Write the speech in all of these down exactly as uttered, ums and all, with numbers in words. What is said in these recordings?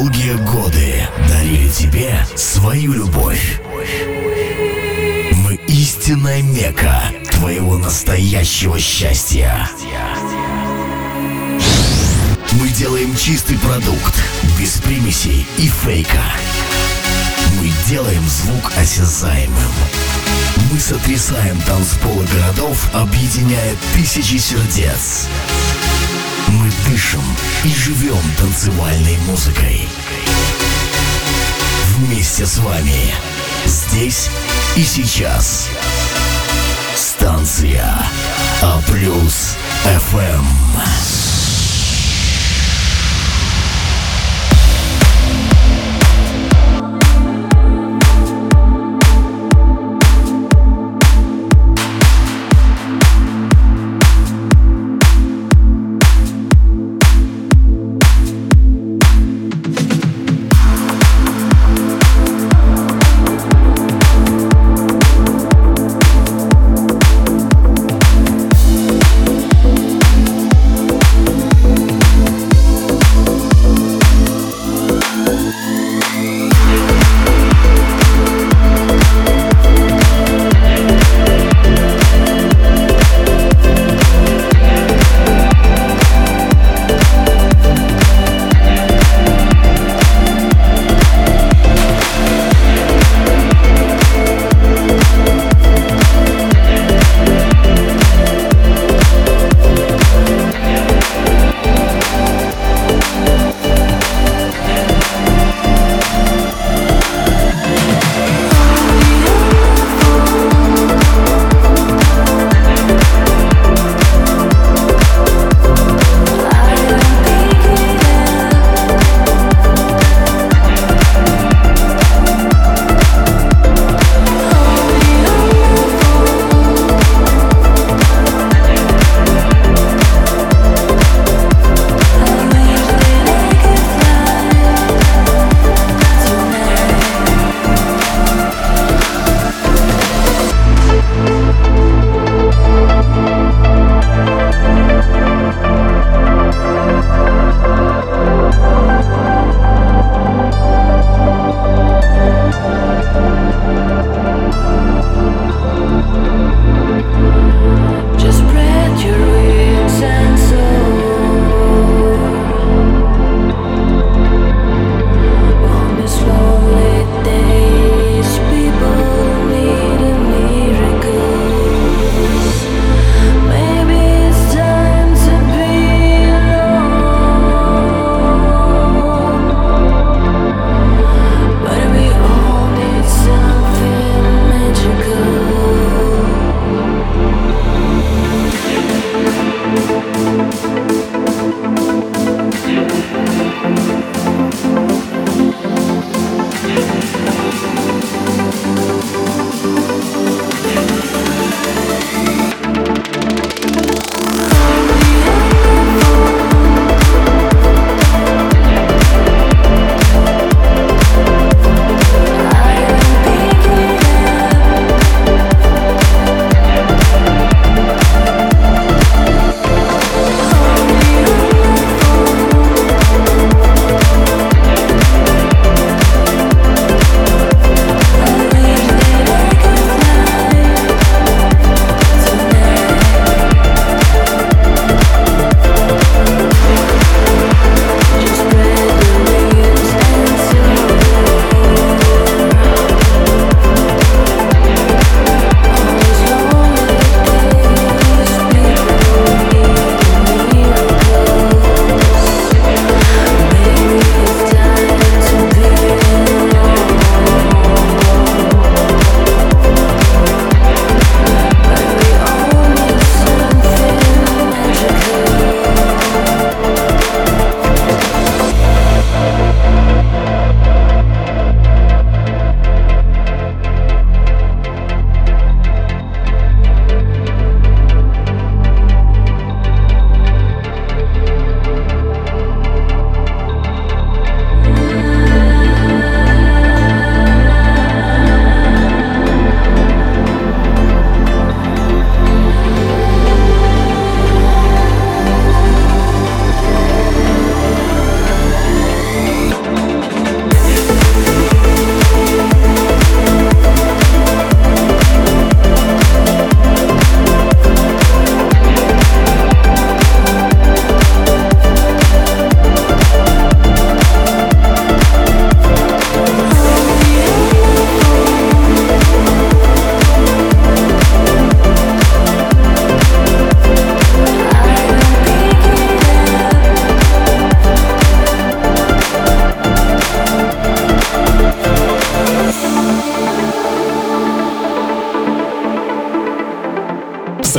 долгие годы дарили тебе свою любовь. Мы истинная мекка твоего настоящего счастья. Мы делаем чистый продукт, без примесей и фейка. Мы делаем звук осязаемым. Мы сотрясаем танцполы городов, объединяя тысячи сердец. Мы дышим и живем танцевальной музыкой. Вместе с вами, здесь и сейчас. Станция А плюс эф эм.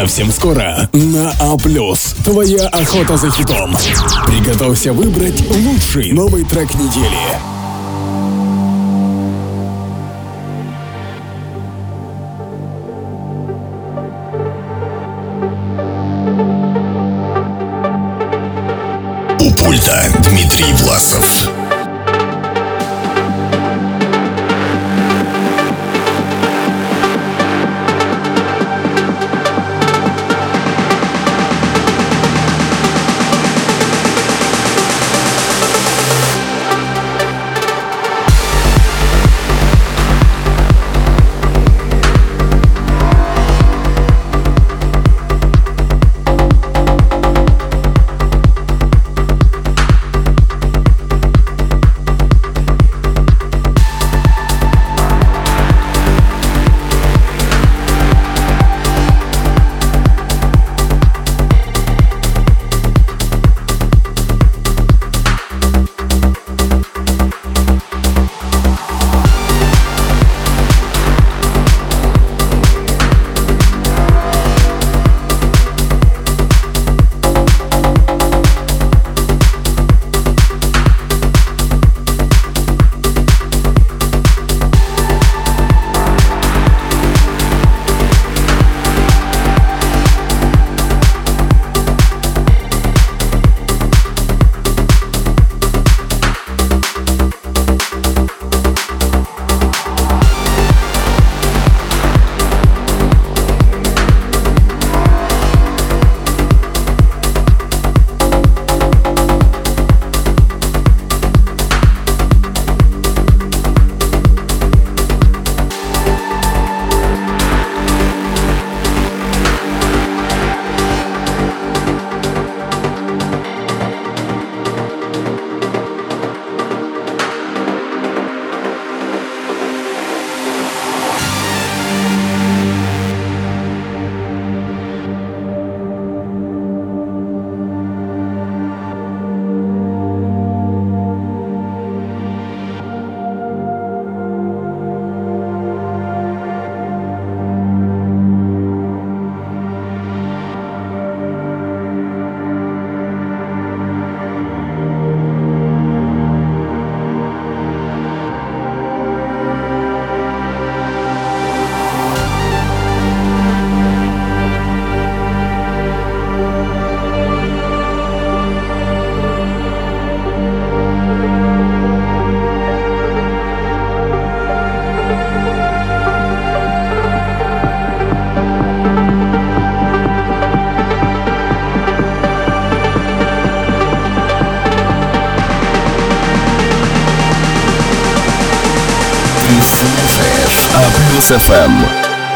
Совсем скоро на А+. Твоя охота за хитом. Приготовься выбрать лучший новый трек недели. У пульта Дмитрий Власов. А+ эф эм.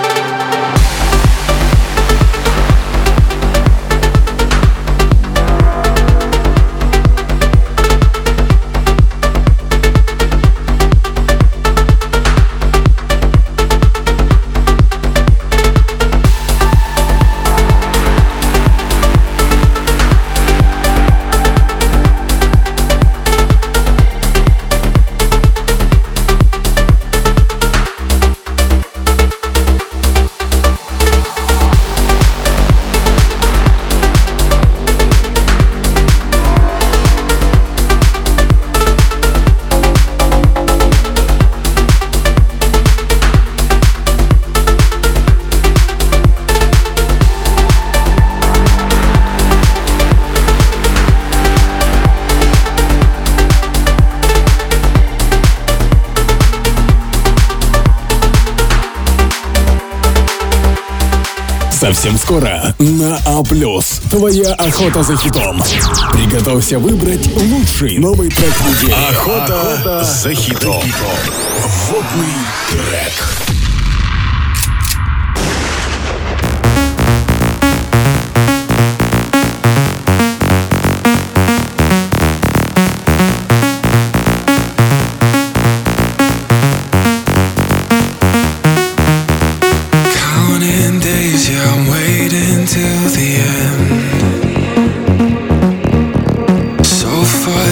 Совсем скоро на А+. Твоя охота за хитом. Приготовься выбрать лучший новый трек недели. Охота, охота за хитом. Водный трек.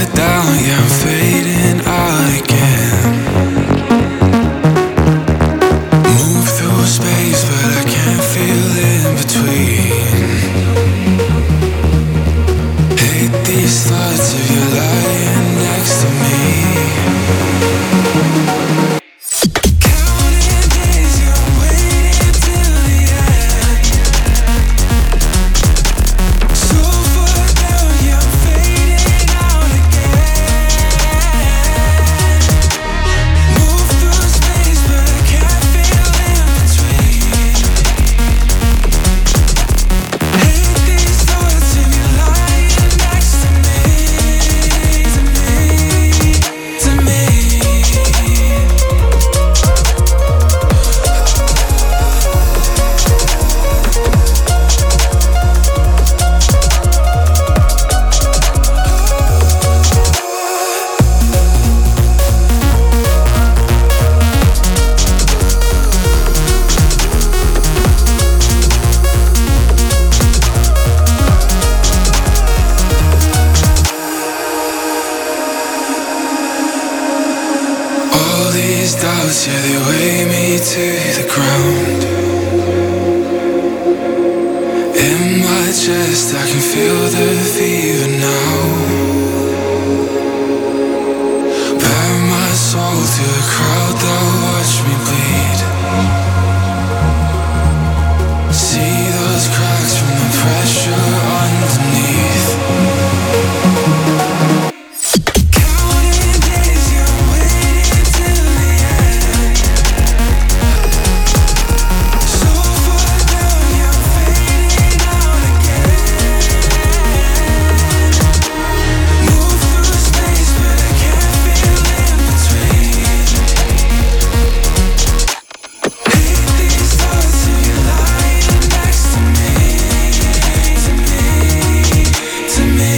Down, yeah, I'm fading again. these doubts, yeah, they weigh me to the ground. In my chest, I can feel the fever now. Bare my soul to a crowd that watch me bleed. See those cracks from the pressure underneath. Counting days, you're waiting till the end. So far down, you're fading out again. Move through space, but I can't feel in between. Hate these thoughts of you lying next to me, to me, to me.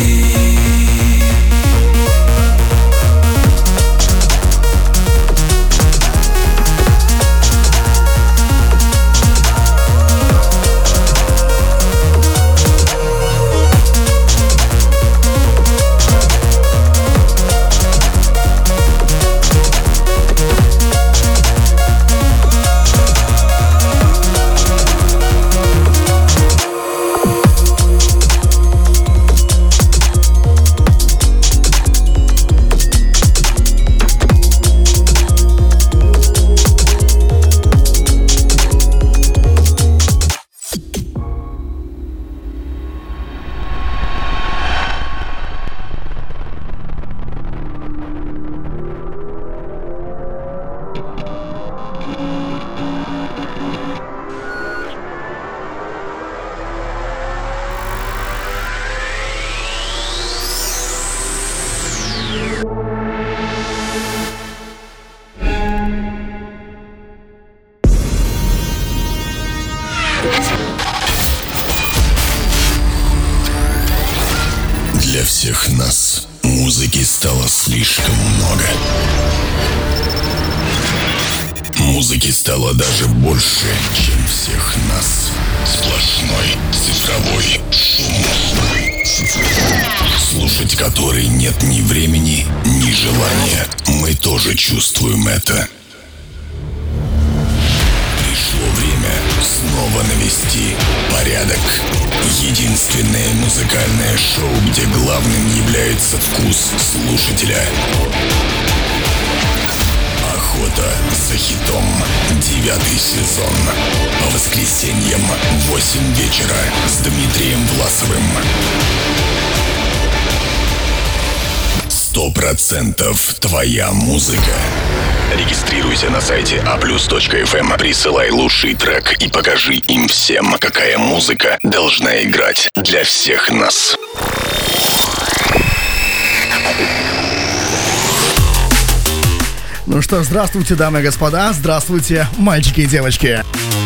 Для всех нас музыки стало слишком много. Музыки стало даже больше, чем всех нас. Сплошной цифровой шум, слушать который нет ни времени, ни желания. Мы тоже чувствуем это. Пришло время снова навести порядок. Единственное музыкальное шоу, где главным является вкус слушателя. Охота за хитом. Девятый сезон. По воскресеньям в восемь вечера с Дмитрием Власовым. Сто процентов твоя музыка. Регистрируйся на сайте а плюс точка эф эм, присылай лучший трек и покажи им всем, какая музыка должна играть для всех нас. Ну что, здравствуйте, дамы и господа, здравствуйте, мальчики и девочки.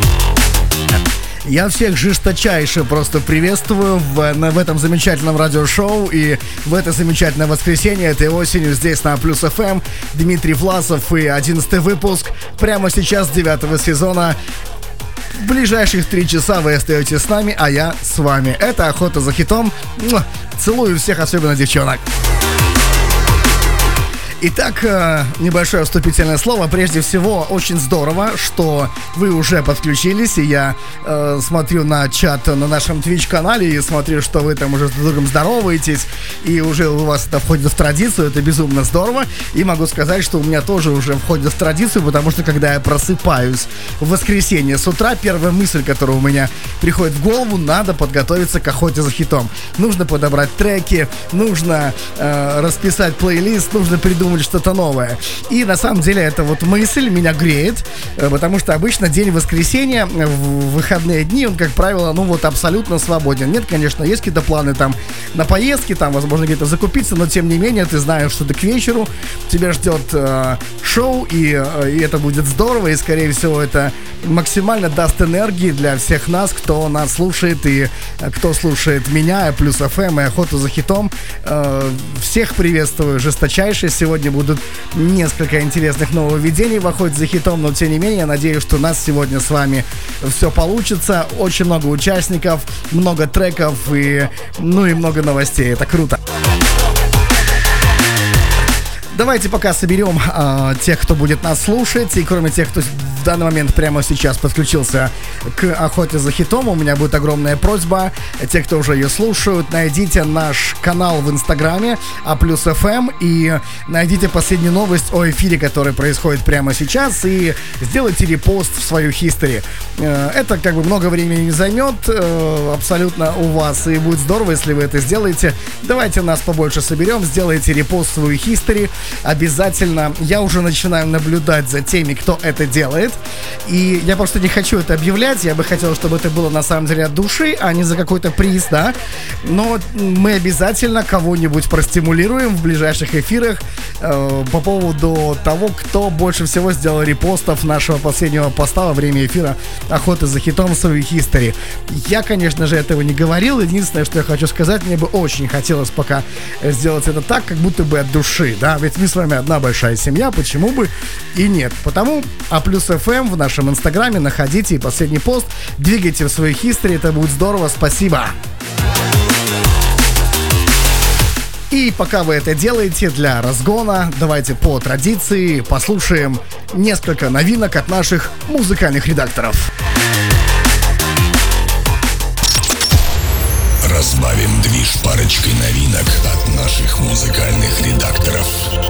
Я всех жесточайше просто приветствую в, в этом замечательном радиошоу и в это замечательное воскресенье этой осенью здесь на Плюс эф эм. Дмитрий Власов и одиннадцатый выпуск прямо сейчас девятого сезона. В ближайших три часа вы остаетесь с нами, а я с вами. Это «Охота за хитом». Целую всех, особенно девчонок. Итак, небольшое вступительное слово. Прежде всего, очень здорово, что вы уже подключились, и я э, смотрю на чат на нашем Twitch-канале и смотрю, что вы там уже с другом здороваетесь, и уже у вас это входит в традицию, это безумно здорово. И могу сказать, что у меня тоже уже входит в традицию, потому что когда я просыпаюсь в воскресенье с утра, первая мысль, которая у меня приходит в голову, надо подготовиться к охоте за хитом. Нужно подобрать треки, нужно э, расписать плейлист, нужно придумать что-то новое. И на самом деле эта вот мысль меня греет, потому что обычно день воскресенья, в выходные дни, он, как правило, ну вот абсолютно свободен. Нет, конечно, есть какие-то планы там на поездки, там, возможно, где-то закупиться, но тем не менее ты знаешь, что ты к вечеру тебя ждет э, шоу, и, э, и это будет здорово, и, скорее всего, это максимально даст энергии для всех нас, кто нас слушает и кто слушает меня, Плюс эф эм и Охоту за хитом. Э, всех приветствую жесточайше. Сегодня будут несколько интересных нововведений в Охоте за хитом, но тем не менее, я надеюсь, что у нас сегодня с вами все получится. Очень много участников, много треков и, ну и много новостей. Это круто. Давайте пока соберем э, тех, кто будет нас слушать. И кроме тех, кто в данный момент прямо сейчас подключился к охоте за хитом, у меня будет огромная просьба. Те, кто уже ее слушают, найдите наш канал в Инстаграме А плюс эф эм и найдите последнюю новость о эфире, который происходит прямо сейчас, и сделайте репост в свою history. Э, это как бы много времени не займет э, абсолютно у вас, и будет здорово, если вы это сделаете. Давайте нас побольше соберем, сделайте репост в свою history. Обязательно. Я уже начинаю наблюдать за теми, кто это делает. И я просто не хочу это объявлять. Я бы хотел, чтобы это было на самом деле от души, а не за какой-то приз, да. Но мы обязательно кого-нибудь простимулируем в ближайших эфирах э, по поводу того, кто больше всего сделал репостов нашего последнего поста во время эфира охоты за хитом в свою history. Я, конечно же, этого не говорил. Единственное, что я хочу сказать, мне бы очень хотелось пока сделать это так, как будто бы от души, да. Ведь мы с вами одна большая семья, почему бы и нет. Потому А плюс эф эм в нашем инстаграме находите и последний пост, двигайте в свою history, это будет здорово, спасибо. И пока вы это делаете, для разгона давайте по традиции послушаем несколько новинок от наших музыкальных редакторов. Разбавим движ парочкой новинок от наших музыкальных редакторов.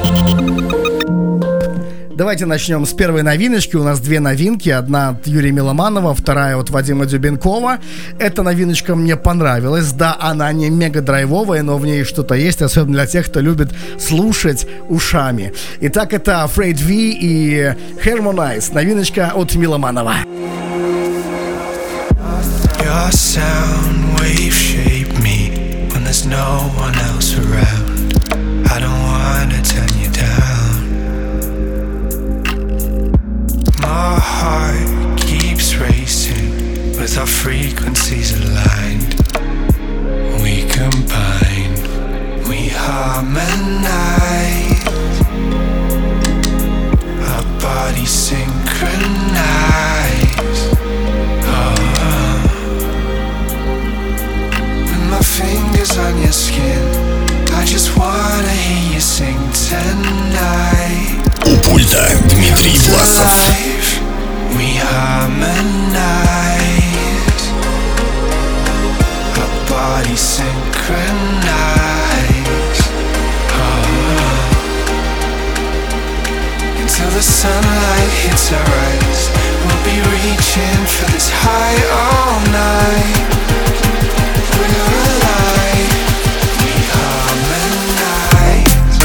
Давайте начнем с первой новиночки. У нас две новинки. Одна от Юрия Миломанова, вторая от Вадима Дюбенкова. Эта новиночка мне понравилась. Да, она не мега драйвовая, но в ней что-то есть, особенно для тех, кто любит слушать ушами. Итак, это Afraid V и Harmonize. Новиночка от Миломанова. Your sound wave shape me when there's no one else around. I don't wanna turn you down. My heart keeps racing with our frequencies aligned. We combine, we harmonize. Our bodies synchronize. My fingers on your skin, I just wanna hear you sing tonight. У пульта Дмитрий Власов. We harmonize. Our bodies synchronize. Oh. Until the sunlight hits our eyes, we'll be reaching for this high all night. We're alive, we harmonize.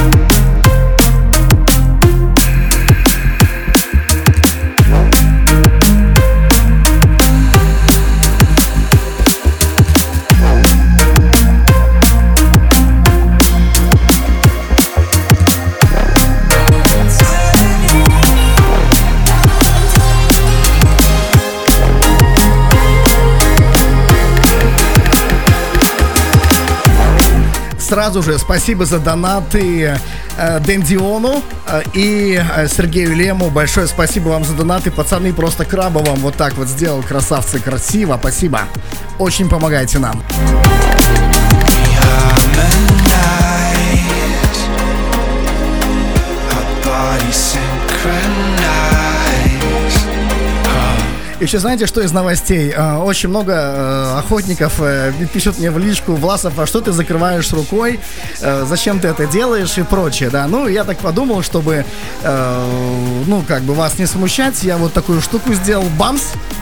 Сразу же спасибо за донаты э, Дэндиону э, и э, Сергею Лему. Большое спасибо вам за донаты. Пацаны, просто краба вам вот так вот сделал. Красавцы, красиво. Спасибо. Очень помогаете нам. Еще знаете, что из новостей? Очень много э, охотников э, пишут мне в личку: Власов, а что ты закрываешь рукой? Э, зачем ты это делаешь и прочее, да? Ну, я так подумал, чтобы, э, ну, как бы вас не смущать, я вот такую штуку сделал. Бамс!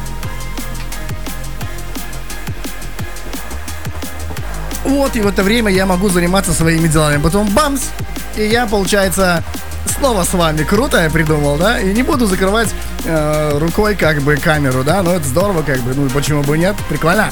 Вот, и в это время я могу заниматься своими делами. Потом бамс! И я, получается, снова с вами. Круто я придумал, да? И не буду закрывать э, рукой как бы камеру, да? Но это здорово, как бы, ну почему бы нет? Прикольно.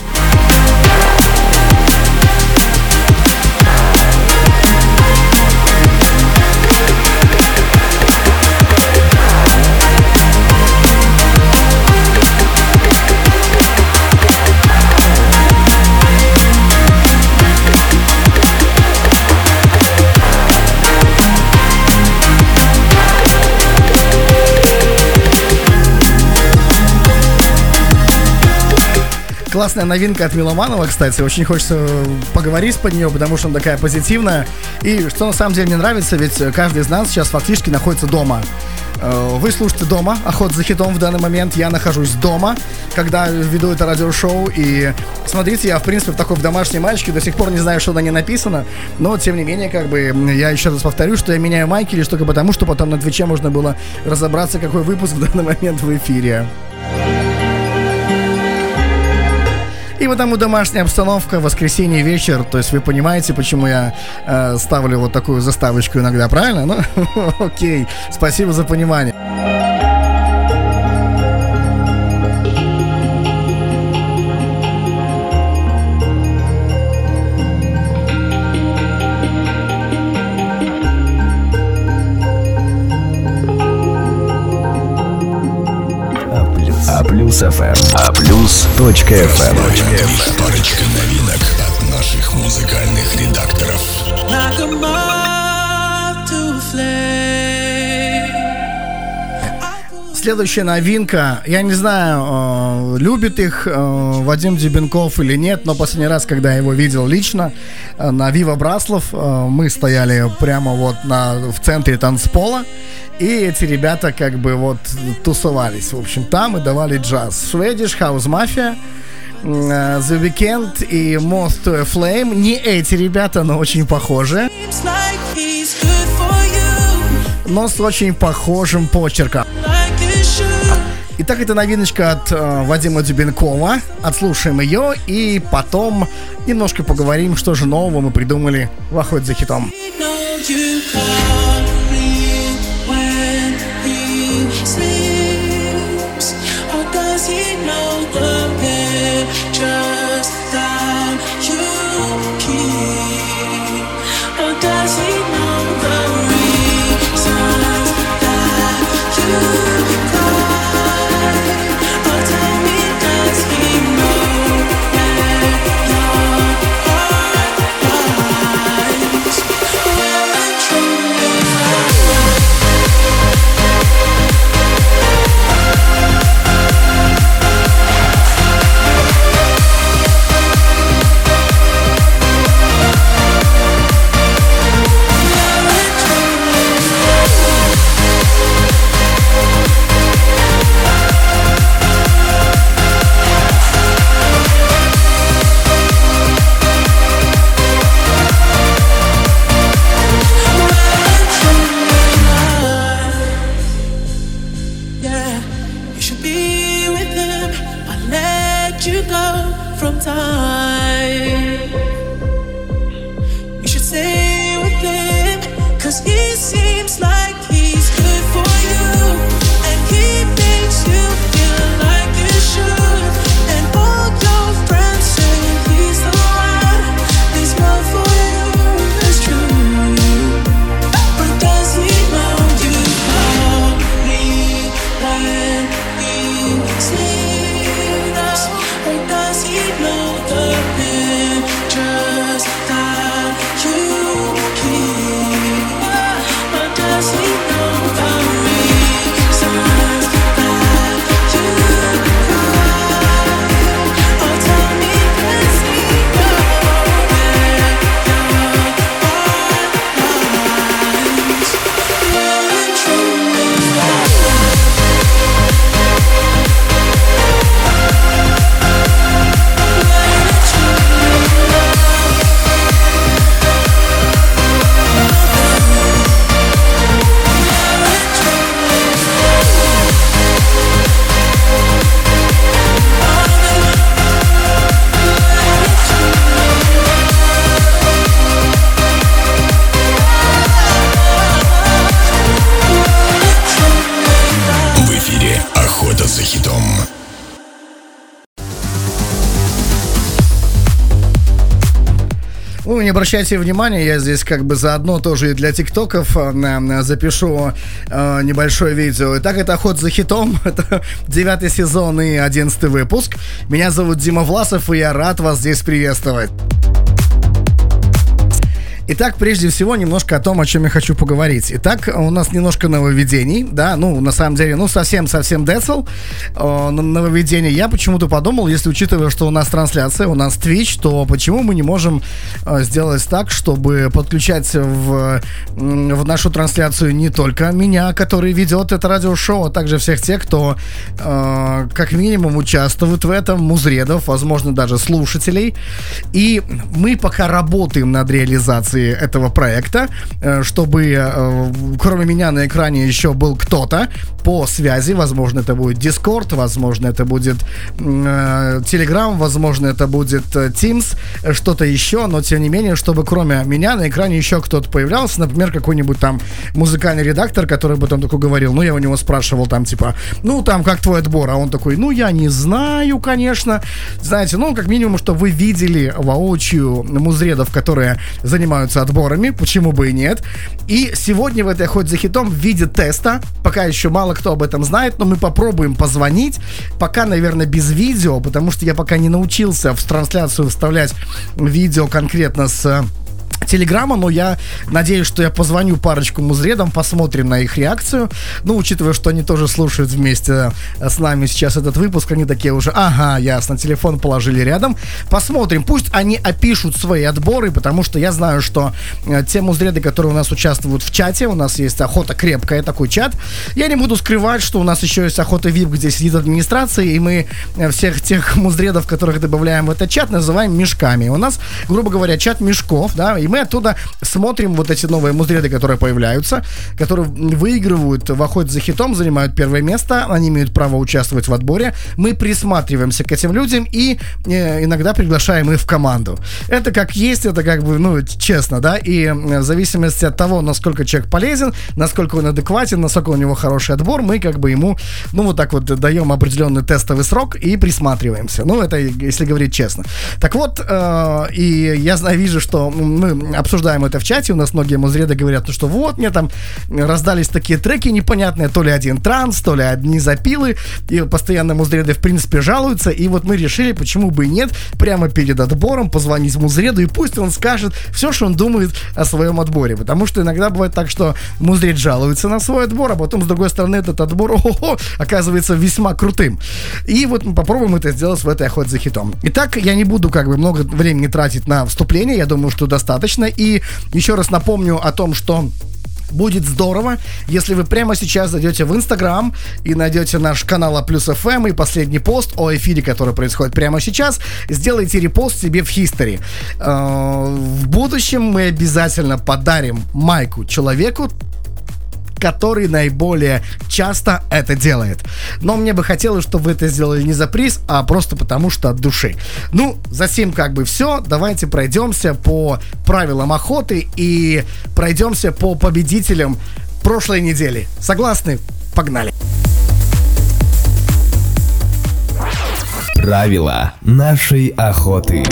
Классная новинка от Миломанова, кстати. Очень хочется поговорить под нее, потому что она такая позитивная. И что на самом деле мне нравится, ведь каждый из нас сейчас фактически находится дома. Вы слушаете дома «Охота за хитом» в данный момент. Я нахожусь дома, когда веду это радиошоу. И смотрите, я, в принципе, в такой в домашней маечке. До сих пор не знаю, что на ней написано. Но, тем не менее, как бы, я еще раз повторю, что я меняю майки лишь только потому, что потом на Твиче можно было разобраться, какой выпуск в данный момент в эфире. И потому домашняя обстановка, воскресенье вечер. То есть вы понимаете, почему я э, ставлю вот такую заставочку иногда, правильно? Ну, окей, спасибо за понимание. А плюс эф эм. А плюс точка эф эм. Парочка новинок от наших музыкальных редакторов. Like a moth to a flame. Следующая новинка, я не знаю, э, любит их э, Вадим Дебенков или нет, но последний раз, когда я его видел лично э, на Вива Браслов, э, мы стояли прямо вот на, в центре танцпола, и эти ребята как бы вот тусовались, в общем, там и давали джаз. Swedish House Mafia, э, The Weeknd и Moth to a Flame. Не эти ребята, но очень похожи, Seems like he's good for you, но с очень похожим почерком. like you should. Итак, это новиночка от э, Вадима Дюбенкова. Отслушаем ее и потом немножко поговорим, что же нового мы придумали в «Охоте за хитом». You know you call me when he sleeps, or does he know the pictures that you keep, or does he know the reasons that you cry, or tell me, does he know where your heart lies, where it truly lies? Yeah, you should be with him. I let you go from time. You should stay with him, 'cause he seems like he's good for you, and he makes you feel like you should. And all your friends say he's the one. His love for you is true. But does he know you love me when he sleeps? Or does he know the pictures that you keep? Or does he know the reasons that you cry? Or tell me, does he know where your heart lies? Where it truly lies? В эфире «Охота за хитом». Вы не обращайте внимания, я здесь как бы заодно тоже и для тиктоков э, запишу э, небольшое видео. Итак, это «Охота за хитом», это девятый сезон и одиннадцатый выпуск. Меня зовут Дима Власов, и я рад вас здесь приветствовать. Итак, прежде всего, немножко о том, о чем я хочу поговорить. Итак, у нас немножко нововведений, да, ну, на самом деле, ну, совсем-совсем децл э, нововведений. Я почему-то подумал, если учитывая, что у нас трансляция, у нас Twitch, то почему мы не можем э, сделать так, чтобы подключать в, в нашу трансляцию не только меня, который ведет это радиошоу, а также всех тех, кто э, как минимум участвует в этом, музредов, возможно, даже слушателей. И мы пока работаем над реализацией этого проекта, чтобы кроме меня на экране еще был кто-то по связи. Возможно, это будет Discord, возможно, это будет Telegram, возможно, это будет Teams, что-то еще, но тем не менее, чтобы кроме меня на экране еще кто-то появлялся, например, какой-нибудь там музыкальный редактор, который потом такой говорил, ну, я у него спрашивал там, типа, ну, там, как твой отбор? А он такой, ну, я не знаю, конечно. Знаете, ну, как минимум, чтобы вы видели воочию музредов, которые занимаются отборами, почему бы и нет. И сегодня в этой «Охоте за хитом» в виде теста, пока еще мало кто об этом знает, но мы попробуем позвонить, пока, наверное, без видео, потому что я пока не научился в трансляцию вставлять видео конкретно с Телеграма, но я надеюсь, что я позвоню парочку музредам, посмотрим на их реакцию. Ну, учитывая, что они тоже слушают вместе с нами сейчас этот выпуск, они такие уже, ага, ясно, телефон положили рядом. Посмотрим, пусть они опишут свои отборы, потому что я знаю, что те музреды, которые у нас участвуют в чате, у нас есть охота крепкая, такой чат. Я не буду скрывать, что у нас еще есть охота ви ай пи, где сидит администрация, и мы всех тех музредов, которых добавляем в этот чат, называем мешками. У нас, грубо говоря, чат мешков, да, и мы оттуда смотрим вот эти новые музреды, которые появляются, которые выигрывают в «Охоте за хитом», занимают первое место, они имеют право участвовать в отборе. Мы присматриваемся к этим людям и э, иногда приглашаем их в команду. Это как есть, это как бы, ну, честно, да, и в зависимости от того, насколько человек полезен, насколько он адекватен, насколько у него хороший отбор, мы как бы ему, ну, вот так вот даем определенный тестовый срок и присматриваемся. Ну, это если говорить честно. Так вот, э, и я знаю, вижу, что мы обсуждаем это в чате, у нас многие музреды говорят, ну что вот, мне там раздались такие треки непонятные, то ли один транс, то ли одни запилы, и постоянно музреды в принципе жалуются, и вот мы решили, почему бы и нет, прямо перед отбором позвонить музреду, и пусть он скажет все, что он думает о своем отборе, потому что иногда бывает так, что музред жалуется на свой отбор, а потом с другой стороны этот отбор, о-хо-хо, оказывается весьма крутым. И вот мы попробуем это сделать в этой «Охоте за хитом». Итак, я не буду как бы много времени тратить на вступление, я думаю, что достаточно. И еще раз напомню о том, что будет здорово, если вы прямо сейчас зайдете в Инстаграм и найдете наш канал А Плюс Эф Эм и последний пост о эфире, который происходит прямо сейчас, сделайте репост себе в History. В будущем мы обязательно подарим майку человеку, который наиболее часто это делает. Но мне бы хотелось, чтобы вы это сделали не за приз, а просто потому, что от души. Ну, за сим как бы все. Давайте пройдемся по правилам охоты и пройдемся по победителям прошлой недели. Согласны? Погнали! Правила нашей охоты.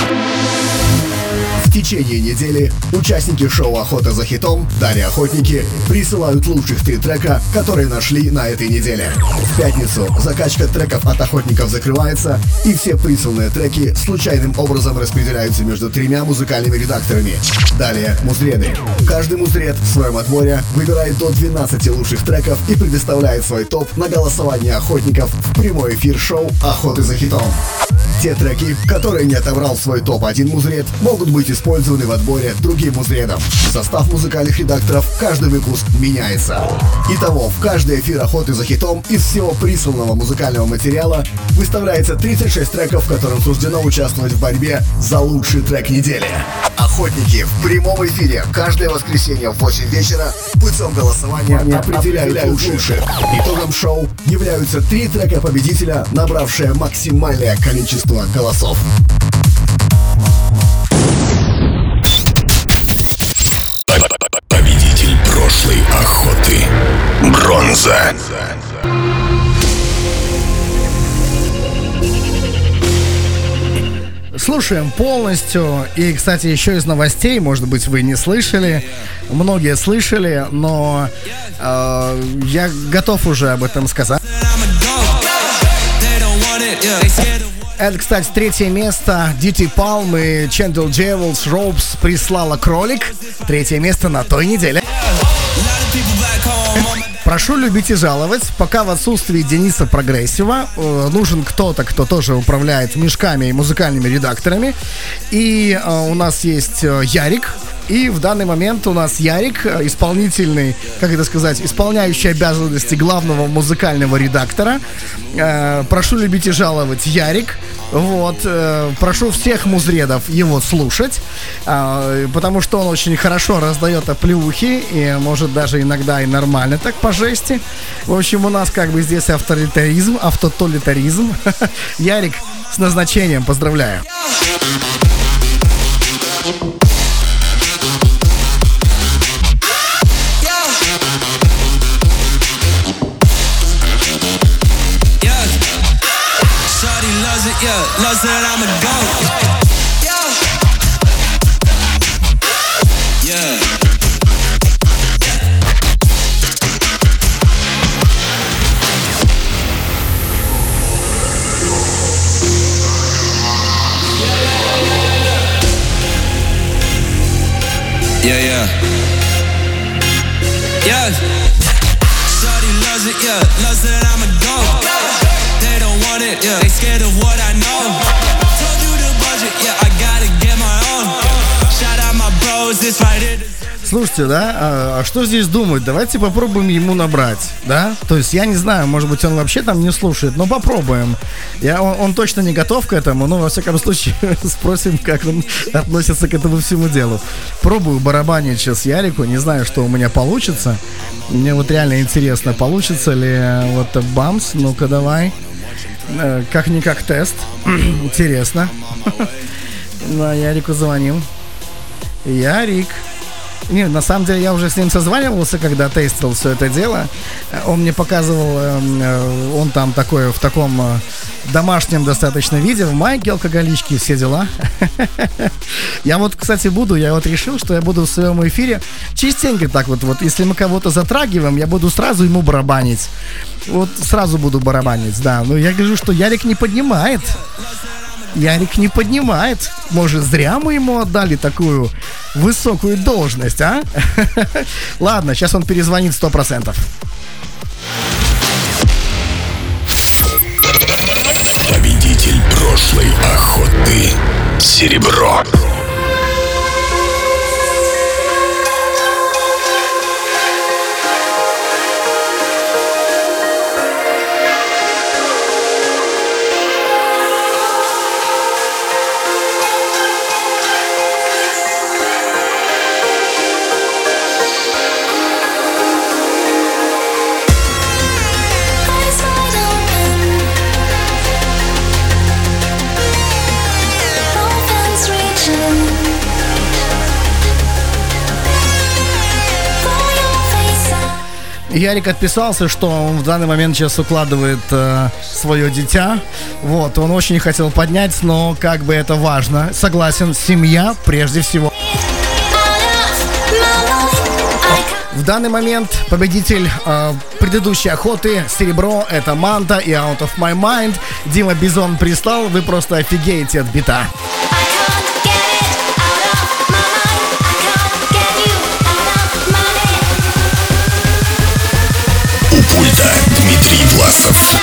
В течение недели участники шоу «Охота за хитом», далее охотники, присылают лучших три трека, которые нашли на этой неделе. В пятницу закачка треков от охотников закрывается, и все присланные треки случайным образом распределяются между тремя музыкальными редакторами. Далее музреды. Каждый музред в своем отборе выбирает до двенадцати лучших треков и предоставляет свой топ на голосование охотников в прямой эфир шоу «Охоты за хитом». Те треки, которые не отобрал свой топ один музред, могут быть использованы в отборе другим музредом. Состав музыкальных редакторов каждый выпуск меняется. Итого, в каждый эфир «Охоты за хитом» из всего присланного музыкального материала выставляется тридцать шесть треков, которым суждено участвовать в борьбе за лучший трек недели. Охотники в прямом эфире каждое воскресенье в восемь вечера путем голосования определяют лучших. Итогом шоу являются три трека победителя, набравшие максимальное количество голосов. Победитель прошлой охоты. Бронза. Слушаем полностью. И, кстати, еще из новостей, может быть, вы не слышали. Многие слышали, но э, я готов уже об этом сказать. Это, кстати, третье место. Дити Палм и Чендл Джевелс Ropes прислала кролик. Третье место на той неделе. Прошу любить и жаловать. Пока в отсутствии Дениса Прогрессива э, нужен кто-то, кто тоже управляет мешками и музыкальными редакторами. И э, у нас есть э, Ярик. И в данный момент у нас Ярик, исполнительный, как это сказать, исполняющий обязанности главного музыкального редактора. Э, прошу любить и жаловать Ярик. Вот, э, прошу всех музредов его слушать, э, потому что он очень хорошо раздает оплеухи и может даже иногда и нормально так по жести. В общем, у нас как бы здесь авторитаризм, автотолитаризм. Ярик, с назначением, поздравляю. Yeah, loves that I'm a goat. Yeah. Yeah, yeah. Yeah. Shawty loves it, yeah, loves that I'm a goat. They don't want it, yeah, they scared of what I know. Told you the budget, yeah, I gotta get my own. Shout out my bros, this right here. Слушайте, да, а, а что здесь думать? Давайте попробуем ему набрать, да? То есть я не знаю, может быть, он вообще там не слушает, но попробуем. Я, он, он точно не готов к этому, но во всяком случае спросим, как он относится к этому всему делу. Пробую барабанить сейчас Ярику, не знаю, что у меня получится. Мне вот реально интересно, получится ли вот бамс. Ну-ка, давай. Как-никак тест. Интересно. На Ярику звоним. Ярик. Не, на самом деле я уже с ним созванивался, когда тестил все это дело. Он мне показывал, он там такой в таком домашнем достаточно виде, в майке, алкоголички, все дела. Я вот, кстати, буду, я вот решил, что я буду в своем эфире частенько так вот, вот, если мы кого-то затрагиваем, я буду сразу ему барабанить. Вот сразу буду барабанить, да. Но я говорю, что Ярик не поднимает. Ярик не поднимает. Может, зря мы ему отдали такую высокую должность, а? Ладно, сейчас он перезвонит сто процентов. Победитель прошлой охоты. Серебро. Ярик отписался, что он в данный момент сейчас укладывает э, свое дитя. Вот, он очень хотел поднять, но как бы это важно. Согласен, семья прежде всего. В данный момент победитель э, предыдущей охоты серебро — это Манта и Out of My Mind. Дима Бизон прислал, вы просто офигеете от бита. У пульта Дмитрий Власов.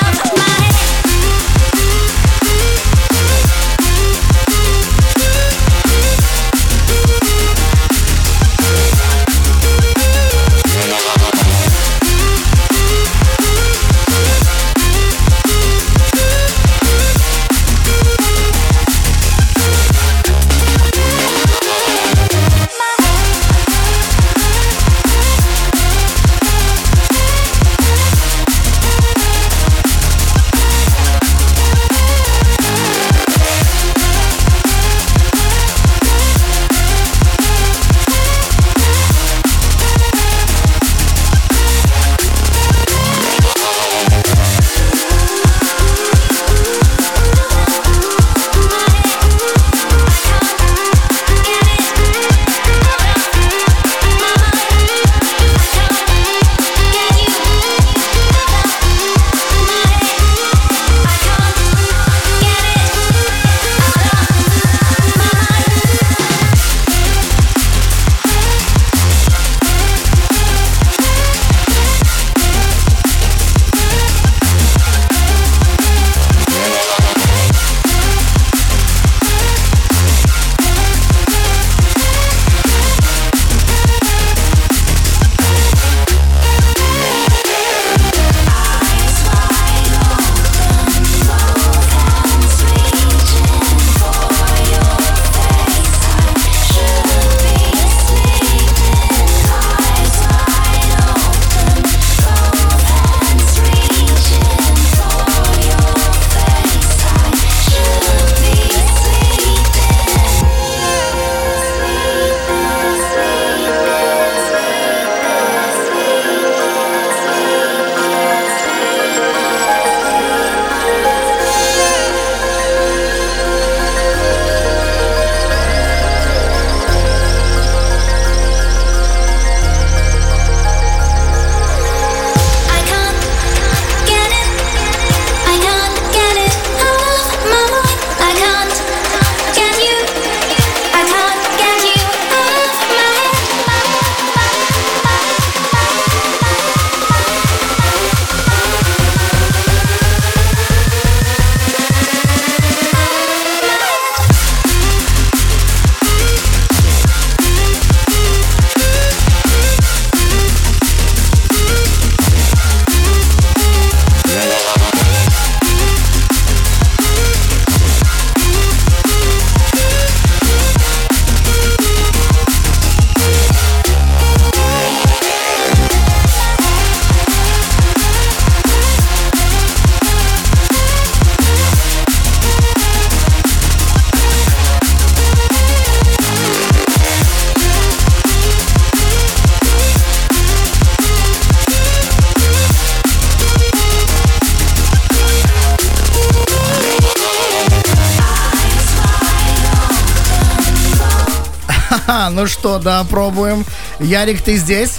Ну что, да, пробуем. Ярик, ты здесь?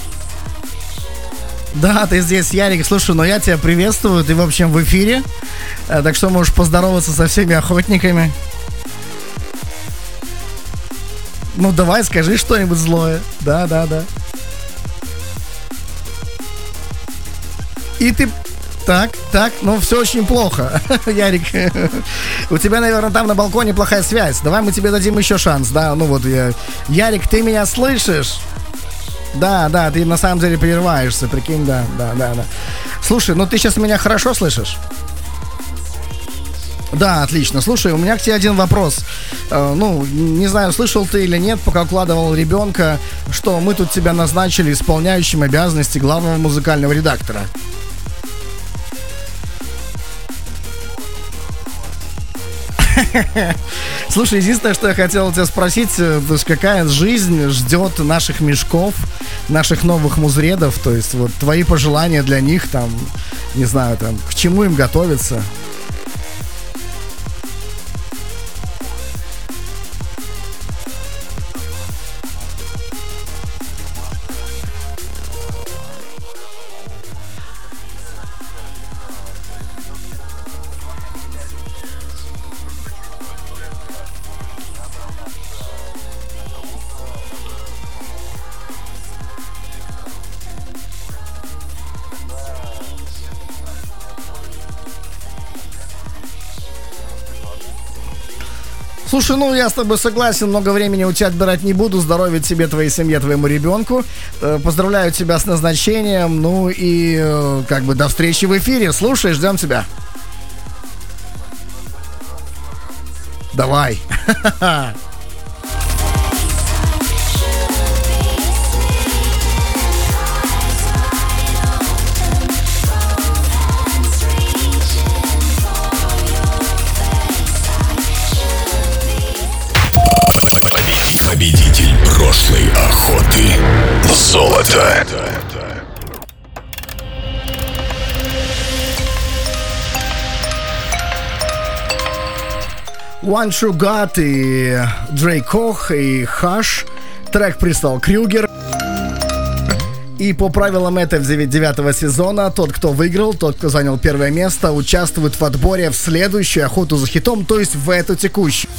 Да, ты здесь, Ярик. Слушай, ну я тебя приветствую. Ты, в общем, в эфире. Так что можешь поздороваться со всеми охотниками. Ну давай, скажи что-нибудь злое. Да, да, да. И ты... Так, так, ну все очень плохо. Ярик, у тебя, наверное, там на балконе плохая связь. Давай мы тебе дадим еще шанс, да? Ну вот, я... Ярик, ты меня слышишь? Да, да, ты на самом деле прерываешься, прикинь, да, да, да, да. Слушай, ну ты сейчас меня хорошо слышишь? Да, отлично. Слушай, у меня к тебе один вопрос. Э, ну, не знаю, слышал ты или нет, пока укладывал ребенка, что мы тут тебя назначили исполняющим обязанности главного музыкального редактора. Слушай, единственное, что я хотел тебя спросить, то есть какая жизнь ждет наших мешков, наших новых музредов, то есть вот твои пожелания для них, там, не знаю, там, к чему им готовиться? Слушай, ну я с тобой согласен, много времени у тебя отбирать не буду. Здоровья тебе, твоей семье, твоему ребенку. Поздравляю тебя с назначением. Ну и как бы до встречи в эфире. Слушай, ждем тебя. Давай. Победитель прошлой охоты. Золото. One True God и Дрей Кох и Хаш. Трек прислал Крюгер. И по правилам этого девятого сезона тот, кто выиграл, тот, кто занял первое место, участвует в отборе в следующую охоту за хитом, то есть в эту текущую.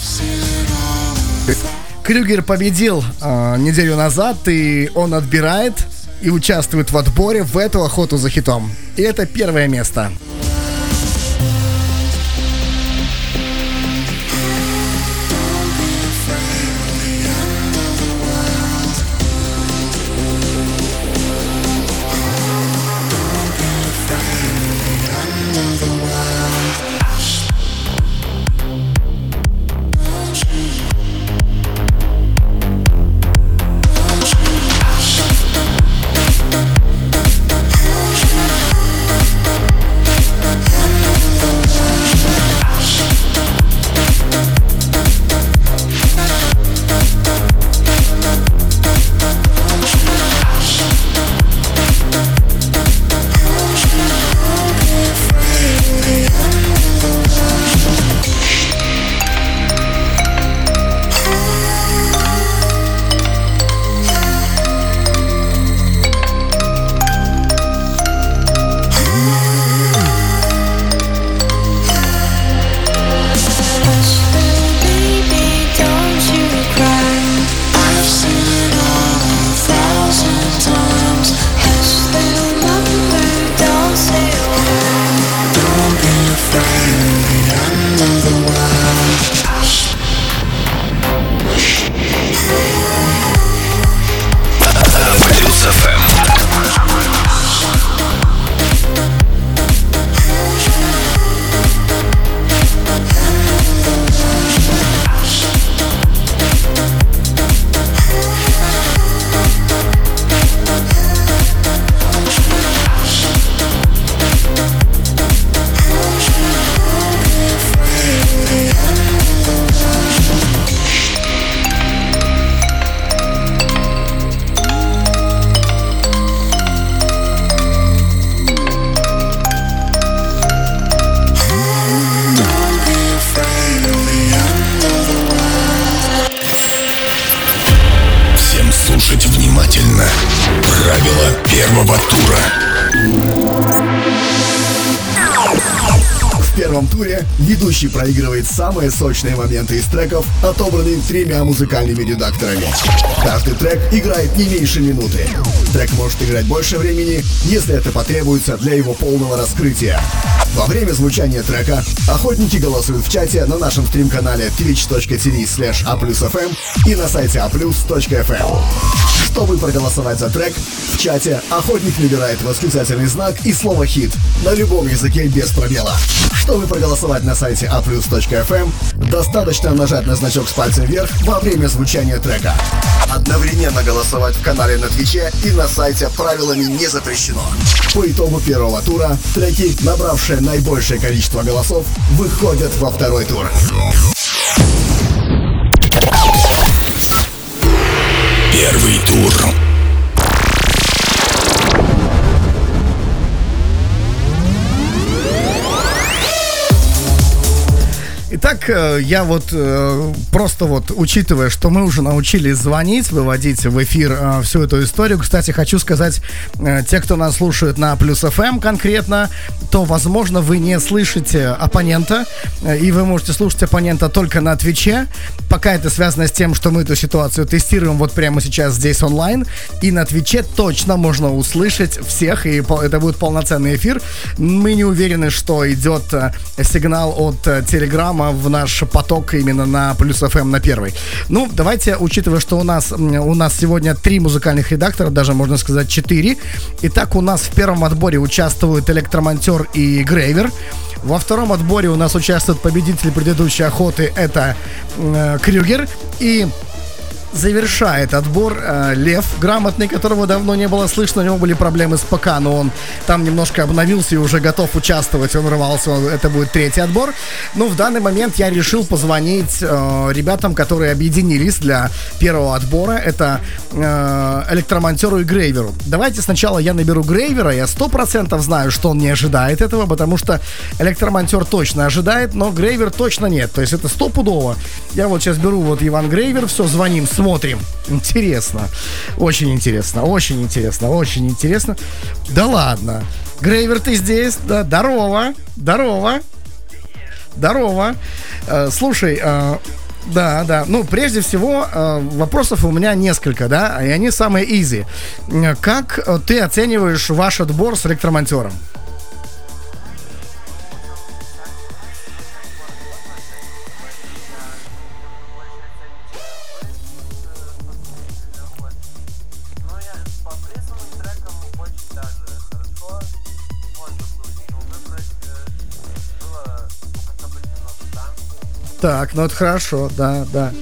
Крюгер победил э, неделю назад, и он отбирает и участвует в отборе в эту охоту за хитом. И это первое место. первого тура. В первом туре ведущий проигрывает самые сочные моменты из треков, отобранные тремя музыкальными редакторами. Каждый трек играет не меньше минуты. Трек может играть больше времени, если это потребуется для его полного раскрытия. Во время звучания трека охотники голосуют в чате на нашем стрим-канале twitch.tv slash aplus.fm и на сайте aplus.fm. Чтобы проголосовать за трек, в чате охотник набирает восклицательный знак и слово «хит» на любом языке без пробела. Чтобы проголосовать на сайте aplus.fm, достаточно нажать на значок с пальцем вверх во время звучания трека. Одновременно голосовать в канале на Твиче и на сайте правилами не запрещено. По итогу первого тура треки, набравшие наибольшее количество голосов, выходят во второй тур. Первый тур. Итак, я вот просто вот, учитывая, что мы уже научились звонить, выводить в эфир всю эту историю, кстати, хочу сказать, те, кто нас слушает на Плюс эф эм конкретно, то, возможно, вы не слышите оппонента, и вы можете слушать оппонента только на Твиче. Пока это связано с тем, что мы эту ситуацию тестируем вот прямо сейчас здесь онлайн, и на Твиче точно можно услышать всех, и это будет полноценный эфир. Мы не уверены, что идет сигнал от Телеграма в наш поток именно на Плюс эф эм на первый. Ну, давайте, учитывая, что у нас, у нас сегодня три музыкальных редактора, даже можно сказать четыре. Итак, у нас в первом отборе участвуют Электромонтер и Грейвер. Во втором отборе у нас участвует победитель предыдущей охоты, это э, Крюгер. И завершает отбор э, Лев Грамотный, которого давно не было слышно. У него были проблемы с ПК, но он там немножко обновился и уже готов участвовать. Он рвался, это будет третий отбор. Но в данный момент я решил позвонить э, ребятам, которые объединились для первого отбора. Это э, Электромонтеру и Грейверу. Давайте сначала я наберу Грейвера. Я сто процентов знаю, что он не ожидает этого, потому что Электромонтер точно ожидает, но Грейвер точно нет. То есть это стопудово. Я вот сейчас беру вот Иван Грейвер, все, звоним, смотрим. Интересно. Очень интересно. Очень интересно. Очень интересно. Да ладно. Грейвер, ты здесь? Да, здорово. Здорово. Здорово. Э, слушай, э, да, да. Ну, прежде всего, э, вопросов у меня несколько, да, и они самые easy. Как ты оцениваешь ваш отбор с Электромонтером? Так, ну это хорошо, да, да.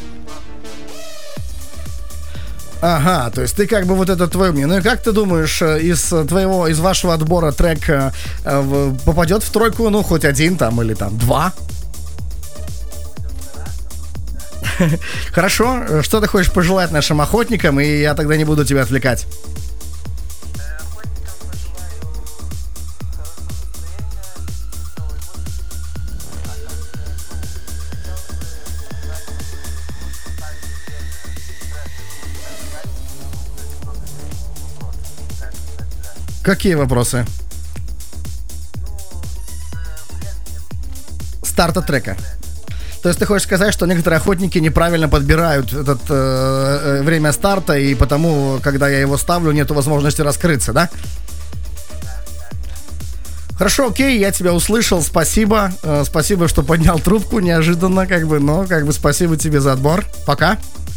Ага, то есть ты как бы вот это твое мнение. Ну и как ты думаешь, из твоего, из вашего отбора трек э, попадет в тройку, ну хоть один там или там два? Хорошо, что ты хочешь пожелать нашим охотникам, и я тогда не буду тебя отвлекать. Какие вопросы? Старта трека. То есть ты хочешь сказать, что некоторые охотники неправильно подбирают это э, время старта, и потому, когда я его ставлю, нету возможности раскрыться, да? Хорошо, окей, я тебя услышал, спасибо. Э, спасибо, что поднял трубку неожиданно, как бы, но как бы спасибо тебе за отбор. Пока.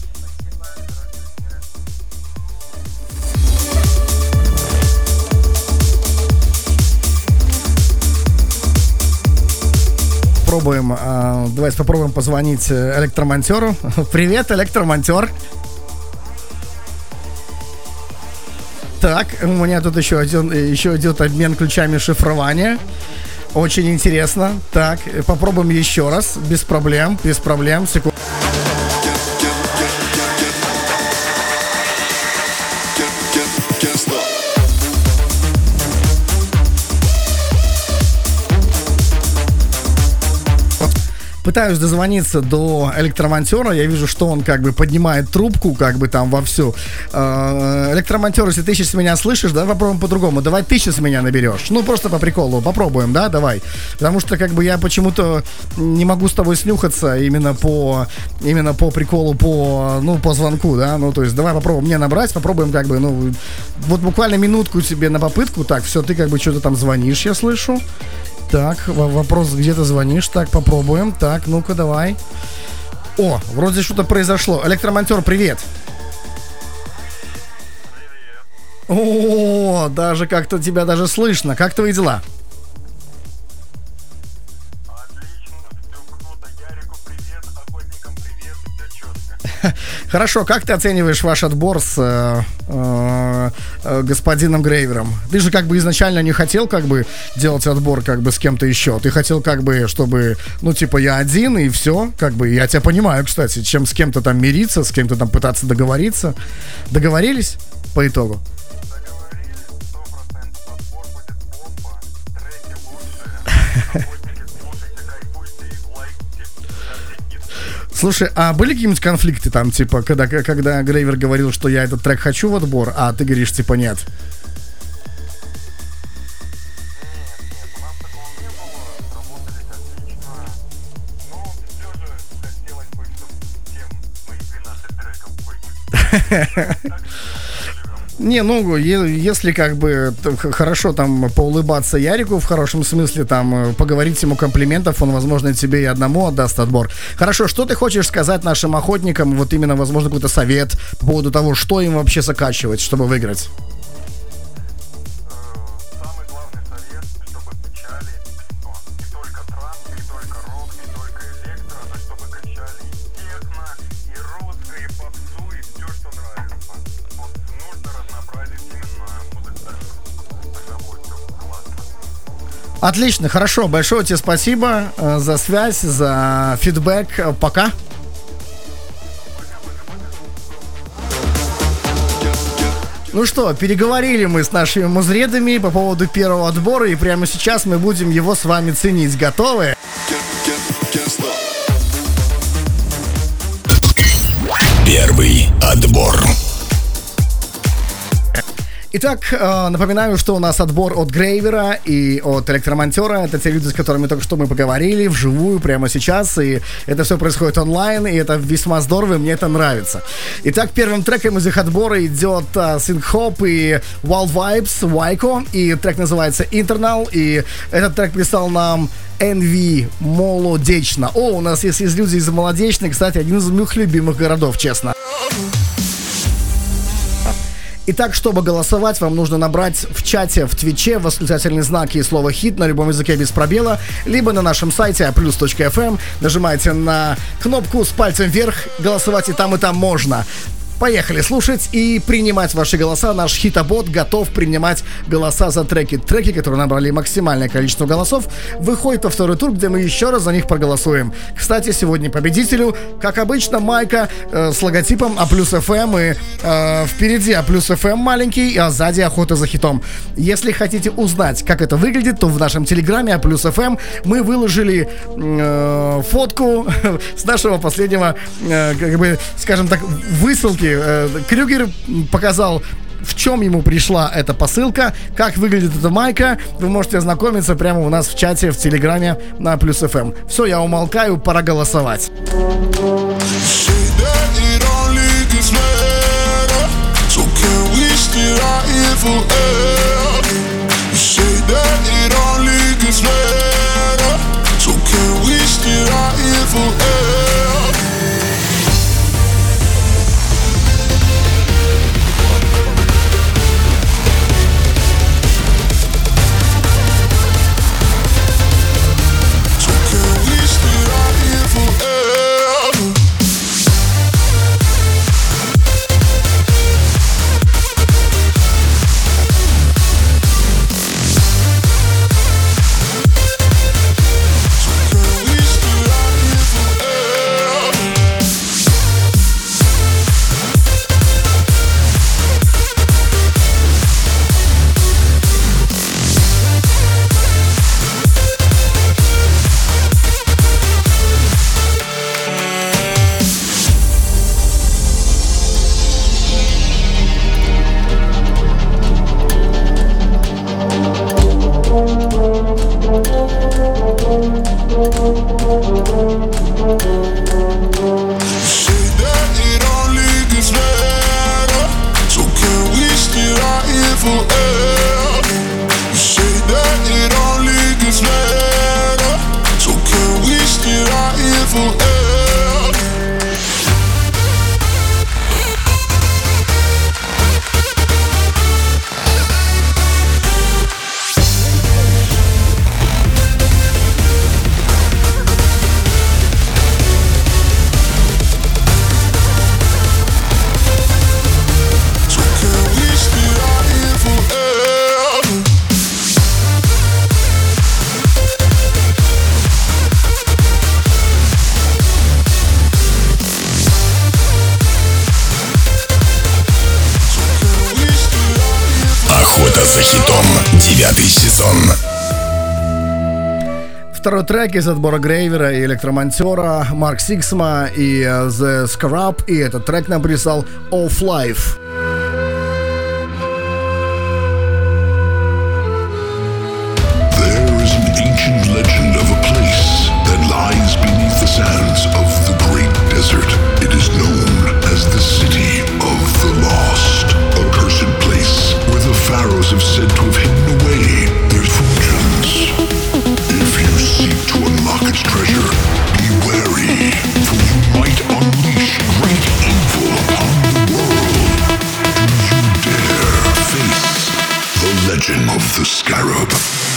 Попробуем, э, давайте попробуем позвонить Электромонтеру. Привет, Электромонтер. Так, у меня тут еще, один, еще идет обмен ключами шифрования. Очень интересно. Так, попробуем еще раз. Без проблем, без проблем. Секунду. пытаюсь дозвониться до электромонтера. Я вижу, что он как бы поднимает трубку, как бы там вовсю. Электромонтер, если ты сейчас меня слышишь, давай попробуем по-другому. Давай ты сейчас меня наберешь. Ну, просто по приколу. Попробуем, да? Давай. Потому что как бы я почему-то не могу с тобой снюхаться именно по, именно по приколу, по, ну, по звонку, да? Ну, то есть давай попробуем мне набрать, попробуем как бы, ну, вот буквально минутку тебе на попытку. Так, все, ты как бы что-то там звонишь, я слышу. Так, вопрос, где ты звонишь? Так, попробуем. Так, ну-ка, давай. О, вроде что-то произошло. Электромонтер, привет. О, даже как-то тебя даже слышно. Как твои дела? Хорошо, как ты оцениваешь ваш отбор с э, э, э, господином Грейвером? Ты же как бы изначально не хотел как бы делать отбор как бы с кем-то еще. Ты хотел как бы, чтобы, ну типа я один и все, как бы. Я тебя понимаю, кстати, чем с кем-то там мириться, с кем-то там пытаться договориться. Договорились по итогу? Слушай, а были какие-нибудь конфликты там, типа, когда, когда Грейвер говорил, что я этот трек хочу в отбор, а ты говоришь, типа, нет? Не, ну, если как бы хорошо там поулыбаться Ярику, в хорошем смысле, там, поговорить ему комплиментов, он, возможно, тебе и одному отдаст отбор. Хорошо, что ты хочешь сказать нашим охотникам, вот именно, возможно, какой-то совет по поводу того, что им вообще закачивать, чтобы выиграть? Отлично, хорошо, большое тебе спасибо э, за связь, за фидбэк. Пока. Ну что, переговорили мы с нашими музредами по поводу первого отбора, и прямо сейчас мы будем его с вами ценить. Готовы? Первый отбор. Итак, э, напоминаю, что у нас отбор от Грейвера и от Электромонтера. Это те люди, с которыми только что мы поговорили вживую прямо сейчас. И это все происходит онлайн, и это весьма здорово, и мне это нравится. Итак, первым треком из их отбора идет uh, Synth-Hop и Wild Vibes, Вайко. И трек называется Internal. И этот трек прислал нам эн ви Молодечно. О, у нас есть, есть люди из Молодечной. Кстати, один из моих любимых городов, честно. Итак, чтобы голосовать, вам нужно набрать в чате, в Твиче восклицательный знак и слово «хит» на любом языке без пробела, либо на нашем сайте а плюс точка эф эм. Нажимаете на кнопку с пальцем вверх, голосовать и там, и там можно. Поехали слушать и принимать ваши голоса. Наш хитобот готов принимать голоса за треки. Треки, которые набрали максимальное количество голосов, выходят во второй тур, где мы еще раз за них проголосуем. Кстати, сегодня победителю, как обычно, майка э, с логотипом А плюс эф эм. И э, впереди А плюс эф эм маленький, а сзади охота за хитом. Если хотите узнать, как это выглядит, то в нашем телеграме А плюс эф эм мы выложили э, фотку с нашего последнего, э, как бы, скажем так, высылки. Крюгер показал, в чем ему пришла эта посылка, как выглядит эта майка. Вы можете ознакомиться прямо у нас в чате, в телеграме на плюс эф эм. Все, я умолкаю, пора голосовать. Охота за хитом. Девятый сезон. Второй трек из отбора Грейвера и электромонтера Марк Сиксма и The Scarab. И этот трек нам прислал Off Life. There is an ancient legend of a place that lies beneath the sands of the great desert. It is known as the City of the Lost, a cursed place where the pharaohs have said to have hidden away their fortunes. If you seek to unlock its treasure, be wary, for you might unleash great evil upon the world. Do you dare face the legend of the Scarab?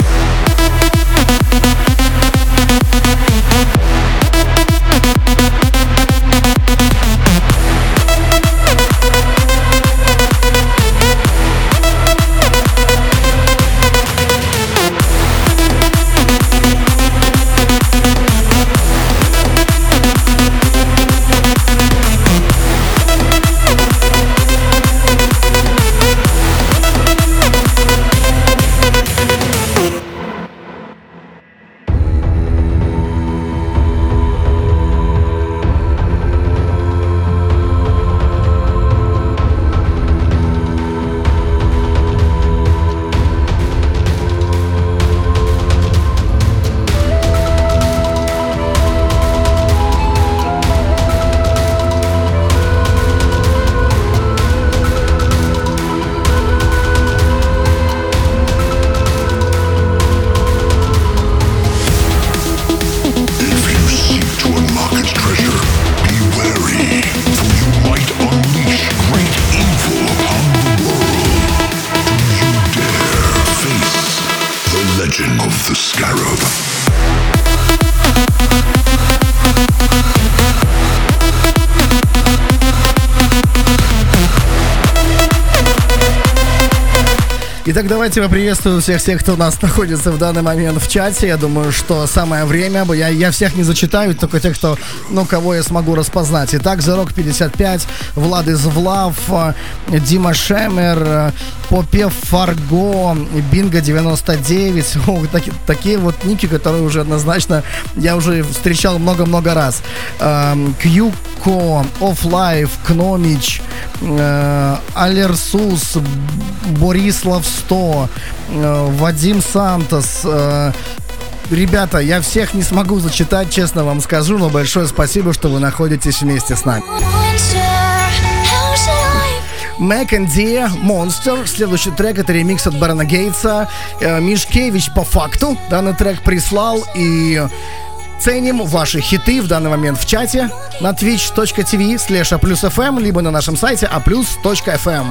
Итак, давайте поприветствую всех тех, кто у нас находится в данный момент в чате. Я думаю, что самое время. Я, я всех не зачитаю, только тех, кто, ну, кого я смогу распознать. Итак, Зарок пятьдесят пять, Влад из Влав, Дима Шемер, Попев Фарго, Бинго девяносто девять. О, таки, такие вот ники, которые уже однозначно я уже встречал много-много раз. Кьюко, Офлайф, Кномич, Алерсус, Борислав сто, Вадим Сантос. Ребята, я всех не смогу зачитать, честно вам скажу, но большое спасибо, что вы находитесь вместе с нами. Mac and Dia, Monster. Следующий трек — это ремикс от Бэрона Гейтса. Мишкевич по факту данный трек прислал, и ценим ваши хиты в данный момент в чате на twitch.tv слэш aplus.fm, либо на нашем сайте aplus.fm.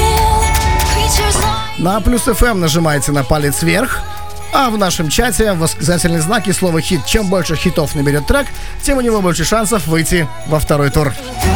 На aplus.fm нажимаете на палец вверх, а в нашем чате восклицательный знак и слово «хит». Чем больше хитов наберет трек, тем у него больше шансов выйти во второй тур.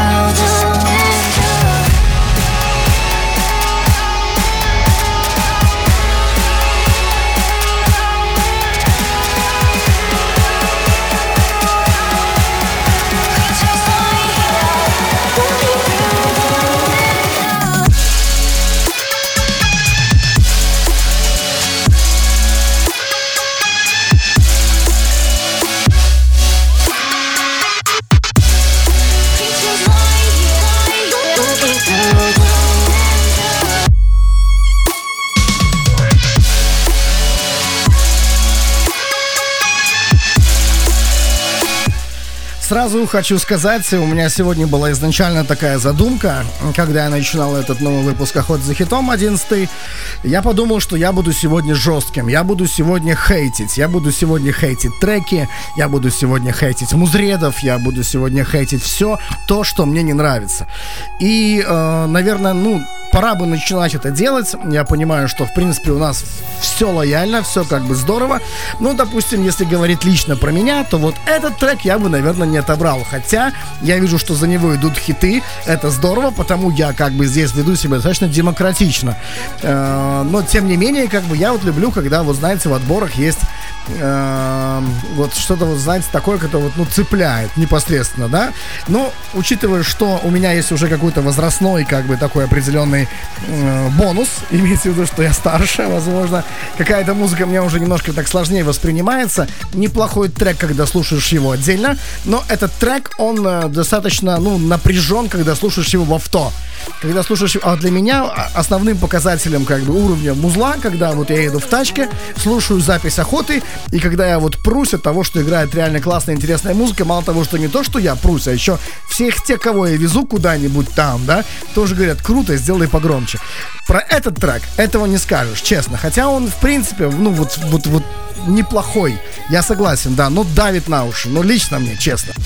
Сразу хочу сказать, у меня сегодня была изначально такая задумка, когда я начинал этот новый выпуск «Охоты за хитом» одиннадцатый. Я подумал, что я буду сегодня жестким, я буду сегодня хейтить, я буду сегодня хейтить треки, я буду сегодня хейтить музредов, я буду сегодня хейтить все то, что мне не нравится. И, э, наверное, ну, пора бы начинать это делать. Я понимаю, что, в принципе, у нас все лояльно, все как бы здорово. Ну, допустим, если говорить лично про меня, то вот этот трек я бы, наверное, не отобрал. Хотя я вижу, что за него идут хиты. Это здорово, потому я как бы здесь веду себя достаточно демократично. Но, тем не менее, как бы я вот люблю, когда, вот знаете, в отборах есть э, вот что-то, вот, знаете, такое, которое вот, ну, цепляет непосредственно, да. Но, учитывая, что у меня есть уже какой-то возрастной, как бы, такой определенный э, бонус, имеется в виду, что я старше, возможно, какая-то музыка мне уже немножко так сложнее воспринимается. Неплохой трек, когда слушаешь его отдельно, но этот трек, он э, достаточно, ну, напряжен, когда слушаешь его в авто. Когда слушаешь, а для меня основным показателем, как бы, уровня музла, когда вот я еду в тачке, слушаю запись охоты, и когда я вот прусь от того, что играет реально классная, интересная музыка, мало того, что не то, что я прусь, а еще всех тех, кого я везу куда-нибудь там, да, тоже говорят, круто, сделай погромче. Про этот трек этого не скажешь, честно, хотя он, в принципе, ну, вот, вот, вот неплохой, я согласен, да, но давит на уши, но лично мне, честно.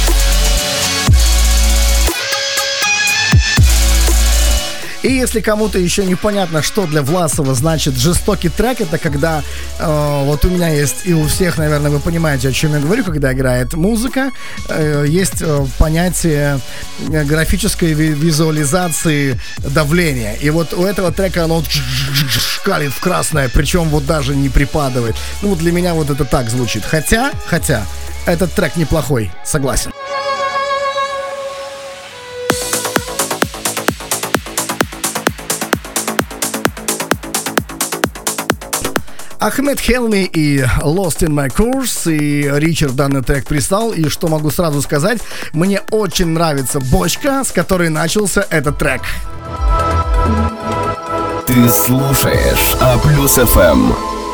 И если кому-то еще непонятно, что для Власова значит жестокий трек, это когда э, вот у меня есть, и у всех, наверное, вы понимаете, о чем я говорю, когда играет музыка, э, есть э, понятие графической ви- визуализации давления. И вот у этого трека оно шкалит в красное, причем вот даже не припадывает. Ну вот для меня вот это так звучит. Хотя, хотя, этот трек неплохой, согласен. Ахмед Хелми и Lost in My Course, и Ричард данный трек прислал, и что могу сразу сказать, мне очень нравится бочка, с которой начался этот трек. Ты слушаешь А Плюс эф эм.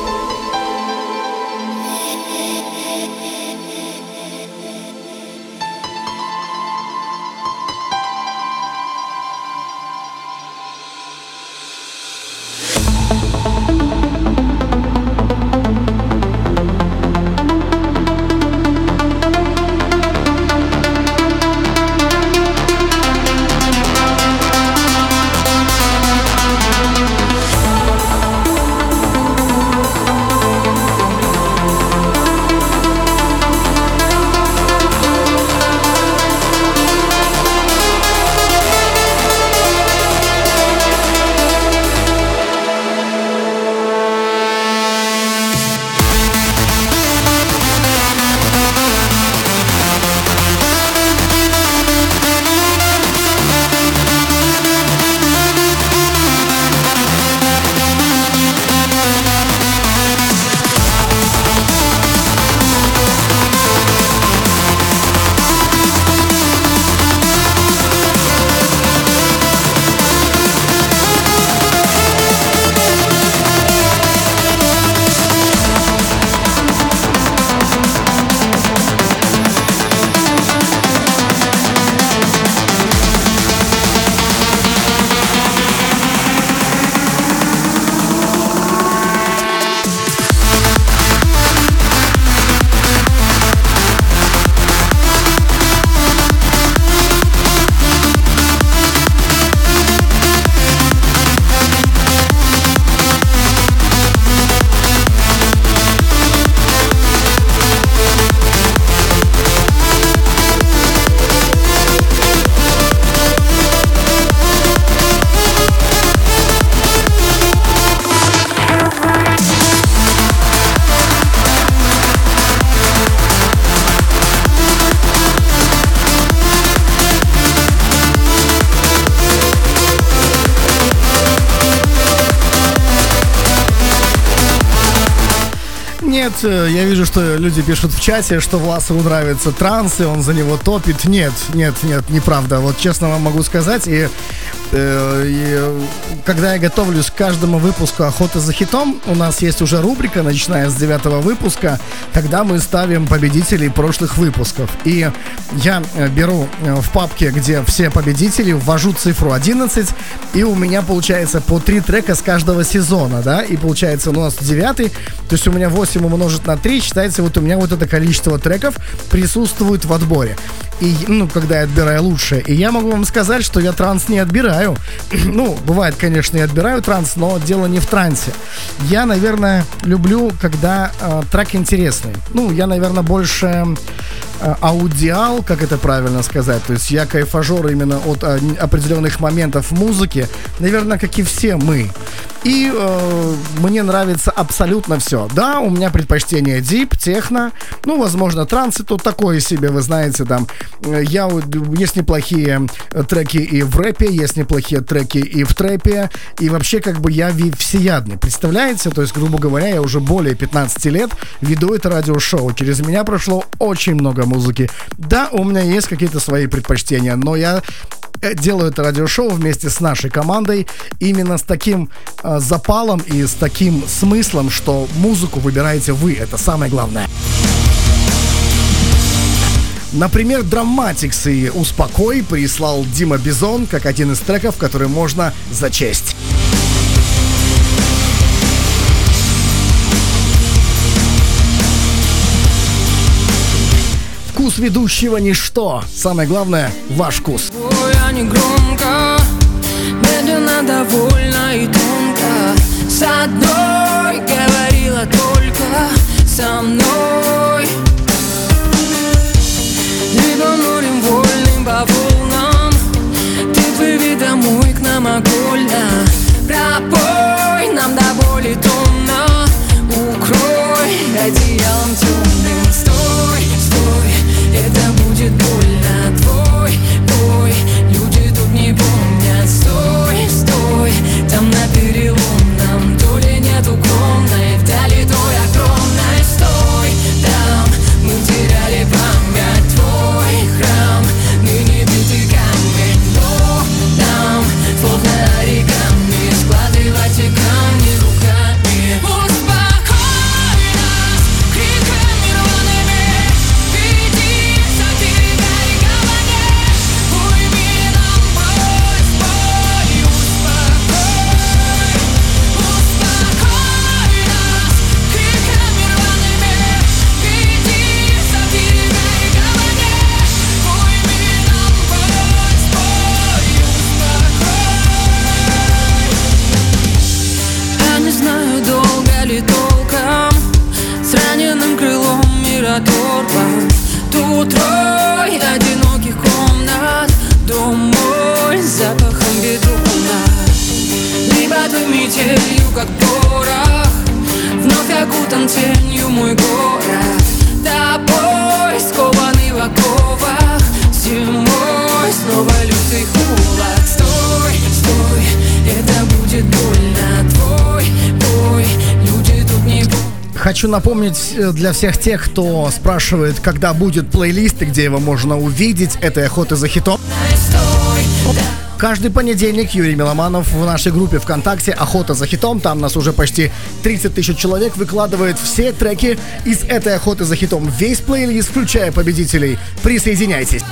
Нет, я вижу, что люди пишут в чате, что Власову нравится транс, и он за него топит. Нет, нет, нет, неправда. Вот честно вам могу сказать, и, э, и когда я готовлюсь к каждому выпуску «Охота за хитом», у нас есть уже рубрика, начиная с девятого выпуска, когда мы ставим победителей прошлых выпусков. И я беру в папке, где все победители, ввожу цифру одиннадцать, и у меня получается по три трека с каждого сезона, да, и получается у нас девятый, то есть у меня восемь умножить на три, считается, вот у меня вот это количество треков присутствует в отборе. И, ну, когда я отбираю лучшее. И я могу вам сказать, что я транс не отбираю. Ну, бывает, конечно, я отбираю транс, но дело не в трансе. Я, наверное, люблю, когда э, трек интересный. Ну, я, наверное, больше э, аудиал, как это правильно сказать. То есть я кайфажер именно от э, определенных моментов в музыке. Наверное, как и все мы. И э, мне нравится абсолютно все. Да, у меня предпочтение дип, техно, ну, возможно, транс, и тут такое себе, вы знаете, там, я, есть неплохие треки и в рэпе, есть неплохие треки и в трэпе, и вообще, как бы, я всеядный, представляете? То есть, грубо говоря, я уже более пятнадцать лет веду это радиошоу, через меня прошло очень много музыки. Да, у меня есть какие-то свои предпочтения, но я делаю это радиошоу вместе с нашей командой именно с таким э, запалом и с таким смыслом, что музыку выбираете вы, это самое главное. Например, Dramatics и «Успокой» прислал Дима Бизон как один из треков, который можно зачесть. Вкус ведущего ничто. Самое главное, ваш вкус. Ой, а не громко, медленно, довольно и тонко. С одной говорила только со мной. Либо морем вольным по волнам. Ты плыви домой к нам окольно. Пропой нам до боли томно. Укрой одеялом темным. Стой, стой, это будет больно. Твой бой, люди тут не помнят. Стой, стой, там на переломном. То ли нет укромной, вдали той огромной. Стой, там мы теряли память. Твой храм, ныне битый камень. Но нам, словно оригами, складывайте камни руками. Успокой нас криками рваными. Веди за берега и гавани. Уйми нам боль, боль. Успокой, успокой нас криками рваными. Веди за берега и гавани. Уйми нам боль, боль. Успокой. Я не знаю, долго ли толком с раненым крылом мир оторван. Тут рой одиноких комнат. Дом мой с запахом бетона. Либо ты метелью, как порох, вновь окутан тенью мой город. Тобой скованный в оковах. Зимой снова лютый холод. Стой, стой, это будет больно. Твой бой, люди тут не будут. Хочу напомнить для всех тех, кто спрашивает, когда будет плейлист и где его можно увидеть, этой охоты за хитом. Каждый понедельник Юрий Меломанов в нашей группе ВКонтакте «Охота за хитом», там нас уже почти тридцать тысяч человек, выкладывает все треки из этой охоты за хитом. Весь плейлист, включая победителей. Присоединяйтесь.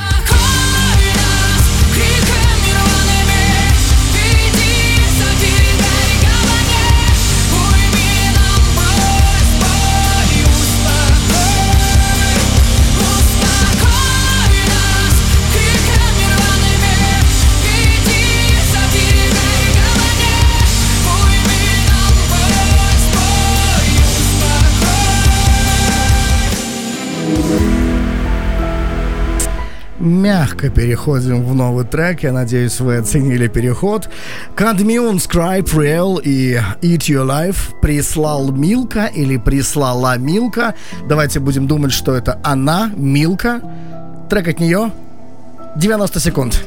Мягко переходим в новый трек. Я надеюсь, вы оценили переход. Cadmium, Scribe, Real и Eat Your Life прислал Милка или прислала Милка. Давайте будем думать, что это она, Милка. Трек от нее. девяносто секунд.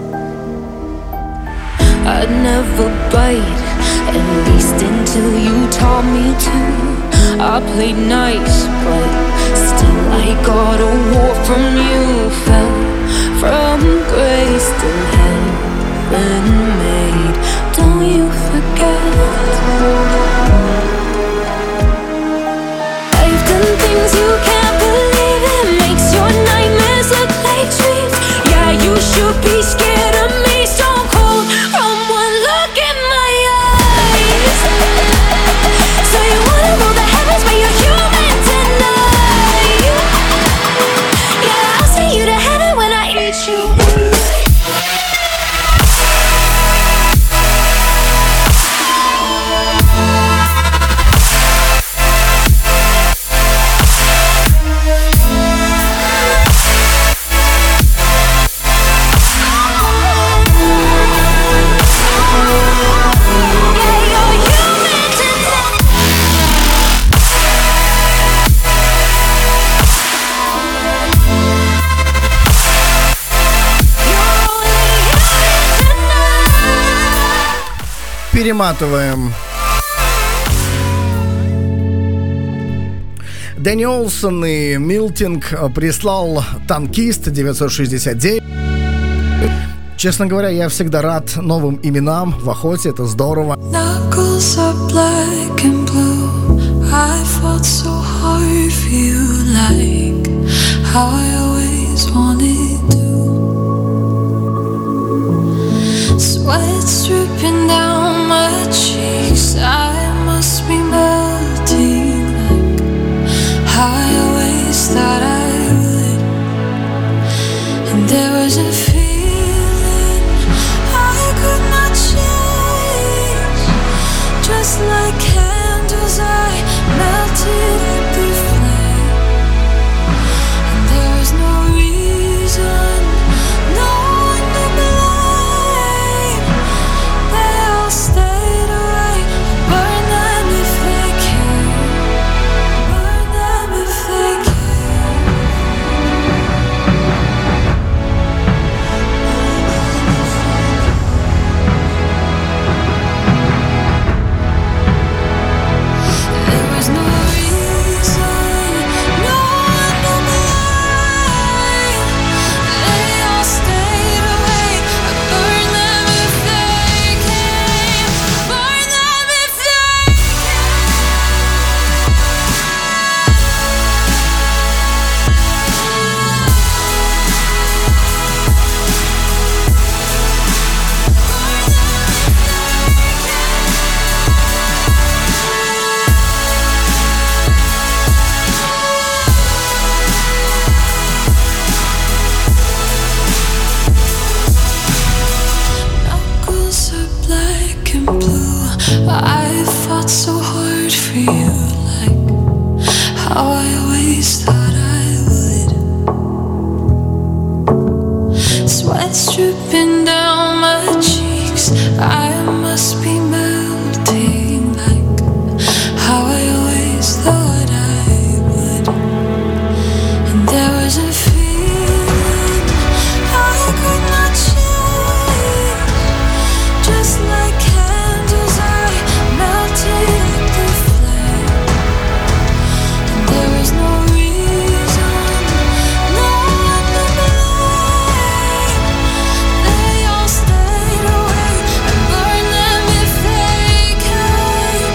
I'd never bite, at least until you taught me to. I played nice, but still I got a war from you. Fell from grace to heaven made. Don't you forget? I've done things you can't believe. It makes your nightmares look like dreams. Yeah, you should be scared of me. Stone cold from one look in my eyes. So you wanna rule the heavens, but you're human tonight. Yeah, I'll send you to heaven when I eat you. перематываем. Дэнни Олсон и Милтинг прислал танкист девятьсот шестьдесят девять. Честно говоря, я всегда рад новым именам в охоте, это здорово. Knuckles are black and blue. I fought so hard for you, like how I always wanted to. Sweat's dripping down my cheeks. I must be melting, like how I always thought I would. And there was a feeling I could not change. Just like candles, I melted at the flame. And there was no reason, no one to blame. They all stayed away. Burn them if they can. Burn them if they There was no reason, no one to blame. They all stayed away. I burn them if they came. Burn them if they Knuckles are black and blue. I fought so hard for you, like how I always thought I would. Sweat's dripping down my cheeks. I must be melting, like how I always thought I would. And there was a feeling I could not change. Just like candles, I melted at the flame. And there was no reason, no one to blame. They all stayed away. I burned them if they came.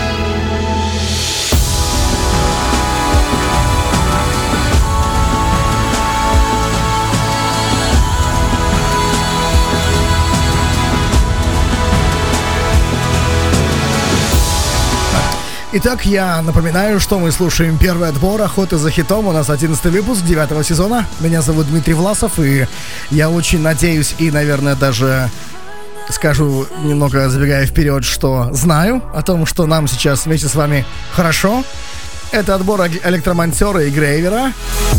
Итак, я напоминаю, что мы слушаем первый отбор «Охоты за хитом». У нас одиннадцатый выпуск девятого сезона. Меня зовут Дмитрий Власов, и я очень надеюсь и, наверное, даже скажу, немного забегая вперед, что знаю о том, что нам сейчас вместе с вами хорошо. Это отбор электромонтера и грейвера.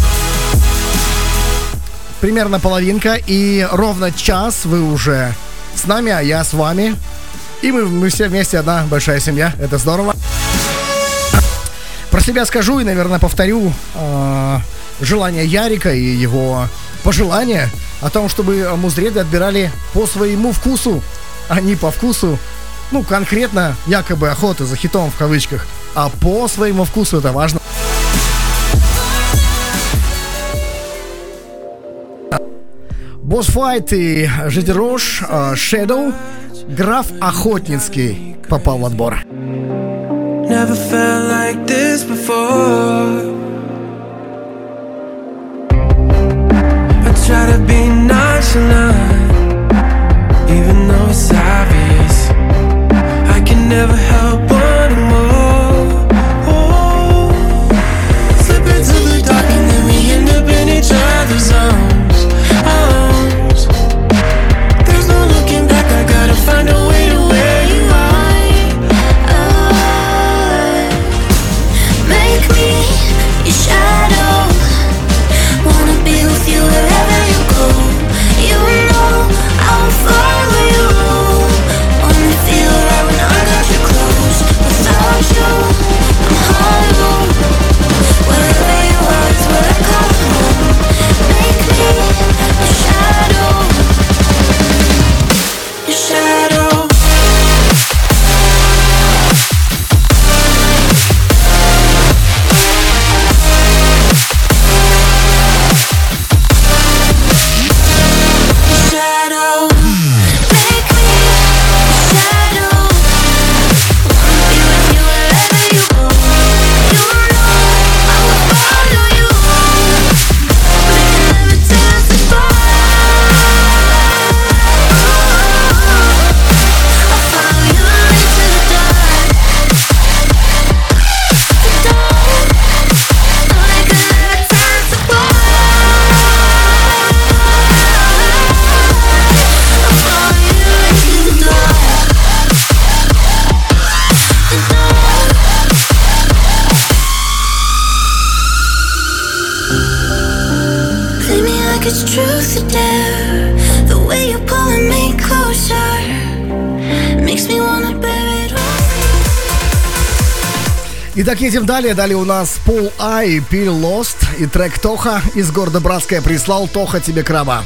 Примерно половинка, и ровно час вы уже с нами, а я с вами. И мы, мы все вместе одна большая семья. Это здорово. Про себя скажу и, наверное, повторю э, желание Ярика и его пожелания о том, чтобы музреды отбирали по своему вкусу, а не по вкусу, ну, конкретно, якобы охоты за хитом в кавычках, а по своему вкусу, это важно. Босс-файт и Жидерош, э, Shadow, граф Охотницкий попал в отбор. Never felt like this before. I try to be nonchalant, even though it's obvious. I can never help wanting more. Oh, slip into the dark and then we end up in each other's arms. Arms. There's no looking back. I gotta find a way to where you are. Make me your shadow. Wanna be with you wherever you go. You know I'll follow you. Only feel right when I got you close. to do. The way you're pulling me closer makes me wanna bury it all. Итак, едем далее. Далее у нас Пол Ай, Feel Lost и трек Тоха из города Братская прислал. Тоха, тебе краба.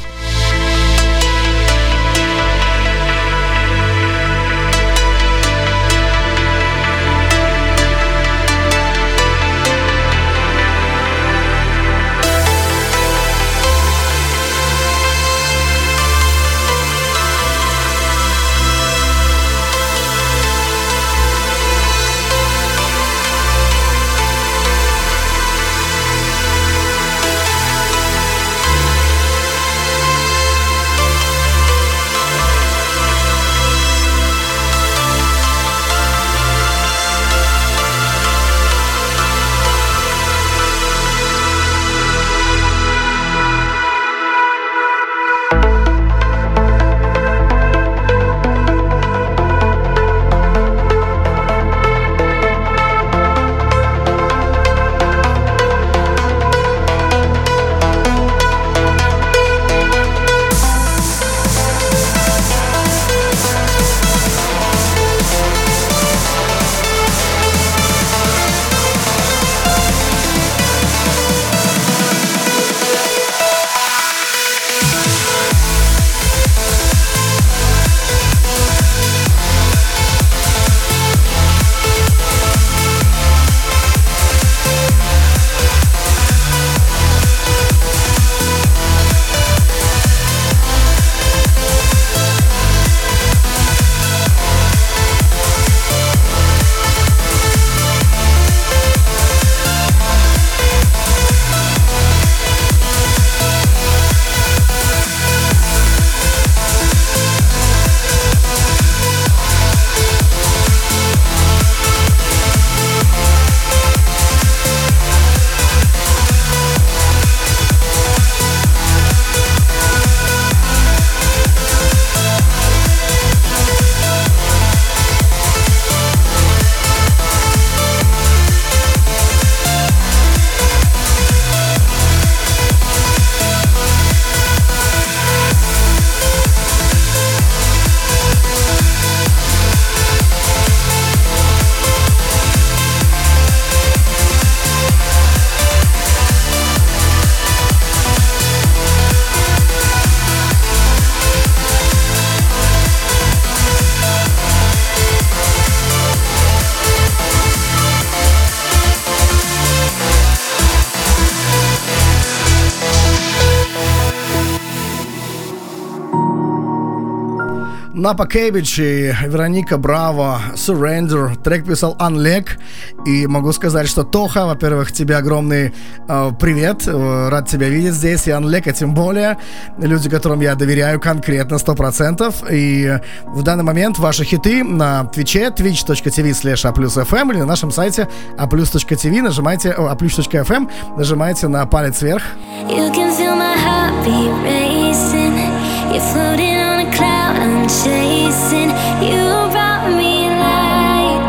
Напа Кэббидж и Вероника Браво, Surrender. Трек писал Анлек. И могу сказать, что Тоха, во-первых, тебе огромный э, привет. Э, рад тебя видеть здесь. И Анлека тем более. Люди, которым я доверяю конкретно сто процентов. И в данный момент ваши хиты на Твиче, twitch.tv slash aplus.fm или на нашем сайте aplus.tv. Нажимайте, о, aplus.fm. Нажимайте на палец вверх. You can feel my heartbeat racing. You're floating on a cloud, I'm chasing. You brought me light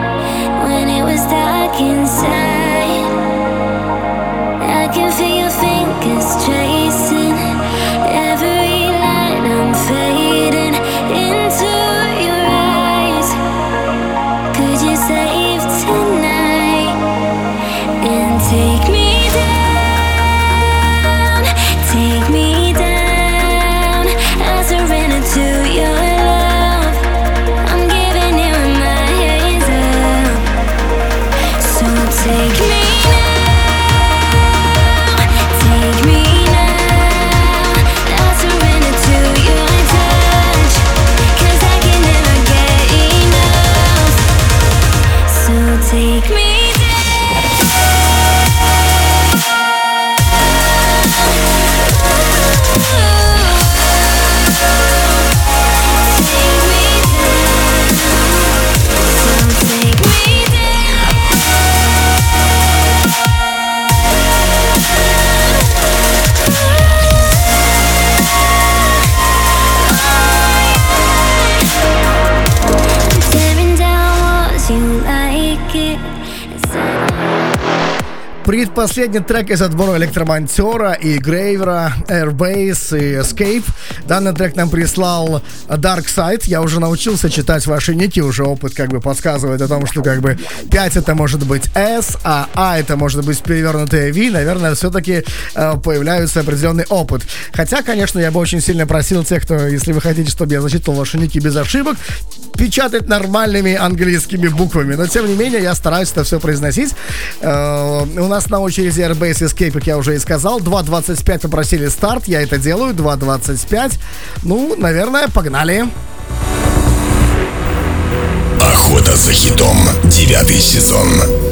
when it was dark inside. I can feel your fingers tracing every line. I'm fading into your eyes. Could you save tonight and take me down? Take me down. Surrender to your love. I'm giving you my hands up. So take me now, take me now. I'll surrender to your touch, 'cause I can never get enough. So take me Предпоследний трек из отбора Электромонтера и Грейвера, Airbase и Escape. Данный трек нам прислал Dark Side. Я уже научился читать ваши ники, уже опыт как бы подсказывает о том, что как бы пять это может быть S, а А это может быть перевернутое V. Наверное, все-таки э, появляется определенный опыт. Хотя, конечно, я бы очень сильно просил тех, кто, если вы хотите, чтобы я зачитывал ваши ники без ошибок, печатать нормальными английскими буквами. Но, тем не менее, я стараюсь это все произносить. Э, у нас на очереди Airbase Escape, как я уже и сказал. два двадцать пять попросили старт. Я это делаю. два двадцать пять. Ну, наверное, погнали. Охота за хитом. Девятый сезон.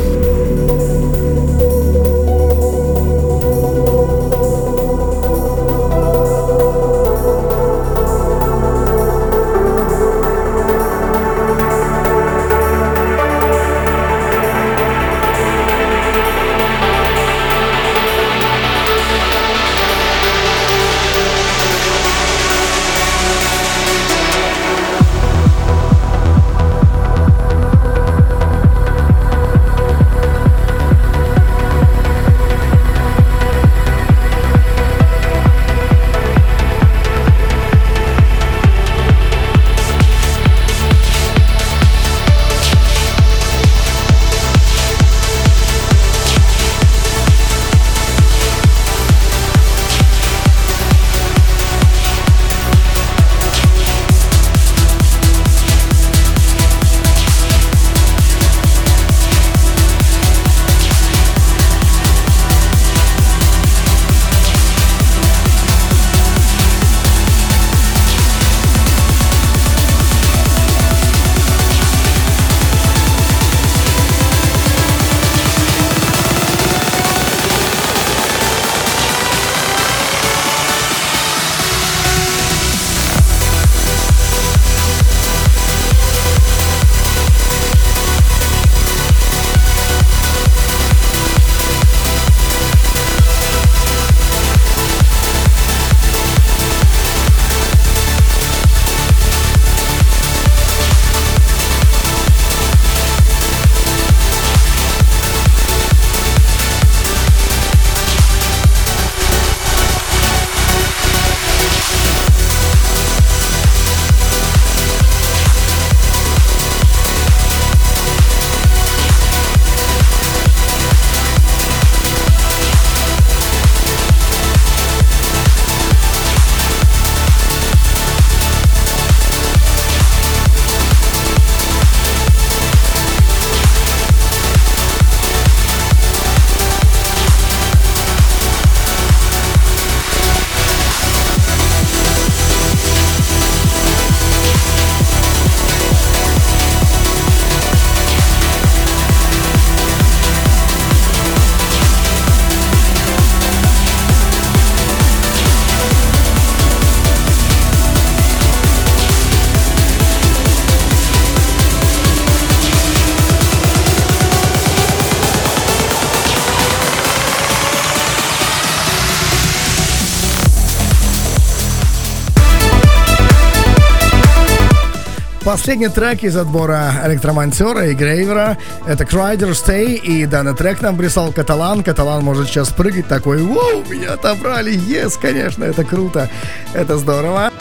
Последний трек из отбора Электромонтера и Грейвера — это Crider Stay, и данный трек нам прислал Каталан. Каталан может сейчас прыгать такой: «Воу, меня отобрали, yes, конечно, это круто, это здорово».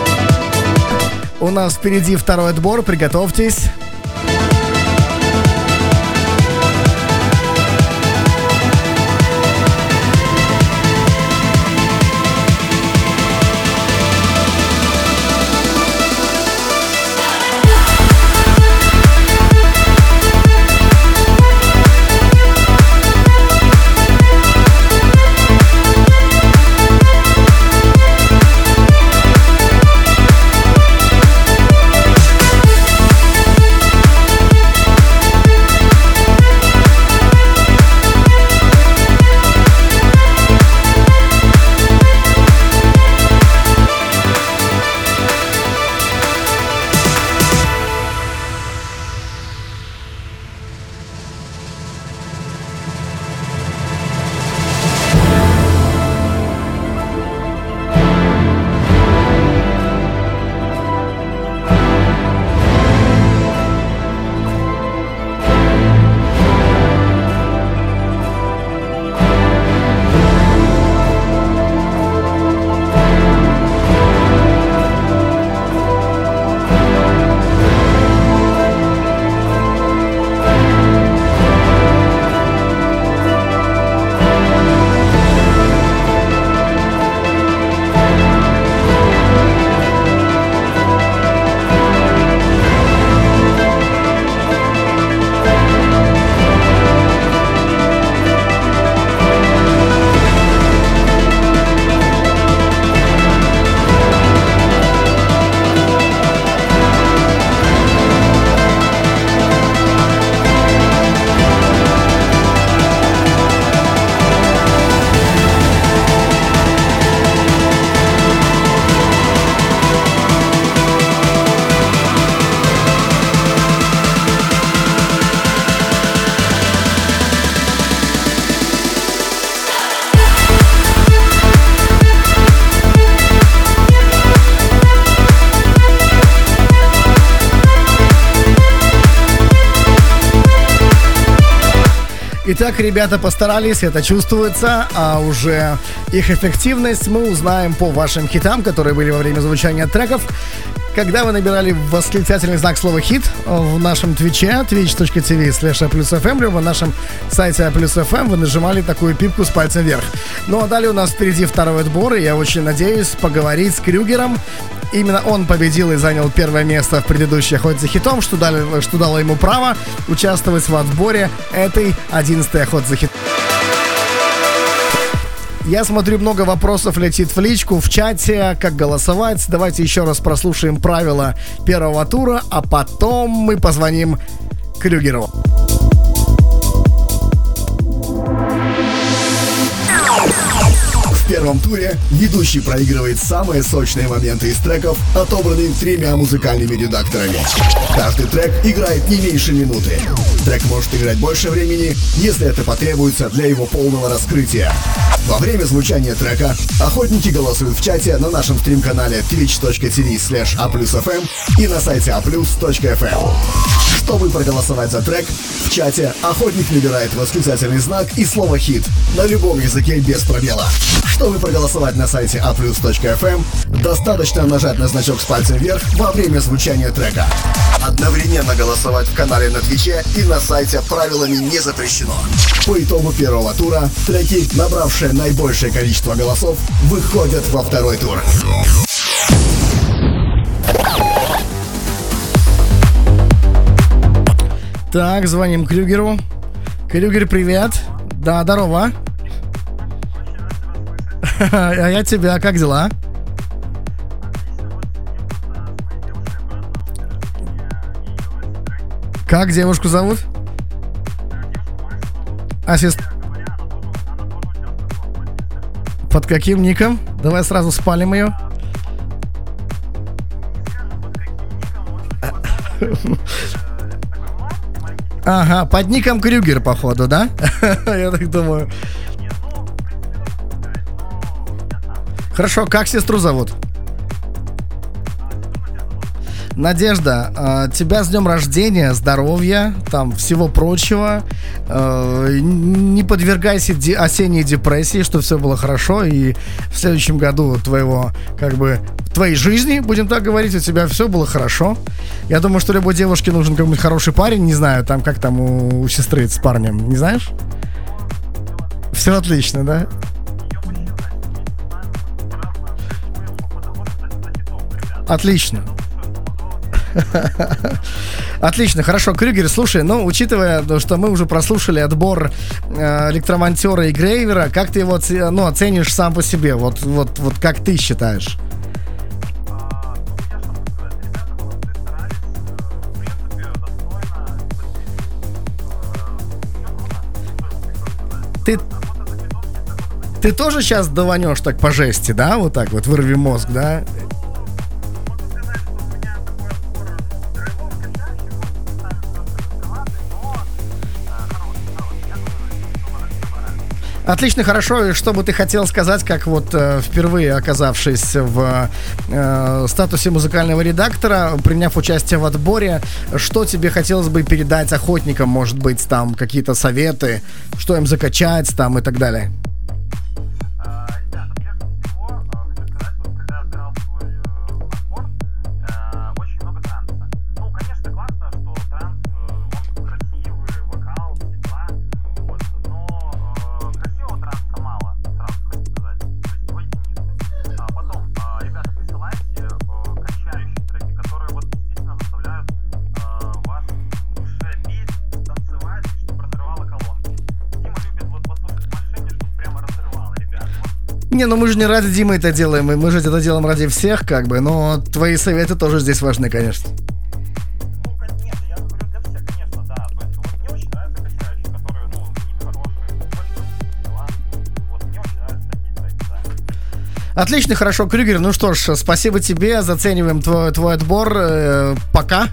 У нас впереди второй отбор, приготовьтесь. We'll be right back. Итак, ребята постарались, это чувствуется, а уже их эффективность мы узнаем по вашим хитам, которые были во время звучания треков. Когда вы набирали восклицательный знак слова «хит» в нашем твиче, twitch.tv slash aplus.fm, либо на нашем сайте aplus.fm, вы нажимали такую пипку с пальцем вверх. Ну а далее у нас впереди второй отбор, и я очень надеюсь поговорить с Крюгером. Именно он победил и занял первое место в предыдущей охоте за хитом, что, дали, что дало ему право участвовать в отборе этой одиннадцатой охоты за хитом. Я смотрю, много вопросов летит в личку, в чате, как голосовать. Давайте еще раз прослушаем правила первого тура, а потом мы позвоним Крюгеру. В первом туре ведущий проигрывает самые сочные моменты из треков, отобранные тремя музыкальными редакторами. Каждый трек играет не меньше минуты. Трек может играть больше времени, если это потребуется для его полного раскрытия. Во время звучания трека охотники голосуют в чате на нашем стрим-канале twitch.tv slash aplusfm и на сайте aplus.fm. Чтобы проголосовать за трек, в чате охотник набирает восклицательный знак и слово «хит» на любом языке без пробела. Чтобы проголосовать на сайте aplus.fm, достаточно нажать на значок с пальцем вверх во время звучания трека. Одновременно голосовать в канале на Твиче и на сайте правилами не запрещено. По итогу первого тура треки, набравшие наибольшее количество голосов, выходят во второй тур. Так, звоним Крюгеру. Крюгер, привет. Да, здорово. А я тебя, как дела? Как девушку зовут? А сестра? Под каким ником? Давай сразу спалим ее. Ага, под ником Крюгер, походу, да? Я так думаю. Хорошо, как сестру зовут? Надежда, тебя с днем рождения, здоровья, там всего прочего. Не подвергайся осенней депрессии, чтобы все было хорошо, и в следующем году твоего, как бы, твоей жизни, будем так говорить, у тебя все было хорошо. Я думаю, что любой девушке нужен какой-нибудь хороший парень, не знаю, там как там у, у сестры с парнем, не знаешь? Все отлично, да? Отлично. Отлично, хорошо, Крюгер, слушай, ну, учитывая, что мы уже прослушали отбор э, электромонтера и грейвера, как ты его, ну, оценишь сам по себе, вот, вот, вот как ты считаешь? Ты, ты тоже сейчас даванешь так по жести, да, вот так вот, вырви мозг, да? Отлично, хорошо. И что бы ты хотел сказать, как вот э, впервые оказавшись в э, статусе музыкального редактора, приняв участие в отборе, что тебе хотелось бы передать охотникам, может быть, там какие-то советы, что им закачать там и так далее? Не, ну мы же не ради Димы это делаем, мы же это делаем ради всех, как бы, но твои советы тоже здесь важны, конечно. Отлично, хорошо, Крюгер, ну что ж, спасибо тебе, зацениваем твой, твой отбор, э, пока.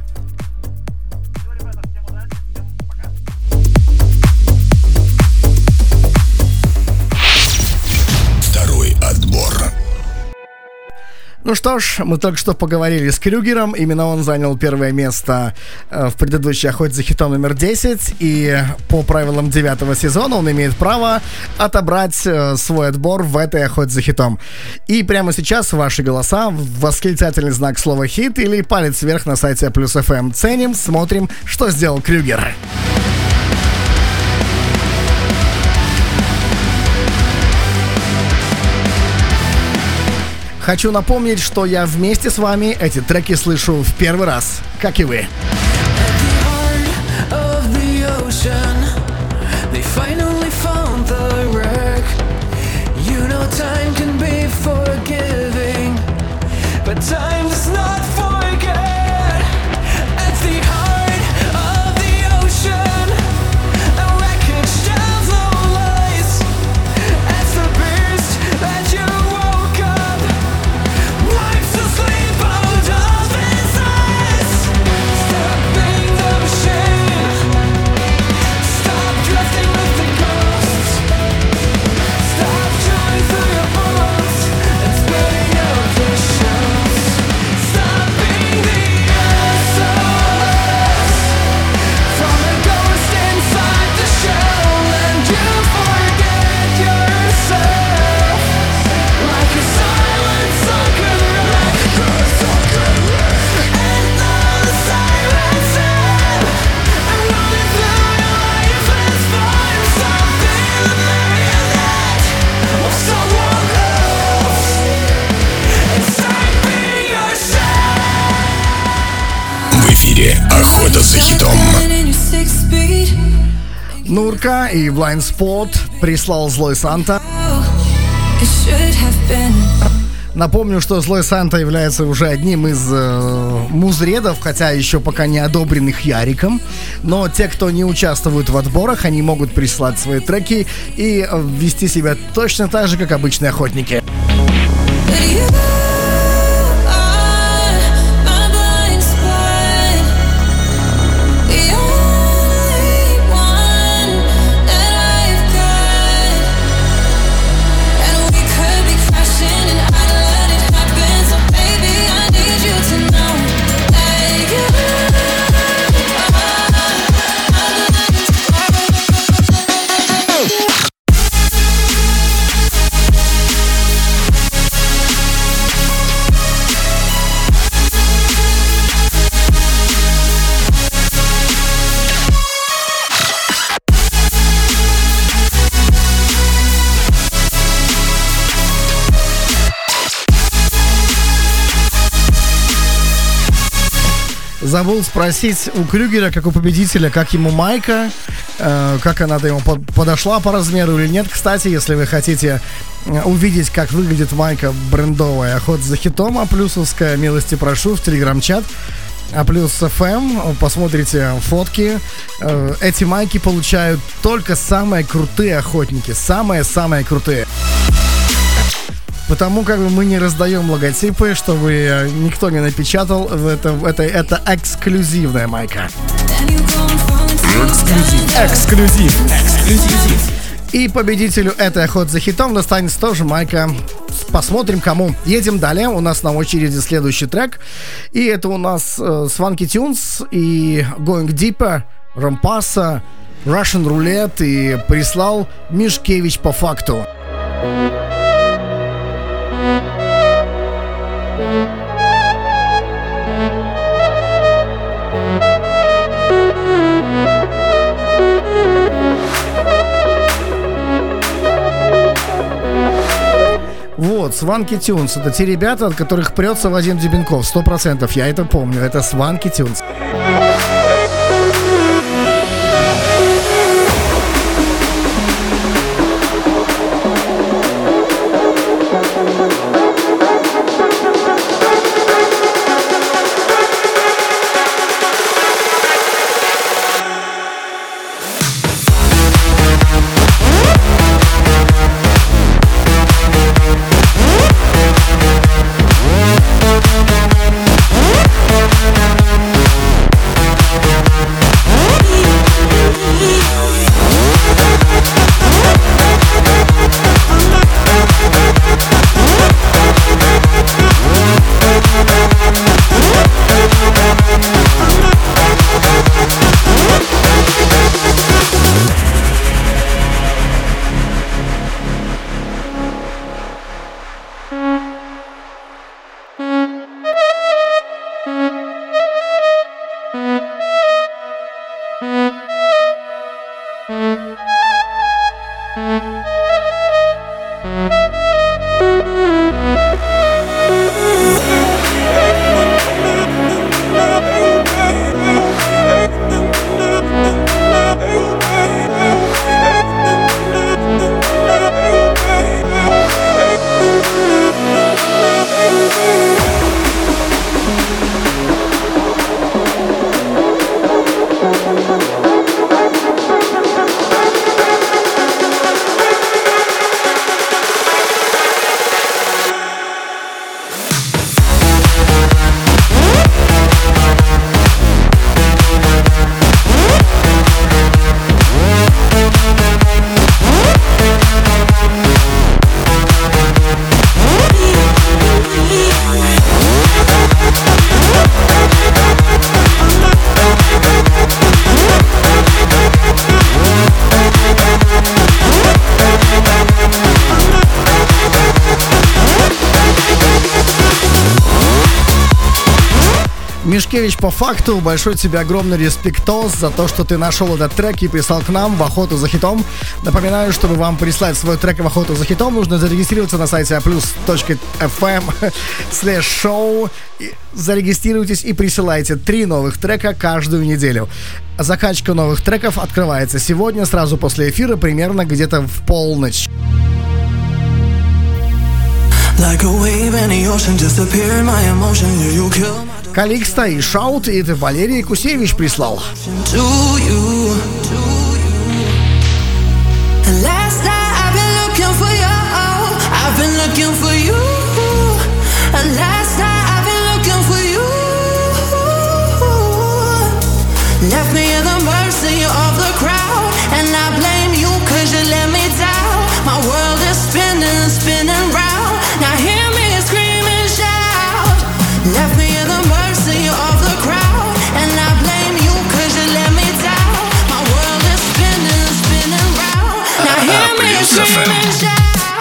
Ну что ж, мы только что поговорили с Крюгером. Именно он занял первое место э, в предыдущей охоте за хитом номер десять. И по правилам девятого сезона он имеет право отобрать э, свой отбор в этой охоте за хитом. И прямо сейчас ваши голоса, восклицательный знак слова «хит» или палец вверх на сайте Плюс эф эм. Ценим, смотрим, что сделал Крюгер. Хочу напомнить, что я вместе с вами эти треки слышу в первый раз, как и вы. Охота за хитом. Нурка и Blind Spot прислал Злой Санта. Напомню, что Злой Санта является уже одним из э, музредов, хотя еще пока не одобренных Яриком. Но те, кто не участвует в отборах, они могут присылать свои треки и э, вести себя точно так же, как обычные охотники. Забыл спросить у Крюгера, как у победителя, как ему майка, э, как она-то ему под, подошла по размеру или нет. Кстати, если вы хотите увидеть, как выглядит майка брендовая «Охота за хитом» аплюсовская, милости прошу в телеграм-чат А плюс эф эм, посмотрите фотки. Э, эти майки получают только самые крутые охотники, самые-самые крутые. Потому как бы мы не раздаем логотипы, чтобы никто не напечатал. Это, это, это эксклюзивная майка. Эксклюзив. Эксклюзив. Эксклюзив. И победителю этой охоты за хитом достанется тоже майка. Посмотрим, кому. Едем далее. У нас на очереди следующий трек. И это у нас э, Swanky Tunes и Going Deeper, Ромпаса, Russian Roulette. И прислал Мишкевич по факту. Вот, Swanky Tunes. Это те ребята, от которых прется Вадим Дебенков. Сто процентов, я это помню. Это Swanky Tunes. Мишкевич, по факту, большой тебе огромный респектос за то, что ты нашел этот трек и прислал к нам в охоту за хитом. Напоминаю, чтобы вам прислать свой трек в охоту за хитом, нужно зарегистрироваться на сайте aplus.fm слэш шоу. Зарегистрируйтесь и присылайте три новых трека каждую неделю. Закачка новых треков открывается сегодня, сразу после эфира, примерно где-то в полночь. Like a wave in the ocean, disappeared my emotion. You kill my Каликста и Шаут, и это Валерий Кусевич прислал. to you. And last night I've been looking for you. I've been looking for you. And last night I've been looking for you. Left me at the mercy of the crowd, and I blame you 'cause you let me down. My world is spinning, spinning round. Now hear me scream and shout. Left me at the mercy of the crowd, and I blame you 'cause you let me down. My world is spinning, spinning round. Now hear me scream and shout.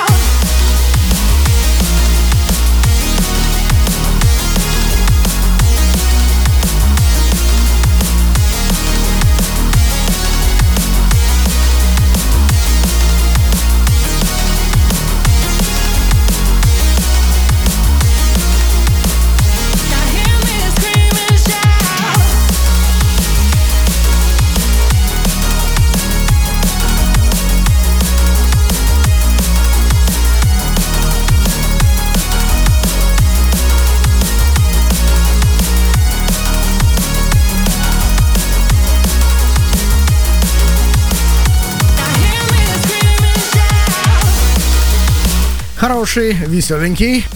Хороший, веселенький.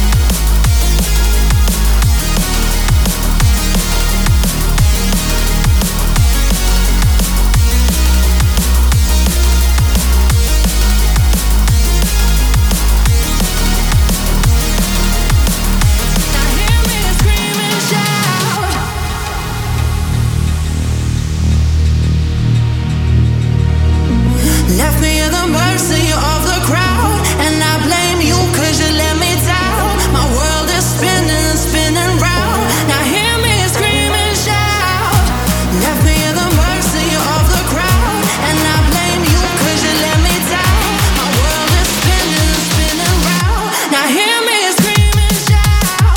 Left me at the mercy of the crowd, and I blame you 'cause you let me down. My world is spinning, spinning round. Now hear me scream and shout. Left me at the mercy of the crowd, and I blame you 'cause you let me down. My world is spinning, spinning round. Now hear me scream and shout.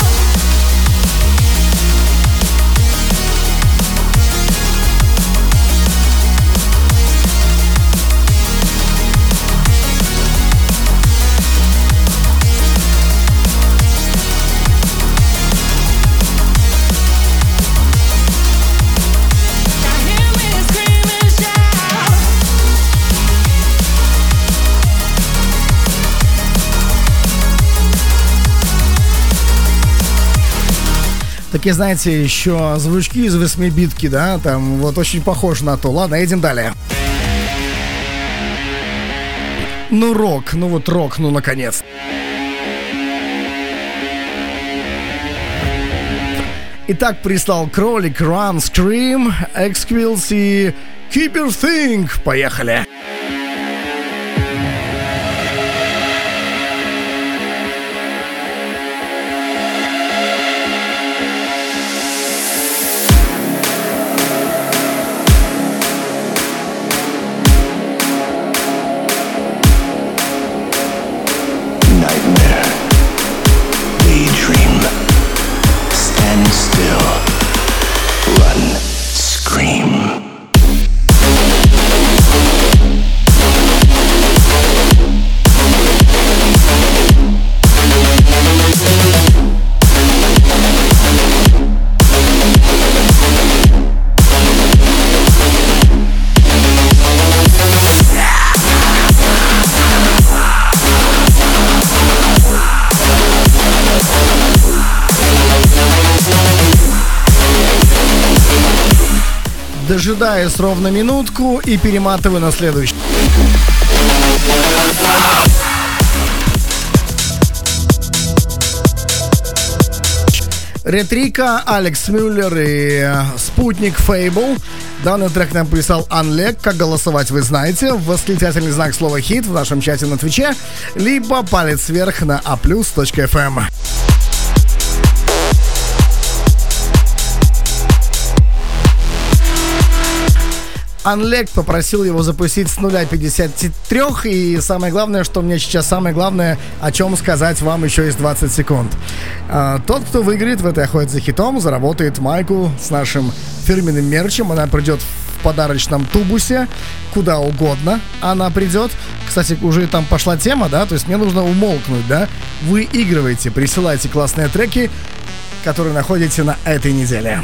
Такие, знаете, еще звучки из восьмибитки, да, там вот очень похож на то. Ладно, едем далее. Ну, рок, ну вот рок, ну, наконец. Итак, прислал Кролик, Run, Scream, X-Quills и Keep Your Thing. Поехали. дожидаюсь ровно минутку и перематываю на следующий. Ретрика, Алекс Мюллер и Спутник Фейбл. Данный трек нам прислал Анлег. Как голосовать, вы знаете. Восклицательный знак слова «хит» в нашем чате на Твиче, либо палец вверх на а плюс точка эф эм. Анлег попросил его запустить с нуля пятьдесят три, и самое главное, что мне сейчас самое главное, о чем сказать вам еще есть двадцать секунд. А, тот, кто выиграет в этой охоте за хитом, заработает майку с нашим фирменным мерчем. Она придет в подарочном тубусе, куда угодно она придет. Кстати, уже там пошла тема, да, то есть мне нужно умолкнуть, да. Выигрывайте, присылайте классные треки, которые находите на этой неделе.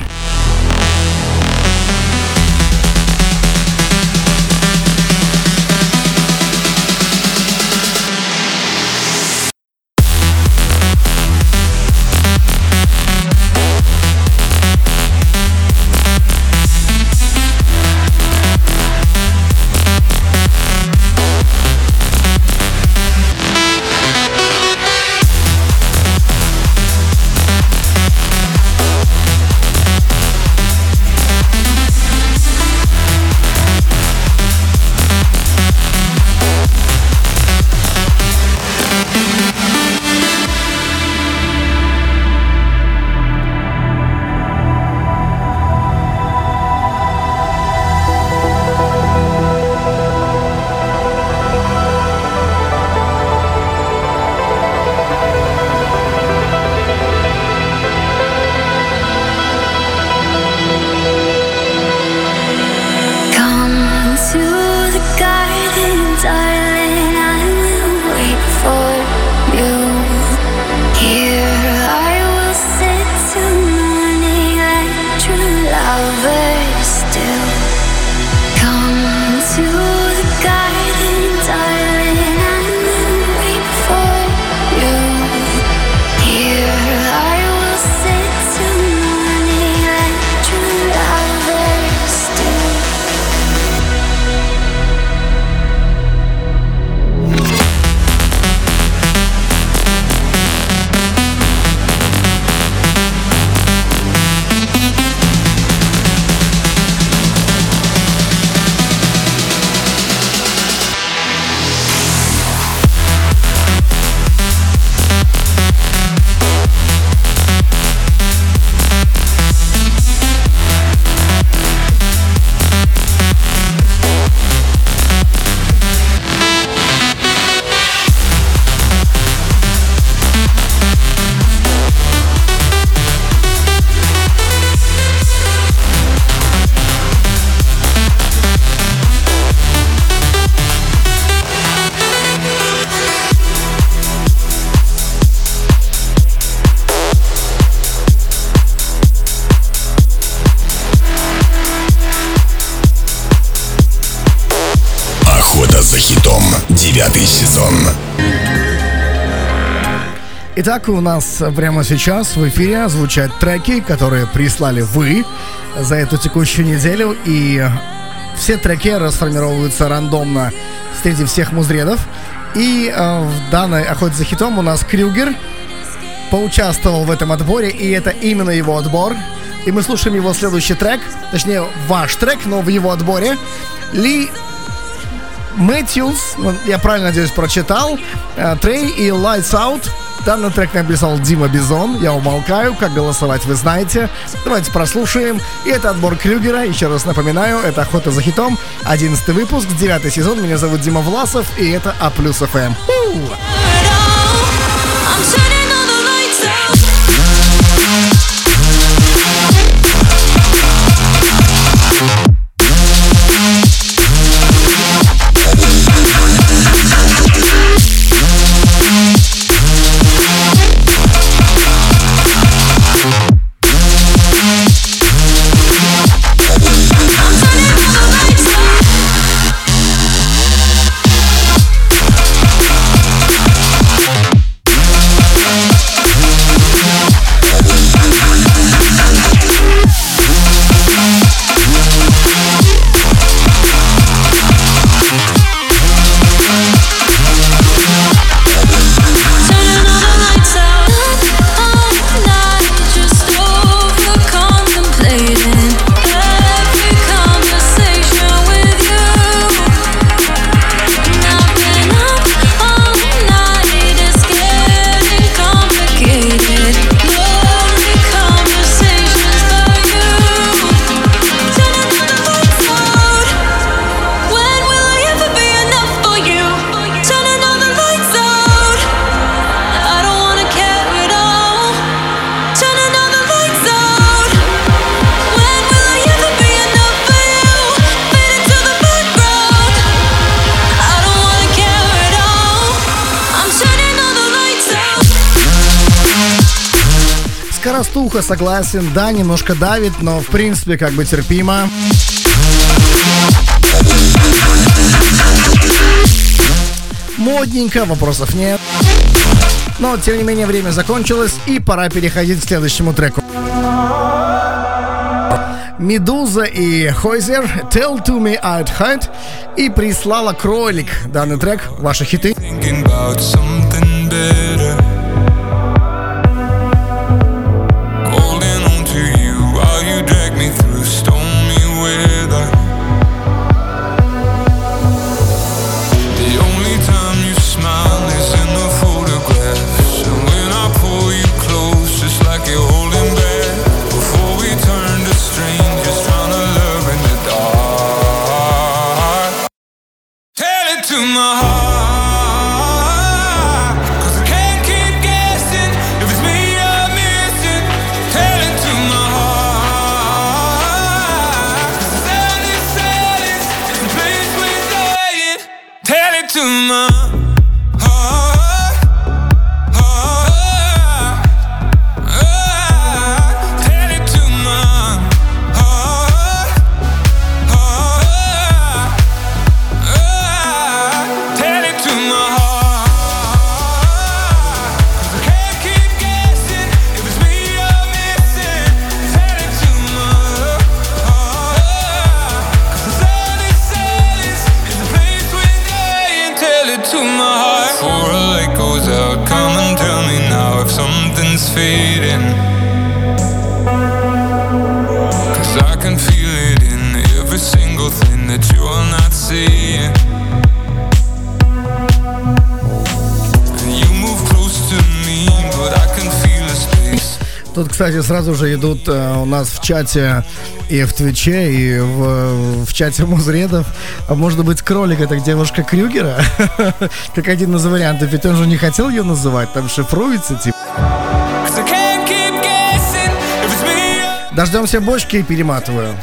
Девятый сезон. Итак, у нас прямо сейчас в эфире звучат треки, которые прислали вы за эту текущую неделю. И все треки расформировываются рандомно среди всех музредов. И э, в данной охоте за хитом у нас Крюгер поучаствовал в этом отборе, и это именно его отбор. И мы слушаем его следующий трек, точнее ваш трек, но в его отборе. Ли Мэтьюс, я правильно, надеюсь, прочитал, Трей и Lights Out. Данный трек написал Дима Бизон. Я умолкаю, как голосовать вы знаете. Давайте прослушаем. И это отбор Крюгера. Еще раз напоминаю, это охота за хитом, одиннадцатый выпуск, девятый сезон. Меня зовут Дима Власов, и это А плюс эф эм. Скоростуха, согласен, да, немножко давит, но в принципе как бы терпимо. Модненько, вопросов нет. Но, тем не менее, время закончилось, и пора переходить к следующему треку. Медуза и Хойзер «Tell to me I'd hide» и прислала Кролик. Данный трек, ваши хиты. Тут, кстати, сразу же идут э, у нас в чате и в Твиче, и в, в чате музредов. А может быть, Кролик — это девушка Крюгера? Как один из вариантов. Ведь он же не хотел ее называть, там шифруется, типа. Дождемся бочки и перематываю.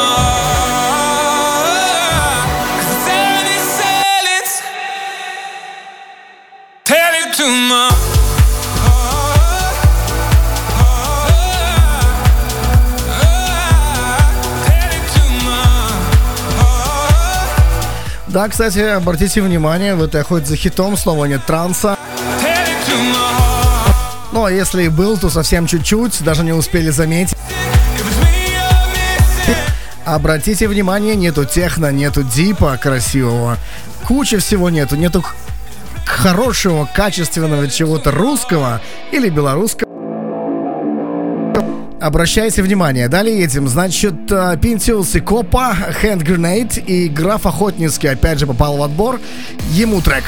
Да, кстати, обратите внимание, в этой охоте за хитом снова нет транса. Ну, а если и был, то совсем чуть-чуть, даже не успели заметить. Обратите внимание, нету техно, нету дипа красивого. Куча всего нету, нету хорошего, качественного чего-то русского или белорусского. Обращайте внимание, далее едем. Значит, Пинтиус и Копа, Hand Grenade и Граф Охотницкий опять же попал в отбор. Ему трек.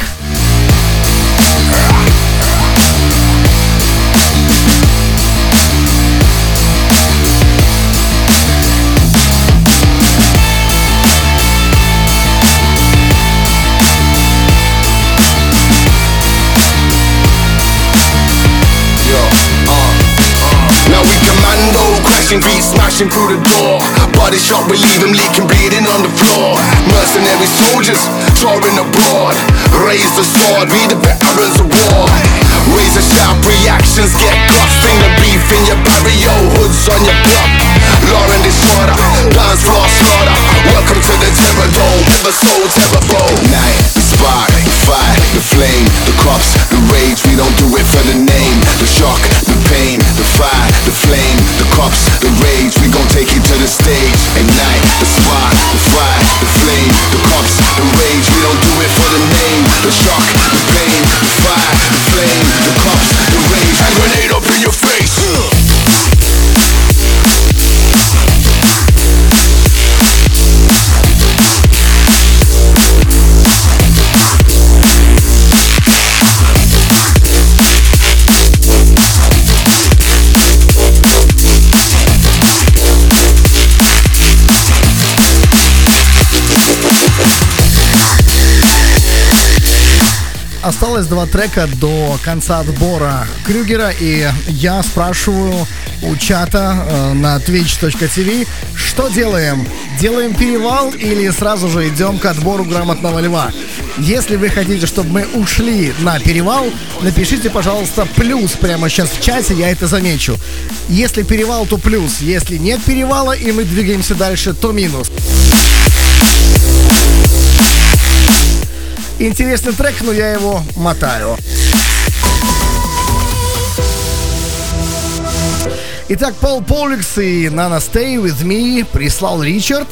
Beat smashing through the door. Body shot, we leave him leaking, bleeding on the floor. Mercenary soldiers, touring abroad. Raise the sword, we the veterans of war. Raise a sharp reactions, get got. Sting the beef in your barrio, hoods on your block. Law and disorder, dance floor slaughter. Welcome to the terror dome, ever so terrible. Night, the spark, the fire, the flame, the cops, the rage. We don't do it for the name. The shock, the pain, the fire, the flame, the cops, the rage. We gon' take it to the stage. Ignite, the spark, the fire, the flame, the cops, the rage. We don't do it for the name. The shock, the pain, the fire, the flame, the cops, the rage. Hand grenade up in your face. Осталось два трека до конца отбора Крюгера, и я спрашиваю у чата э, на твич точка тв, что делаем? Делаем перевал или сразу же идем к отбору грамотного льва? Если вы хотите, чтобы мы ушли на перевал, напишите, пожалуйста, плюс прямо сейчас в чате, я это замечу. Если перевал, то плюс. Если нет перевала и мы двигаемся дальше, то минус. Интересный трек, но я его мотаю. Итак, Пол Поликс и Nana Stay With Me прислал Ричард.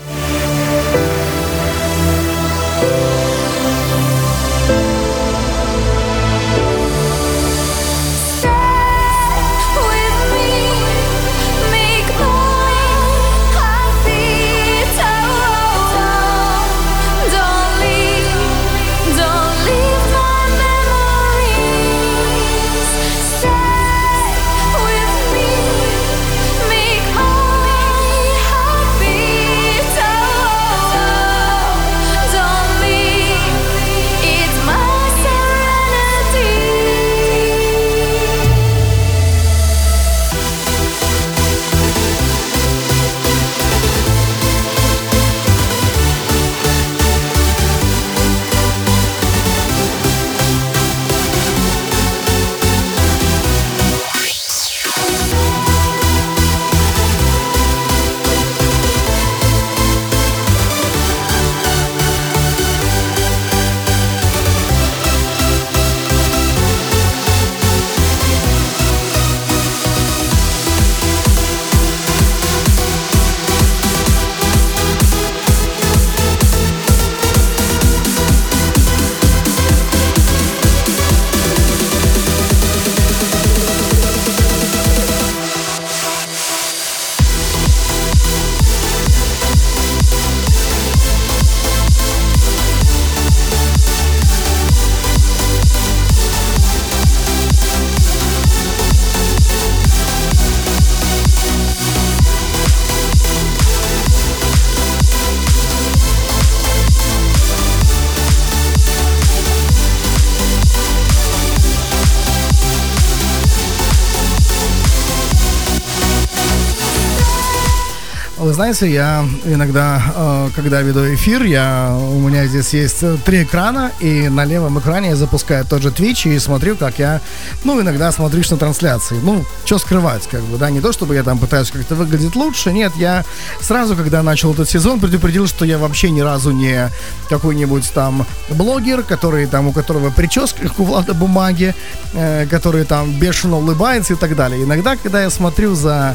Вы знаете, я иногда, когда веду эфир, я, у меня здесь есть три экрана, и на левом экране я запускаю тот же Twitch и смотрю, как я, ну, иногда смотришь на трансляции. Ну, что скрывать, как бы, да, не то, чтобы я там пытаюсь как-то выглядеть лучше, нет, я сразу, когда начал этот сезон, предупредил, что я вообще ни разу не какой-нибудь там блогер, который там, у которого прическа, как у Влада Бумаги, э, который там бешено улыбается и так далее. Иногда, когда я смотрю за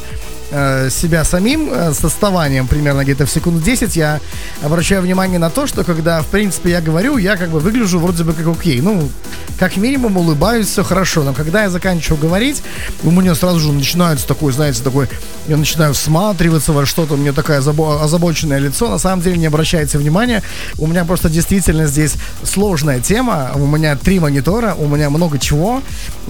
себя самим, с отставанием примерно где-то в секунд десять, я обращаю внимание на то, что когда, в принципе, я говорю, я как бы выгляжу вроде бы как окей. Ну, как минимум улыбаюсь, все хорошо. Но когда я заканчиваю говорить, у меня сразу же начинается такой, знаете, такой, я начинаю всматриваться во что-то, у меня такое озабоченное лицо. На самом деле, не обращайте внимания, у меня просто действительно здесь сложная тема. У меня три монитора, у меня много чего,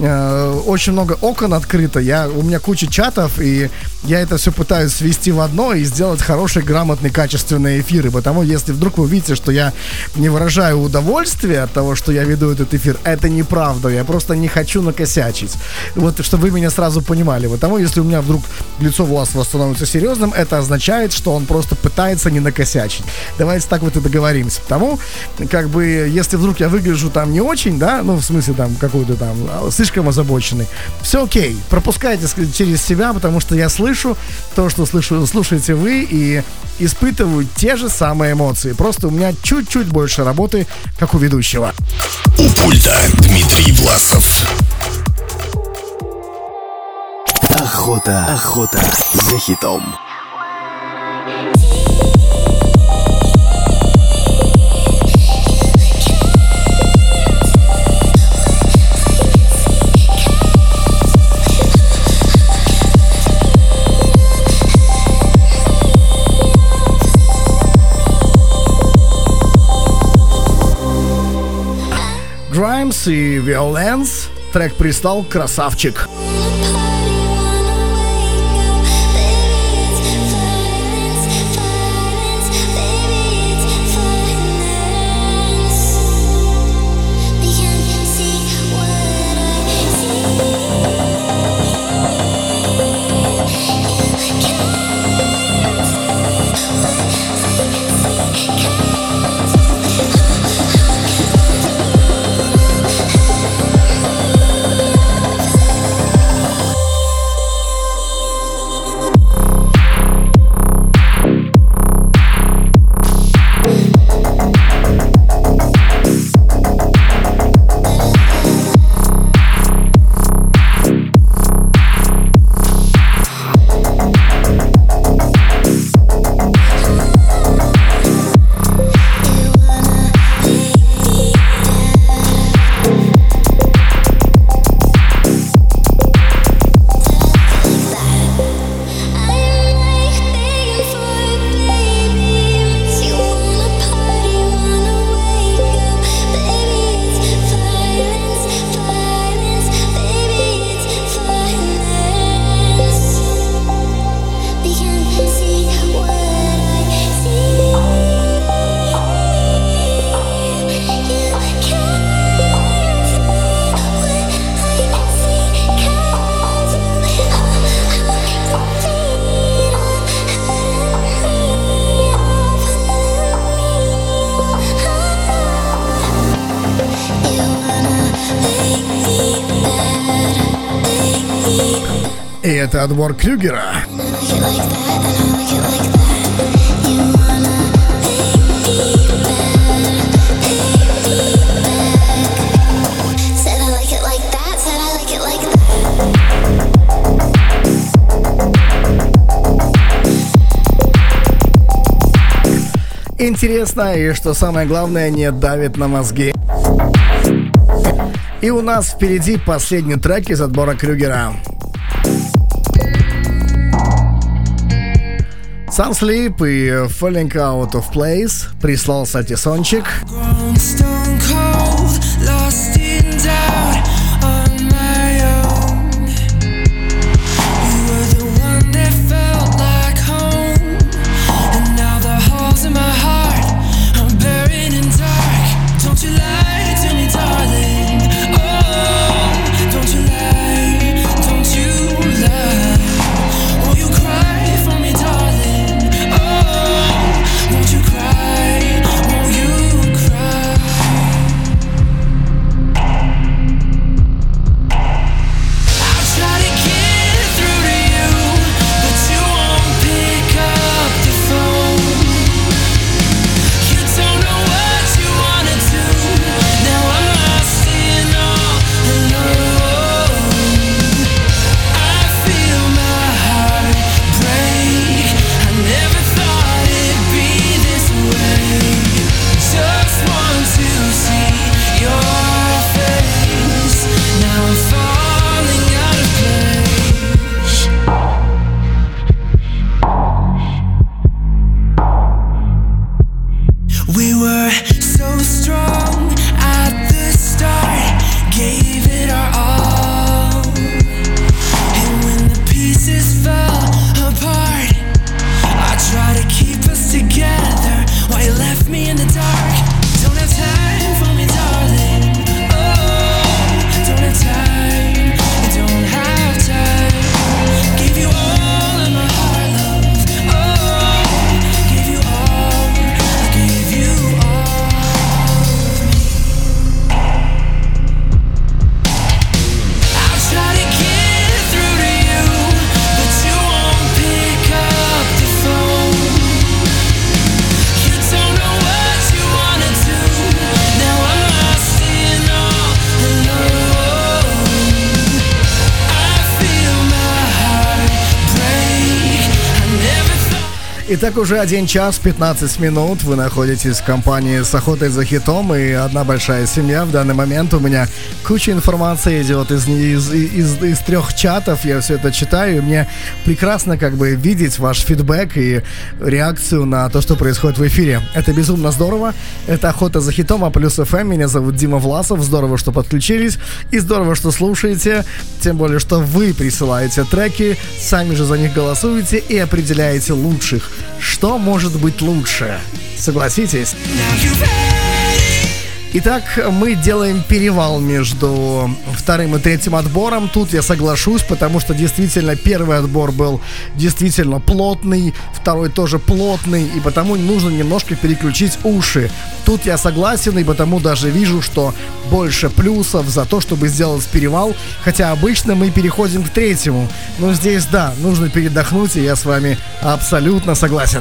э, очень много окон открыто, я, у меня куча чатов, и я это все пытаюсь свести в одно и сделать хорошие, грамотные, качественные эфиры. Потому если вдруг вы увидите, что я не выражаю удовольствия от того, что я веду этот эфир, это неправда. Я просто не хочу накосячить. Вот, чтобы вы меня сразу понимали. Потому если у меня вдруг лицо у вас становится серьезным, это означает, что он просто пытается не накосячить. Давайте так вот и договоримся. Потому, как бы, если вдруг я выгляжу там не очень, да, ну, в смысле там какой-то там слишком озабоченный, все окей. Пропускайте через себя, потому что я слышу то, что слышу, слушаете вы, и испытываю те же самые эмоции. Просто у меня чуть-чуть больше работы, как у ведущего. У пульта Дмитрий Власов. Охота, охота за хитом. Grimes и Violence. Трек пристал «Красавчик». И это отбор Крюгера. Интересно, и что самое главное, не давит на мозги. И у нас впереди последний трек из отбора Крюгера. Sunsleep и Falling Out of Place прислал Сатисончик. Итак, уже один час пятнадцать минут вы находитесь в компании с охотой за хитом, и одна большая семья. В данный момент у меня куча информации идет из, из, из, из трех чатов, я все это читаю, и мне прекрасно как бы видеть ваш фидбэк и реакцию на то, что происходит в эфире. Это безумно здорово, это охота за хитом, а плюс эф эм, меня зовут Дима Власов, здорово, что подключились, и здорово, что слушаете, тем более, что вы присылаете треки, сами же за них голосуете и определяете лучших. Что может быть лучше? Согласитесь? Итак, мы делаем перевал между вторым и третьим отбором. Тут я соглашусь, потому что действительно первый отбор был действительно плотный, второй тоже плотный, и потому нужно немножко переключить уши. Тут я согласен, и потому даже вижу, что больше плюсов за то, чтобы сделать перевал, хотя обычно мы переходим к третьему. Но здесь, да, нужно передохнуть, и я с вами абсолютно согласен.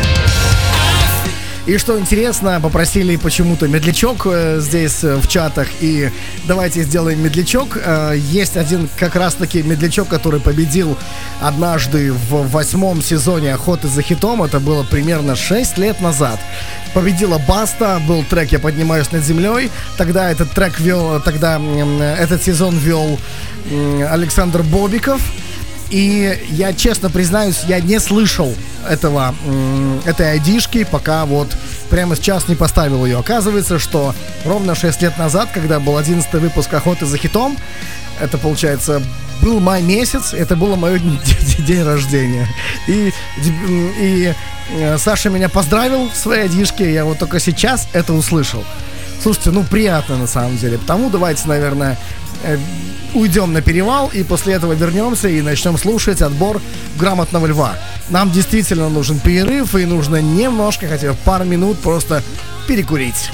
И что интересно, попросили почему-то медлячок э, здесь э, в чатах, и давайте сделаем медлячок. Э, есть один как раз-таки медлячок, который победил однажды в восьмом сезоне «Охоты за хитом». Это было примерно шесть лет назад. Победила Баста, был трек «Я поднимаюсь над землей». Тогда этот трек вел, тогда э, этот сезон вел э, Александр Бобиков. И я честно признаюсь, я не слышал этого, этой айдишки, пока вот прямо сейчас не поставил ее. Оказывается, что ровно шесть лет назад, когда был одиннадцатый выпуск «Охоты за хитом», это, получается, был май месяц, это было мое день рождения. И, и Саша меня поздравил в своей айдишке, я вот только сейчас это услышал. Слушайте, ну приятно на самом деле. Потому давайте, наверное, уйдем на перевал и после этого вернемся и начнем слушать отбор грамотного льва. Нам действительно нужен перерыв, и нужно немножко, хотя бы пару минут просто перекурить.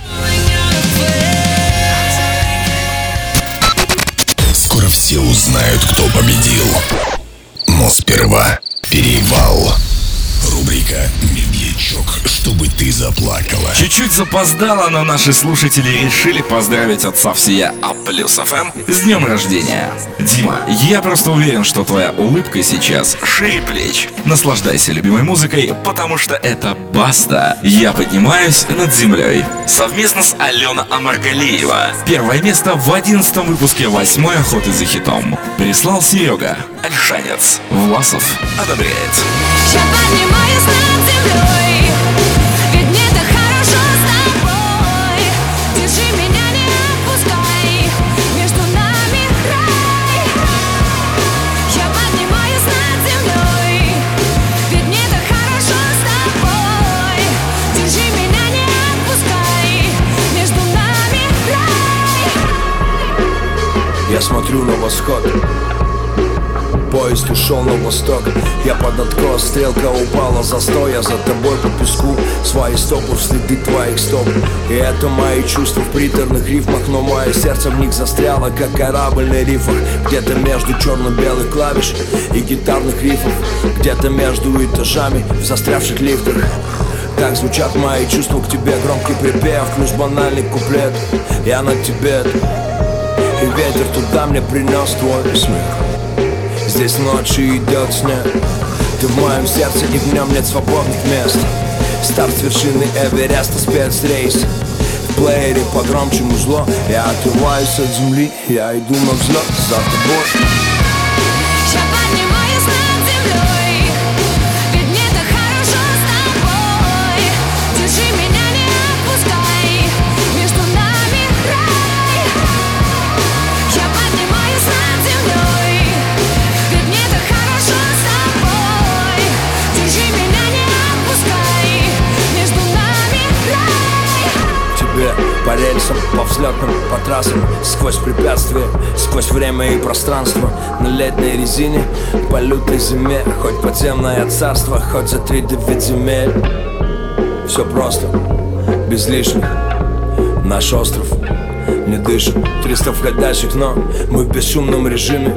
Скоро все узнают, кто победил. Сперва перевал. Рубрика «Медьячок, чтобы ты заплакала». Чуть-чуть запоздало, но наши слушатели решили поздравить отца всея А плюс эф эм с днем рождения. Дима, я просто уверен, что твоя улыбка сейчас шире плеч. Наслаждайся любимой музыкой, потому что это Баста. Я поднимаюсь над землей. Совместно с Алена Амаргалиева. Первое место в одиннадцатом выпуске восьмой охоты за хитом. Прислал Серега, Альшанец. Власов одобряет. Я поднимаюсь над землей, ведь мне так хорошо с тобой. Держи меня, не отпускай, между нами рай. Я поднимаюсь над землей, ведь мне так хорошо с тобой. Держи меня, не отпускай, между нами рай. Я смотрю на восход, поезд ушел на восток. Я под откос, стрелка упала, застой. Я за тобой по песку, свои стопы в следы твоих стоп. И это мои чувства в приторных рифмах, но мое сердце в них застряло, как корабль на рифах. Где-то между черно-белых клавиш и гитарных рифов, где-то между этажами в застрявших лифтах. Так звучат мои чувства к тебе, громкий припев плюс банальный куплет. Я на тебе, и ветер туда мне принес твой смех. Здесь ночью идет снег, ты в моем сердце, и в нем нет свободных мест. Старт с вершины Эвереста, спецрейс. В плеере погромче музло. Я отрываюсь от земли, я иду на взлет за тобой. Я поднимаюсь над землей, ведь мне так хорошо с тобой. Держи меня, не отпускай, между нами рай. Я поднимаюсь над землей, ведь мне так хорошо с тобой. Держи меня, не отпускай, между нами рай. Тебе по рельсам, по взлетным, по трассам, сквозь препятствия, сквозь время и пространство. На летней резине, по лютой зиме, хоть подземное царство, хоть за три девять земель. Все просто, без лишних. Наш остров не дышит, триста входящих, но мы в бесшумном режиме.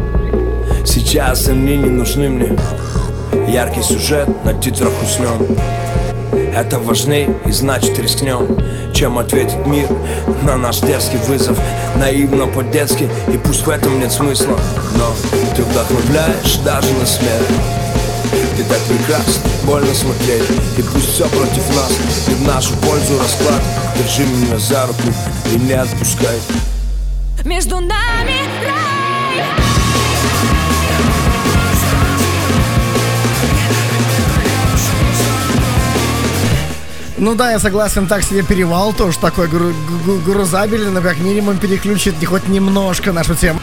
Сейчас они не нужны мне. Яркий сюжет, на титрах уснем. Это важней и значит рискнем, чем ответит мир на наш дерзкий вызов. Наивно по-детски, и пусть в этом нет смысла, но ты вдохновляешь даже на смерть. Ты так прекрасна, больно смотреть, и пусть все против нас, и в нашу пользу расклад. Держи меня за руку и не отпускай. Между нами рай. Ну да, я согласен, так себе перевал, тоже такой гру- гру- грузабельный, но как минимум переключит хоть немножко нашу тему.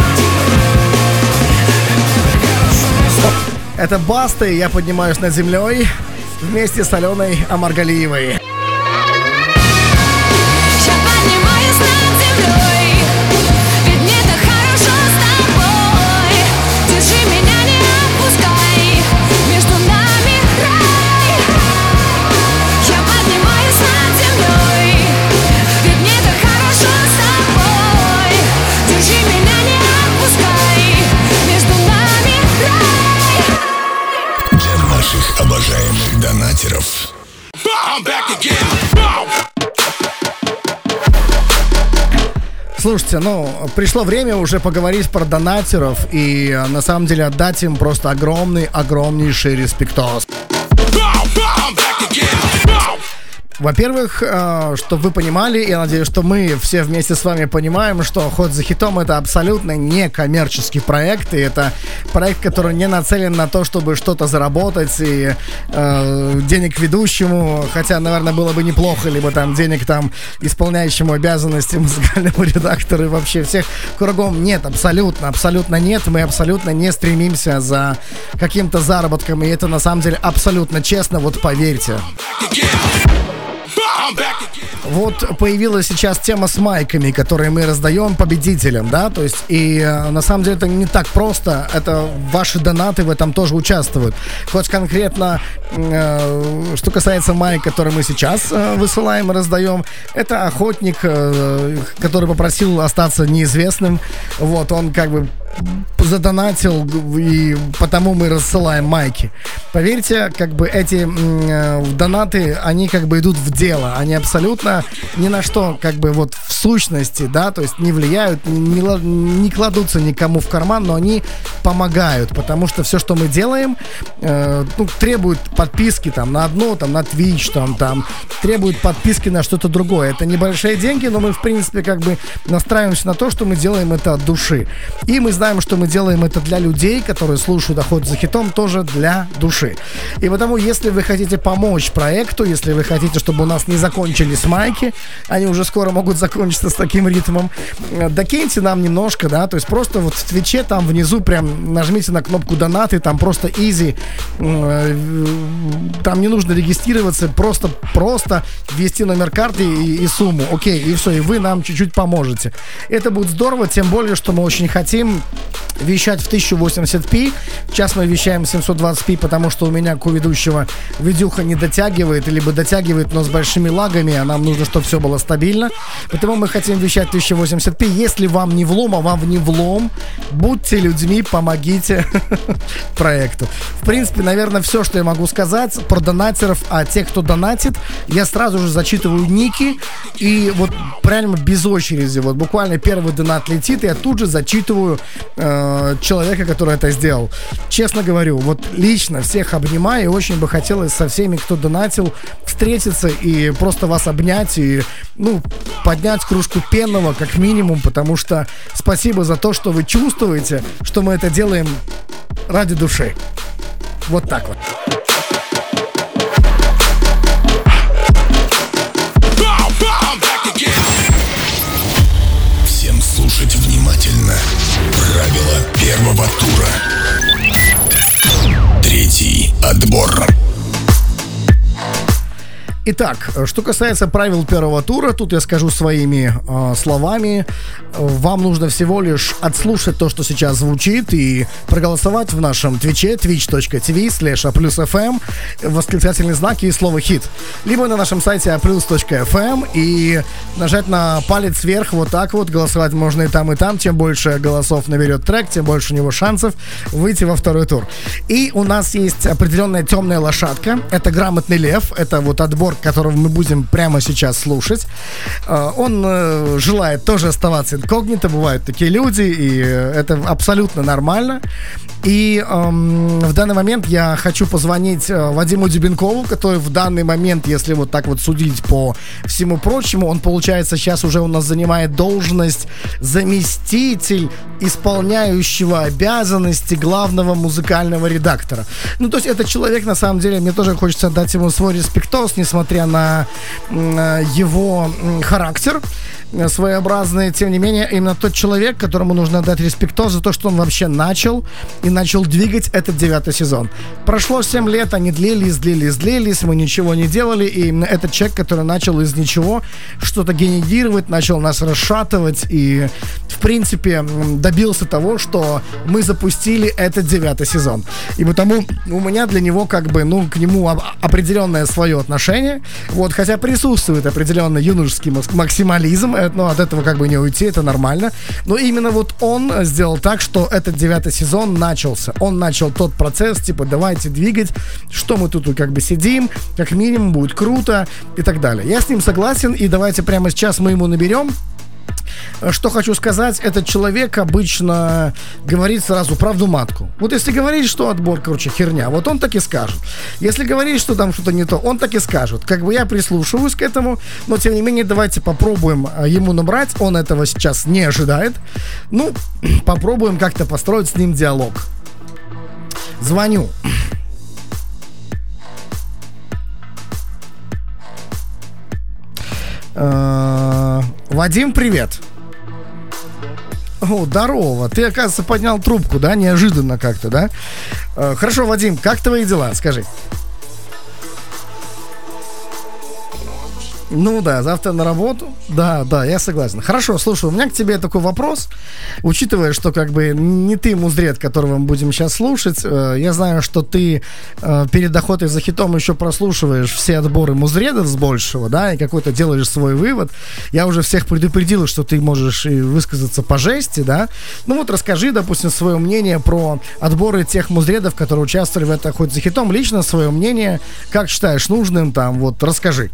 Это Баста, и я поднимаюсь над землей вместе с Аленой Амаргалиевой. Я поднимаюсь над землей, ведь мне так хорошо с тобой. Держи меня, не отпускай, между нами рай. Я поднимаюсь над землей, ведь мне так хорошо с тобой. Держи меня, не отпускай, между нами рай. Для наших обожаемых донатеров. Слушайте, ну, пришло время уже поговорить про донатеров и на самом деле отдать им просто огромный, огромнейший респектос. Во-первых, чтобы вы понимали, я надеюсь, что мы все вместе с вами понимаем, что «Охота за хитом» — это абсолютно не коммерческий проект, и это проект, который не нацелен на то, чтобы что-то заработать и э, денег ведущему, хотя, наверное, было бы неплохо, либо там денег там исполняющему обязанности музыкальному редактору и вообще всех кругом. Нет, абсолютно, абсолютно нет, мы абсолютно не стремимся за каким-то заработком, и это на самом деле абсолютно честно, вот поверьте. Вот появилась сейчас тема с майками, которые мы раздаем победителям, да, то есть и э, на самом деле это не так просто, это ваши донаты в этом тоже участвуют. Хоть конкретно, э, что касается майк, которые мы сейчас э, высылаем и раздаем, это охотник, э, который попросил остаться неизвестным, вот, он как бы задонатил, и потому мы рассылаем майки. Поверьте, как бы эти э, донаты, они как бы идут в дело. Они абсолютно ни на что, как бы вот в сущности, да, то есть не влияют, не, не кладутся никому в карман, но они помогают, потому что все, что мы делаем, э, ну, требует подписки там на одно, там на Twitch, там, там, требует подписки на что-то другое. Это небольшие деньги, но мы, в принципе, как бы настраиваемся на то, что мы делаем это от души. И мы знаем, что мы делаем это для людей, которые слушают «Охоту за хитом», тоже для души. И потому, если вы хотите помочь проекту, если вы хотите, чтобы у нас не закончились майки, они уже скоро могут закончиться с таким ритмом, докиньте нам немножко, да, то есть просто вот в Твиче там внизу прям нажмите на кнопку «Донаты», там просто easy, там не нужно регистрироваться, просто, просто ввести номер карты и, и сумму, окей, и все, и вы нам чуть-чуть поможете. Это будет здорово, тем более, что мы очень хотим вещать в тысяча восемьдесят пи. Сейчас мы вещаем семьсот двадцать пи, потому что у меня ко-ведущего видюха не дотягивает, либо дотягивает, но с большими лагами, а нам нужно, чтобы все было стабильно. Поэтому мы хотим вещать в тысяча восемьдесят пи. Если вам не влом, а вам не влом, будьте людьми, помогите проекту. В принципе, наверное, все, что я могу сказать про донатеров, а те, кто донатит, я сразу же зачитываю ники, и вот прямо без очереди, вот буквально первый донат летит, и я тут же зачитываю э, человека, который это сделал. Честно говорю, вот лично всех обнимаю, и очень бы хотелось со всеми, кто донатил, встретиться и просто вас обнять и, ну, поднять кружку пенного как минимум, потому что спасибо за то, что вы чувствуете, что мы это делаем ради души. Вот так вот. Всем слушать внимательно. Правила первого тура. Третий отбор. Итак, что касается правил первого тура, тут я скажу своими э, словами. Вам нужно всего лишь отслушать то, что сейчас звучит, и проголосовать в нашем твиче twitch.tv slash aplus.fm восклицательные знаки и слово «хит». Либо на нашем сайте aplus.fm и нажать на палец вверх вот так вот. Голосовать можно и там, и там. Чем больше голосов наберет трек, тем больше у него шансов выйти во второй тур. И у нас есть определенная темная лошадка. Это грамотный лев. Это вот отбор, которого мы будем прямо сейчас слушать. Он желает тоже оставаться инкогнито, бывают такие люди, и это абсолютно нормально. И эм, в данный момент я хочу позвонить Вадиму Дюбенкову, который в данный момент, если вот так вот судить по всему прочему, он, получается, сейчас уже у нас занимает должность заместитель исполняющего обязанности главного музыкального редактора. Ну, то есть это человек, на самом деле, мне тоже хочется отдать ему свой респектос, несмотря на э, его э, характер своеобразный. Тем не менее, именно тот человек, которому нужно отдать респектос за то, что он вообще начал и начал двигать этот девятый сезон. Прошло семь лет, они длились, длились, длились, мы ничего не делали, и именно этот человек, который начал из ничего что-то генерировать, начал нас расшатывать и, в принципе, добился того, что мы запустили этот девятый сезон. И потому у меня для него, как бы, ну, к нему определенное свое отношение, вот, хотя присутствует определенный юношеский максимализм, но от этого как бы не уйти, это нормально. Но именно вот он сделал так, что этот девятый сезон начался. Он начал тот процесс, типа, давайте двигать, что мы тут как бы сидим, как минимум будет круто и так далее. Я с ним согласен, и давайте прямо сейчас мы ему наберем. Что хочу сказать, этот человек обычно говорит сразу правду матку. Вот если говорить, что отбор, короче, херня, вот он так и скажет. Если говорить, что там что-то не то, он так и скажет. Как бы я прислушиваюсь к этому, но тем не менее давайте попробуем ему набрать. Он этого сейчас не ожидает. Ну, попробуем как-то построить с ним диалог. Звоню. Вадим, привет. О, здорово. Ты, оказывается, поднял трубку, да? Неожиданно как-то, да? Хорошо, Вадим, как твои дела? Скажи. Ну да, завтра на работу. Да, да, я согласен. Хорошо, слушай, у меня к тебе такой вопрос. Учитывая, что как бы не ты музред, которого мы будем сейчас слушать, э, я знаю, что ты э, перед охотой за хитом еще прослушиваешь все отборы музредов с большего, да, и какой-то делаешь свой вывод. Я уже всех предупредил, что ты можешь и высказаться по жести, да. Ну вот расскажи, допустим, свое мнение про отборы тех музредов, которые участвовали в этой охоте за хитом. Лично свое мнение, как считаешь нужным, там, вот расскажи.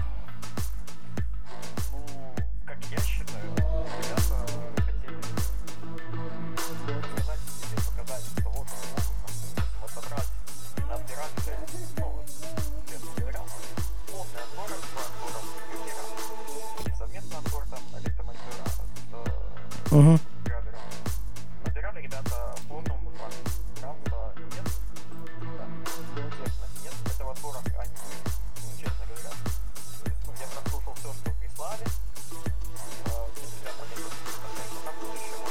Угу. Набирали ребята форум, Франца, нет, да, честно, нет, этого отбора они, ну, честно говоря, ну, я прослушал все, что прислали, те ребята мне посмотрели на будущее,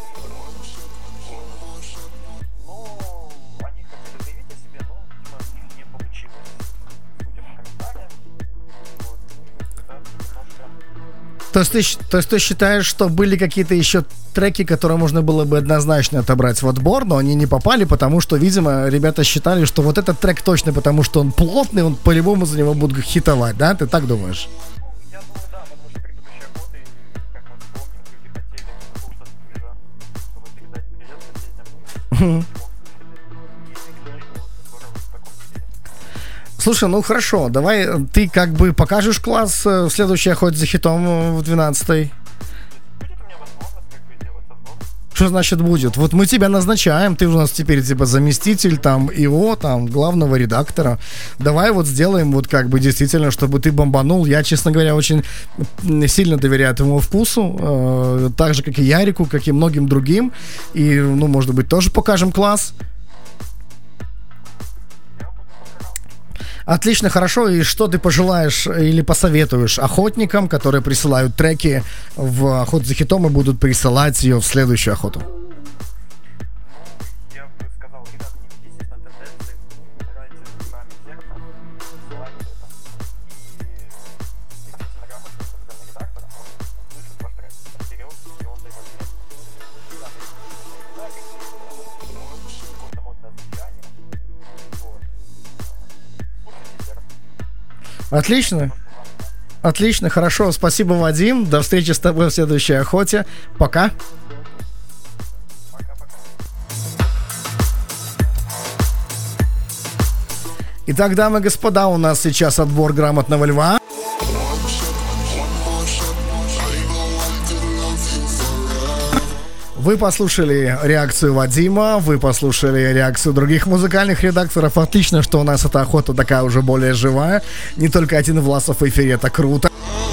но они хотели заявить о себе, но, видимо, не получилось, судя по комментариям, вот, да, немножко... То есть, ты, то есть ты считаешь, что были какие-то еще треки, которые можно было бы однозначно отобрать в отбор, но они не попали, потому что, видимо, ребята считали, что вот этот трек точно, потому что он плотный, он по-любому за него будут хитовать, да? Ты так думаешь? Я думаю, да, потому что предыдущие охоты, как мы вспомним, люди хотели какого-то движа, чтобы передать привет соседям. Слушай, ну хорошо, давай ты как бы покажешь класс в следующей охоте за хитом в двенадцатой. Что значит будет? Вот мы тебя назначаем, ты у нас теперь типа заместитель там ИО, там главного редактора. Давай вот сделаем вот как бы действительно, чтобы ты бомбанул. Я, честно говоря, очень сильно доверяю твоему вкусу, э, так же, как и Ярику, как и многим другим. И, ну, может быть, тоже покажем класс. Отлично, хорошо. И что ты пожелаешь или посоветуешь охотникам, которые присылают треки в охоту за хитом и будут присылать ее в следующую охоту? Я бы сказал, ребята, не ведитесь на тенденции, выбирайте сами текста, ссылайте это. И действительно грамотный музыкальный редактор, он услышит ваш трек вперед, и он займет место. Да, то есть, какое-то модное звучание. Вот. Отлично. Отлично, хорошо. Спасибо, Вадим. До встречи с тобой в следующей охоте. Пока. Итак, дамы и господа, у нас сейчас отбор грамотного льва. Вы послушали реакцию Вадима, вы послушали реакцию других музыкальных редакторов. Отлично, что у нас эта охота такая уже более живая. Не только один Власов в эфире, это круто.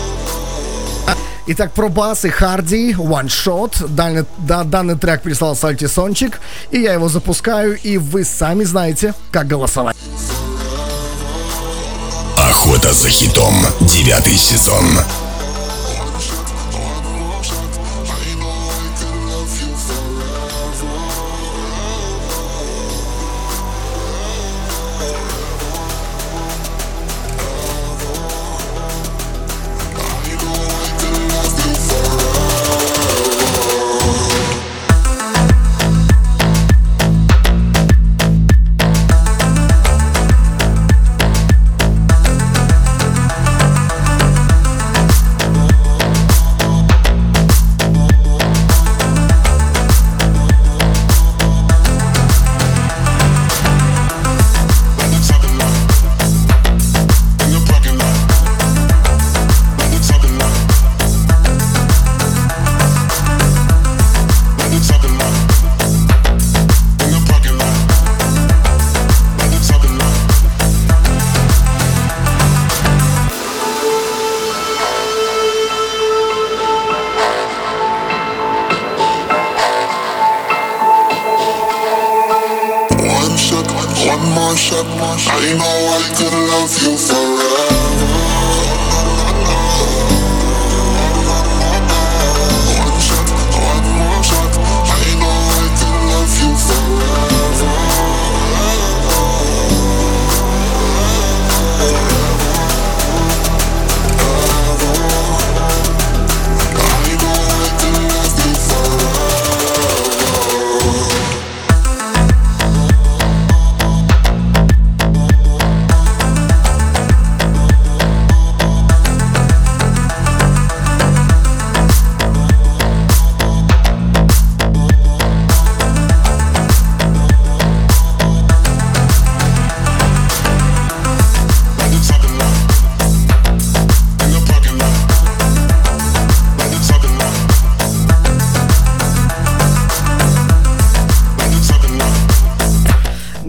Итак, про бас и Харди, One Shot. Данный, да, данный трек прислал Сальтисончик, и я его запускаю, и вы сами знаете, как голосовать. Охота за хитом, девятый сезон.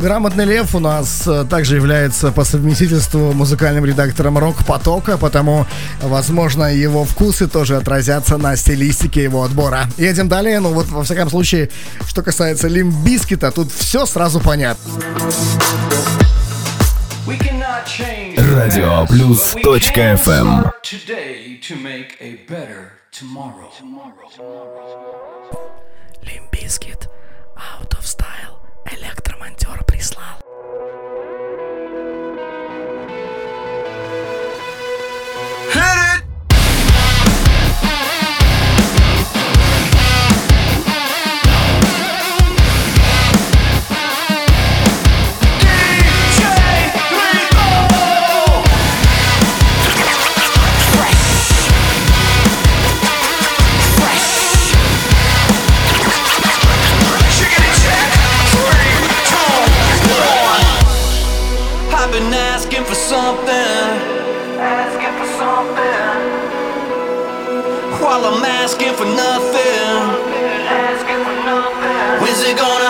Грамотный Лев у нас э, также является по совместительству музыкальным редактором рок-потока, потому, возможно, его вкусы тоже отразятся на стилистике его отбора. Едем далее, ну вот, во всяком случае, что касается Лимп Бизкита, тут все сразу понятно. Радио Плюс точка эф эм. Лимп Бизкит, Out of Style, электромонтер прислал. While I'm asking for nothing, when's it gonna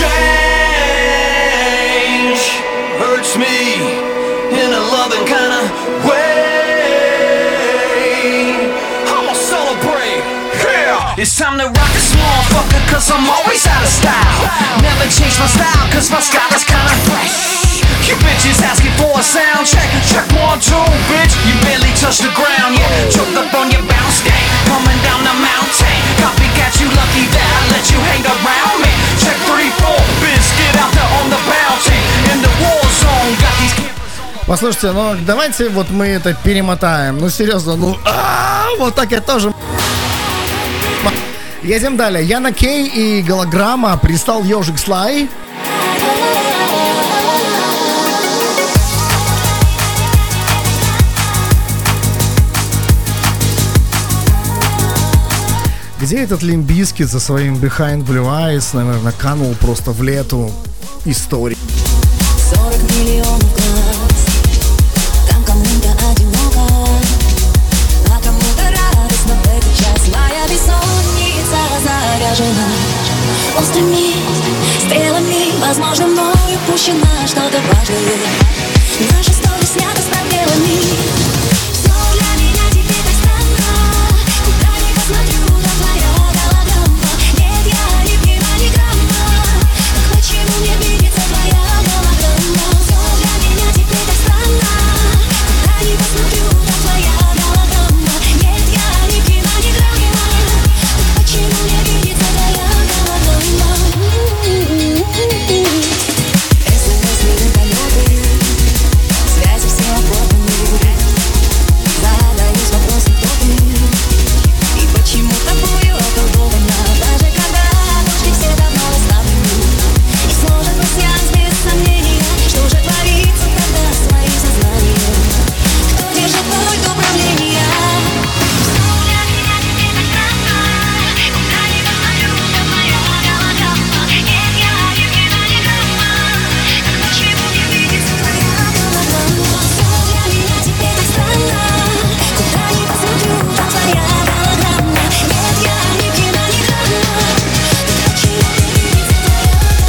change? Hurts me in a loving kind of way. I'ma celebrate, yeah. It's time to rock this motherfucker, cause I'm always out of style. Never change my style, cause my style is kinda fresh. You bitches asking for a sound check. Check one, two, bitch. You barely touch the ground yet. Choked up on your bounce game. Coming down the mountain. Copycat, you lucky that I let you hang around me. Check three, four, bitch. Get out there on the bounty. In the war zone. Got these campers. Послушайте, ну давайте вот мы это перемотаем. Ну серьезно, ну а-а-а, вот так я тоже. Едем далее. Яна Кей и Голограмма. Пристал ежик Слай. Где этот Лимп Бизкит за своим Behind Blue Eyes, наверное, канул просто в лету истории. сорок миллионов глаз, там кому-то одиноко, а кому-то радостно в этот час. Моя бессонница заряжена острыми стрелами. Возможно, мною упущено что-то важное. Наша история снята с пробелами. Все для меня теперь так странно. Куда ни посмотрю, там твоя голограмма. Нет, я не пьяна ни грамма. Так почему мне видится твоя голограмма? Все для меня теперь так странно. Куда ни посмотрю, там твоя голограмма. Нет, я не пьяна ни грамма. Так почему мне видится твоя голограмма? СМС, вертолеты, связи все оформлены. Задаюсь вопросом, кто ты и почему тобою околдована. Даже когда ножки все давно расставлены и сложен пассианс без сомнения. Что же творится тогда с твоим сознанием? Кто держит пульт управления? Все для меня теперь так странно. Куда ни посмотрю, там моя голограмма. Нет, я не пьяна ни грамма. Так почему мне видится твоя голограмма? Все для меня теперь так странно. Куда ни посмотрю, там твоя голограмма. Нет, я не пьяна ни грамма. Так почему мне видится твоя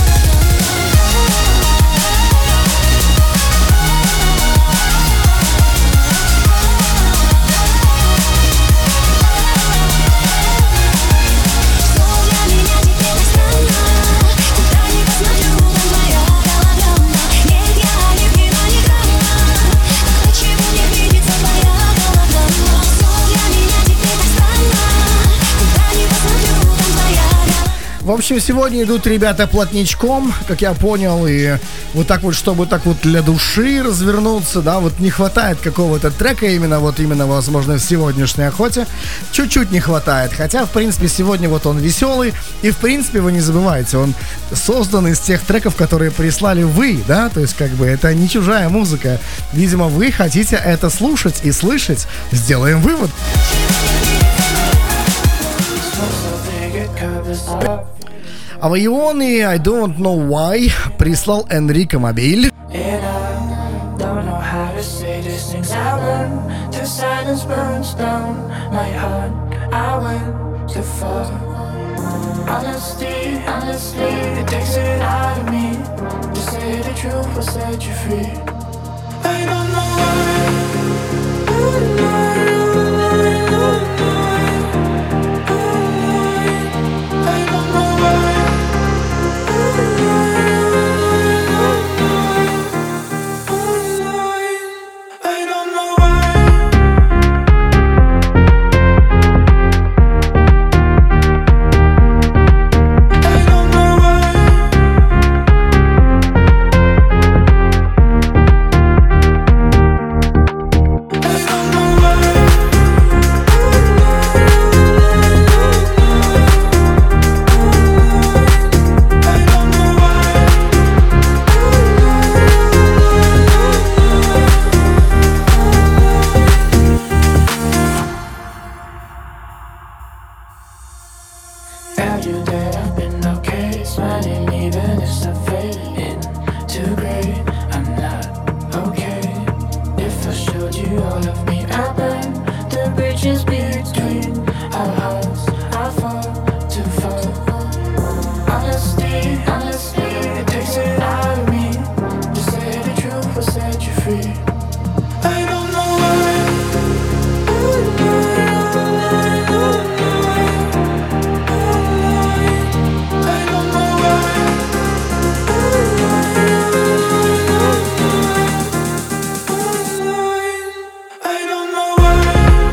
В общем, сегодня идут ребята плотничком, как я понял, и вот так вот, чтобы так вот для души развернуться, да, вот не хватает какого-то трека именно, вот именно, возможно, в сегодняшней охоте, чуть-чуть не хватает, хотя, в принципе, сегодня вот он веселый, и, в принципе, вы не забывайте, он создан из тех треков, которые прислали вы, да, то есть, как бы, это не чужая музыка, видимо, вы хотите это слушать и слышать, сделаем вывод. А в Ионе I Don't Know Why прислал Энрико Мобиль. Honesty, honestly, it takes it out of me. To say the truth will set you free. I don't know why. Oh, why, oh, why, oh, why, oh, why. I don't know why. Oh, why, oh, why, oh, why. I don't know why. Tell you that I've been okay, smiling even if I'm fading too great. I'm not okay. If I showed you all of me, I burn the bridges between our hearts. I fall too far. Honesty, honestly, it takes it out of me. To say the truth will set you free. I don't know why. Oh, why, oh, why, oh, why. I don't know why. Oh, why. I don't know why.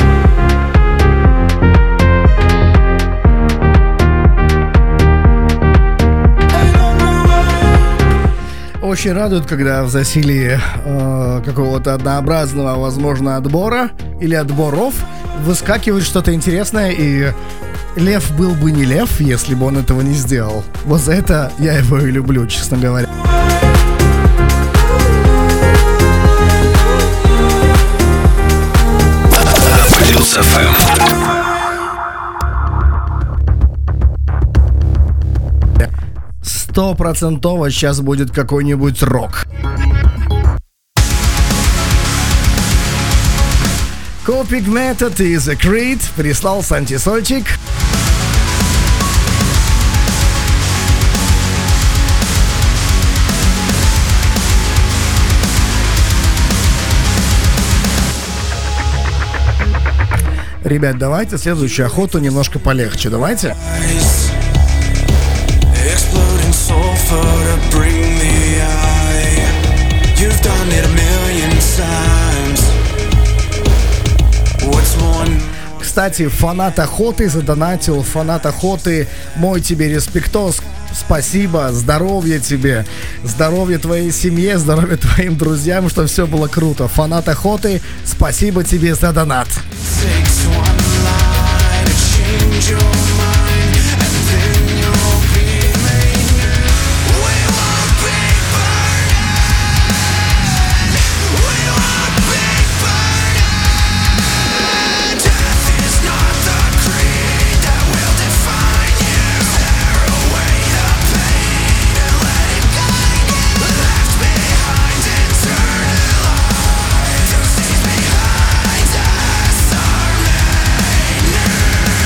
Очень радует, когда в засилии э, какого-то однообразного, возможно, отбора или отборов выскакивает что-то интересное, и Лев был бы не Лев, если бы он этого не сделал. Вот за это я его и люблю, честно говоря. Плюс эф эм. Стопроцентово сейчас будет какой-нибудь рок. Coping Method и The Creed прислал Сантисольчик. Ребят, давайте следующую охоту немножко полегче, давайте. Exploding sulfur to bring the eye. You've done it a million times. What's one? Кстати, фанат охоты задонатил, фанат охоты, мой тебе респектос, спасибо, здоровья тебе, здоровья твоей семье, здоровья твоим друзьям, чтобы все было круто. Фанат охоты, спасибо тебе за донат. Takes one line to change your mind, and then you'll be made new. We won't be burning. We won't be burning. Death is not the creed that will define you. Tear away the pain and let it guide you. Left behind eternal light. Who stays behind us are made new.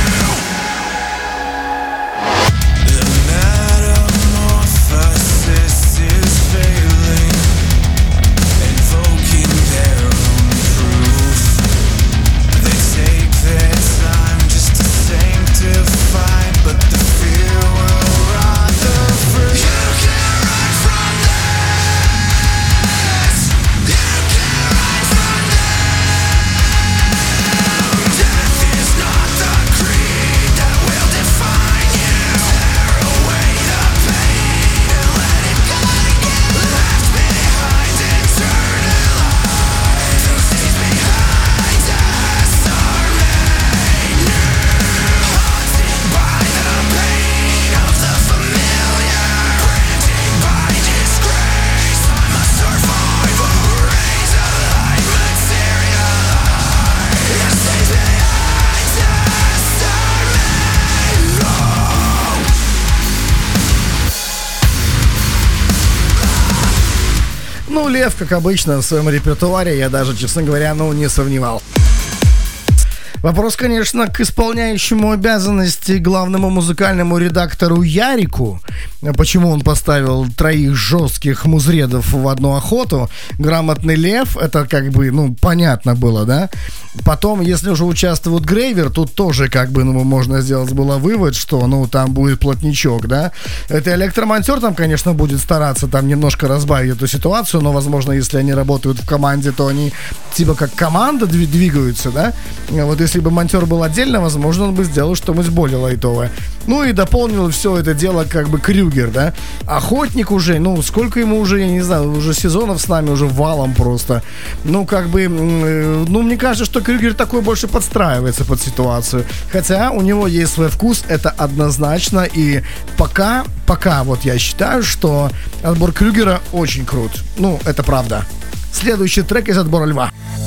The metamorphosis is failing, invoking their own truth. They take their time just to sanctify, but the fear will rot the fruit. You can't run from this. You can't run from this. Death is not the creed that will define you. Tear away the pain and let it guide you. Left behind eternal light. Who stays behind us are made new. Haunted by the pain of the familiar. Branded by disgrace. I'm a survivor. Rays of light materialize. Who stays behind us are made wrong. Ну, Лев, как обычно, в своем репертуаре, я даже, честно говоря, ну, не сомневал. Вопрос, конечно, к исполняющему обязанности главному музыкальному редактору Ярику. Почему он поставил троих жестких музредов в одну охоту? Грамотный Лев, это как бы, ну, понятно было, да? Потом, если уже участвует Грейвер, тут тоже как бы, ну, можно сделать было вывод, что, ну, там будет плотничок, да? Это электромонтер там, конечно, будет стараться там немножко разбавить эту ситуацию, но, возможно, если они работают в команде, то они типа как команда двигаются, да? Вот если бы монтер был отдельно, возможно, он бы сделал что-нибудь более лайтовое. Ну и дополнил все это дело как бы Крюгер, да? Охотник уже, ну, сколько ему уже, я не знаю, уже сезонов с нами уже валом просто. Ну, как бы, ну, мне кажется, что Крюгер такой больше подстраивается под ситуацию. Хотя у него есть свой вкус, это однозначно. И пока, пока вот я считаю, что отбор Крюгера очень крут. Ну, это правда. Следующий трек из отбора Льва.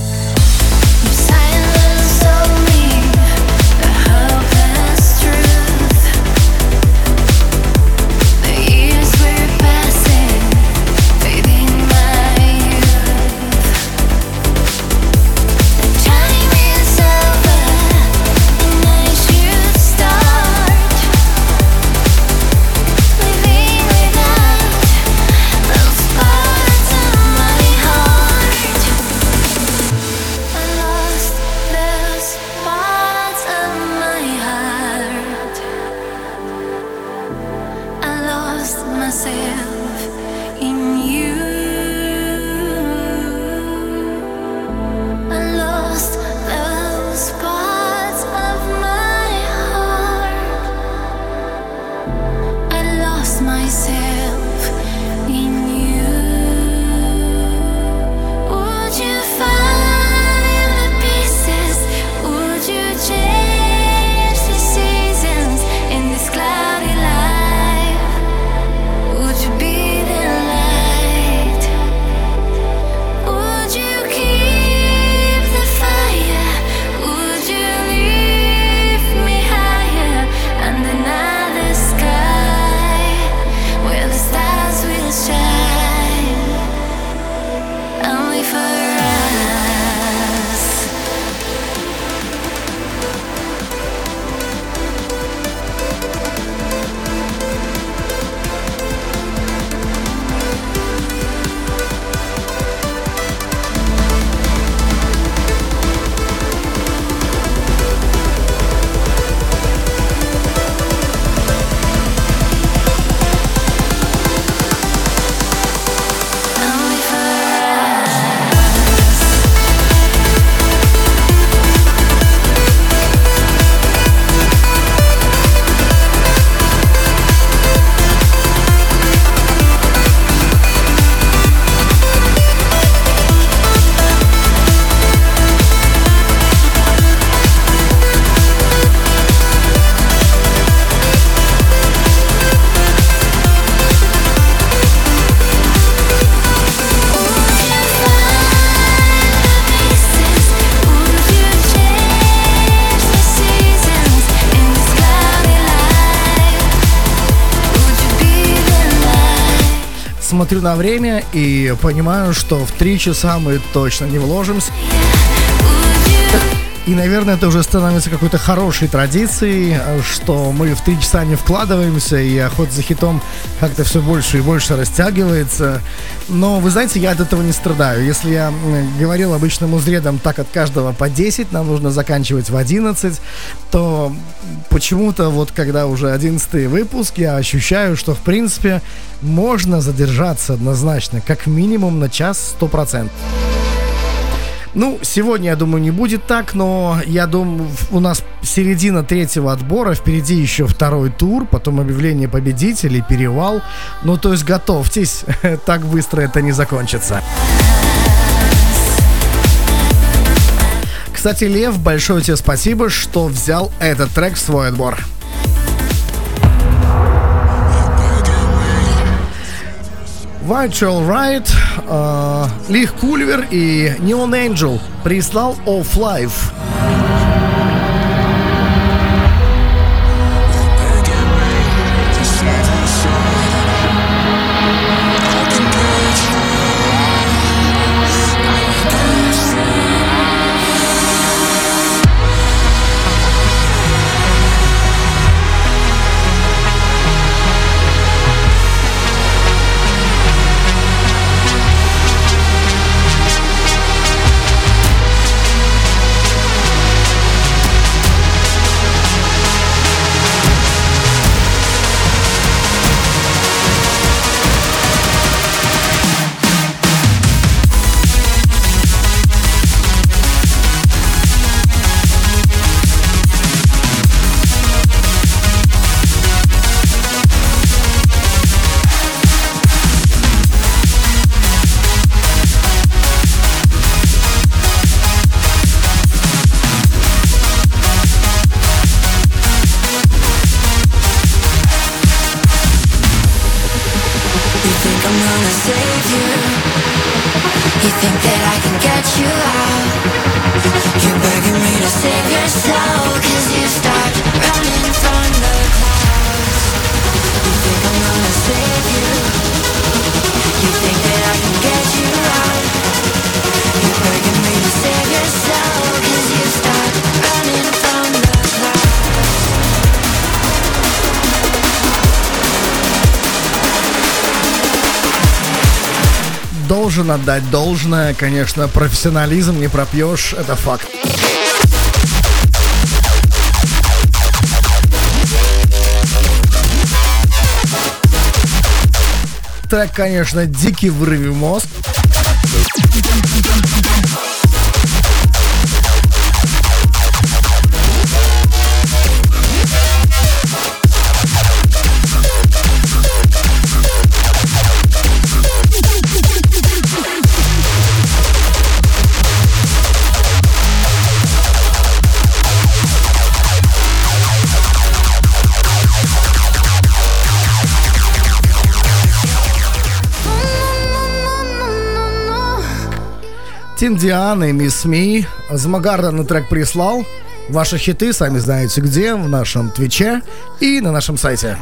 Смотрю на время и понимаю, что в три часа мы точно не вложимся. И, наверное, это уже становится какой-то хорошей традицией, что мы в три часа не вкладываемся, и охота за хитом как-то все больше и больше растягивается. Но, вы знаете, я от этого не страдаю. Если я говорил обычным узредам так от каждого по десять, нам нужно заканчивать в одиннадцать, то почему-то вот когда уже одиннадцатый выпуск, я ощущаю, что, в принципе, можно задержаться однозначно, как минимум на час сто процентов. Ну, сегодня, я думаю, не будет так, но я думаю, у нас середина третьего отбора, впереди еще второй тур, потом объявление победителей, перевал. Ну, то есть готовьтесь, так быстро это не закончится. Кстати, Лев, большое тебе спасибо, что взял этот трек в свой отбор. Virtual Riot, э, Лих Кульвер и Neon Angel прислал Off Life. you out. You're begging me to save your soul, cause you start running from the clouds. You think I'm gonna save you. You think that I can get you out. You're begging me to save your soul, cause you start running from the clouds. Должен отдать должное, конечно, профессионализм не пропьешь, это факт. Трек, конечно, дикий, вырви мозг. Тин Диан и Miss Me. Змагарда на трек прислал. Ваши хиты, сами знаете где, в нашем Твиче и на нашем сайте.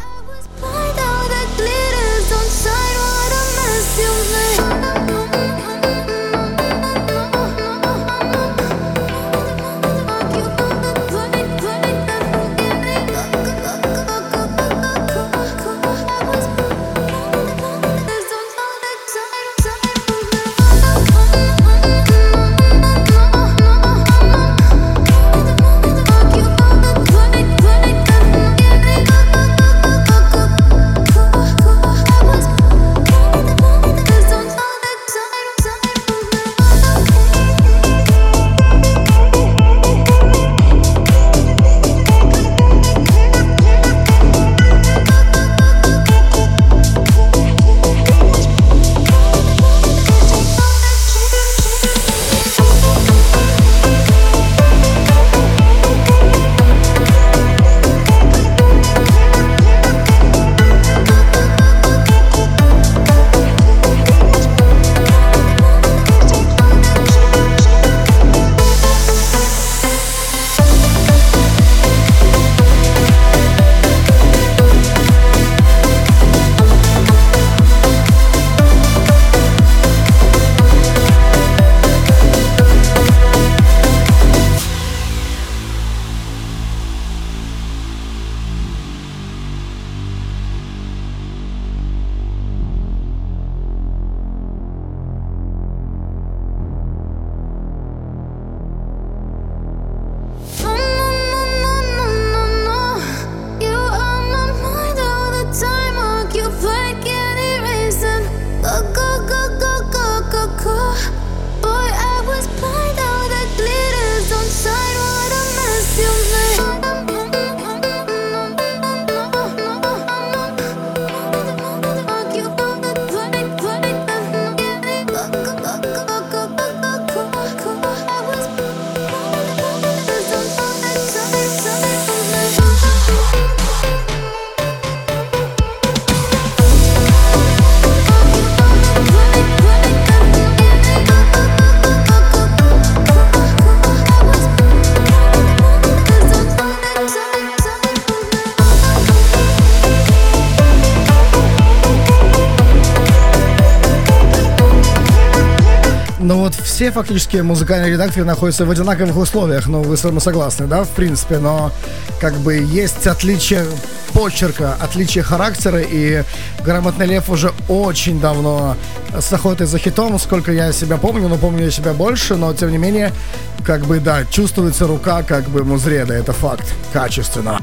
Ну вот все фактически музыкальные редакторы находятся в одинаковых условиях, ну вы со мной согласны, да, в принципе, но как бы есть отличие почерка, отличие характера, и Грамотный Лев уже очень давно с охотой за хитом, сколько я себя помню, но помню я себя больше, но тем не менее, как бы, да, чувствуется рука как бы Музреда, это факт, качественно.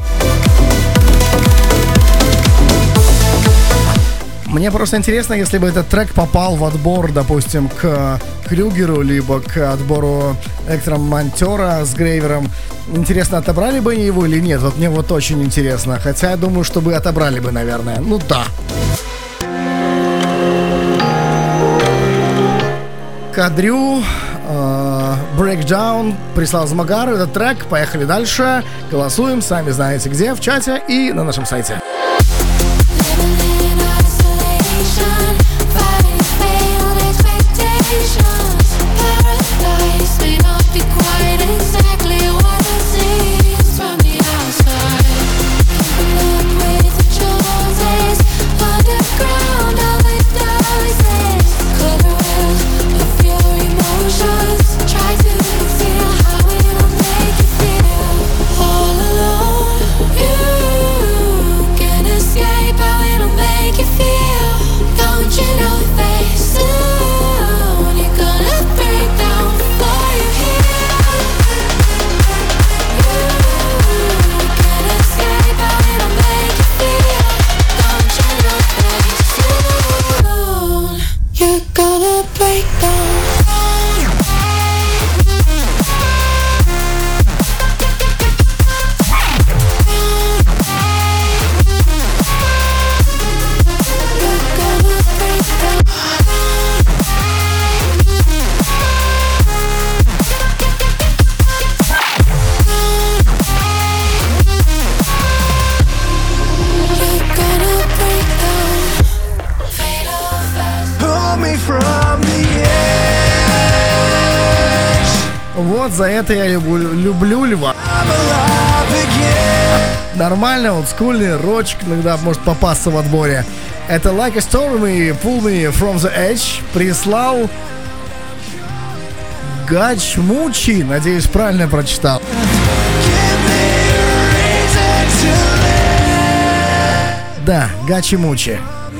Мне просто интересно, если бы этот трек попал в отбор, допустим, к Крюгеру, либо к отбору электромонтера с Грейвером. Интересно, отобрали бы они его или нет? Вот мне вот очень интересно. Хотя я думаю, что бы отобрали бы, наверное. Ну да. Кадрю, э, Breakdown прислал Змагару этот трек. Поехали дальше. Голосуем, сами знаете где, в чате и на нашем сайте. Fighting failed expectations, paradise. Вот за это я люблю, люблю льва. Нормально, вот скульный рочек иногда может попасться в отборе. Это Like a Storm и Pull Me From The Edge прислал Гачмучи. Надеюсь, правильно прочитал. Да, Гачимучи.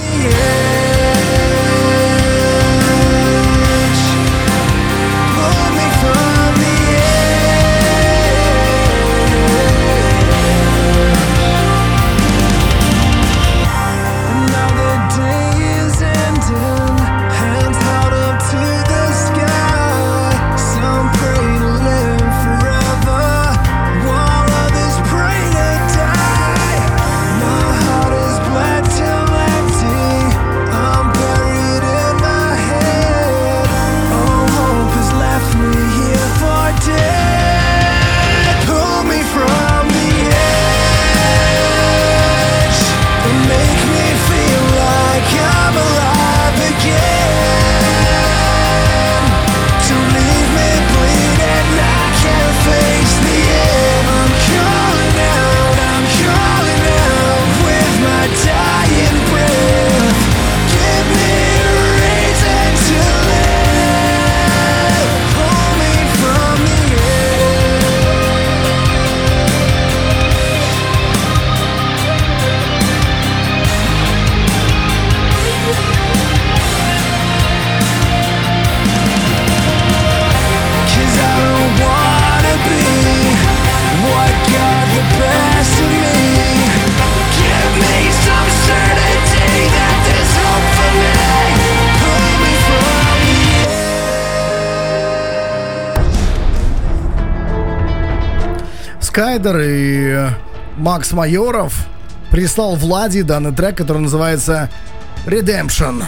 Скайдер и Макс Майоров прислал Влади данный трек, который называется Redemption.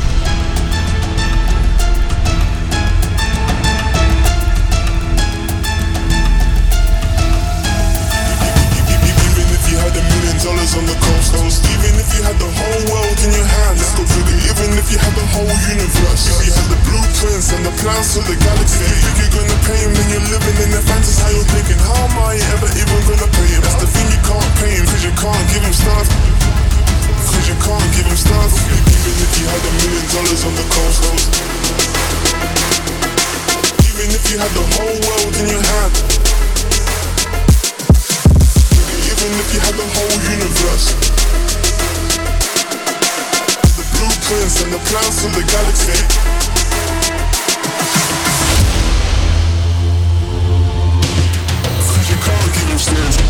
On the coast, coast. Even if you had the whole world in your hand, let's go bigger. Even if you had the whole universe, if you had the blueprints and the plans for the galaxy, you think you're gonna pay him, then you're living in the fantasy. How you're thinking, how am I ever even gonna pay him? That's the thing, you can't pay him, cause you can't give him stuff. Cause you can't give him stuff. Even if you had a million dollars on the coast, coast. Even if you had the whole world in your hand. Even if you had the whole universe, the blueprints and the plans for the galaxy. Cause you can't keep them still.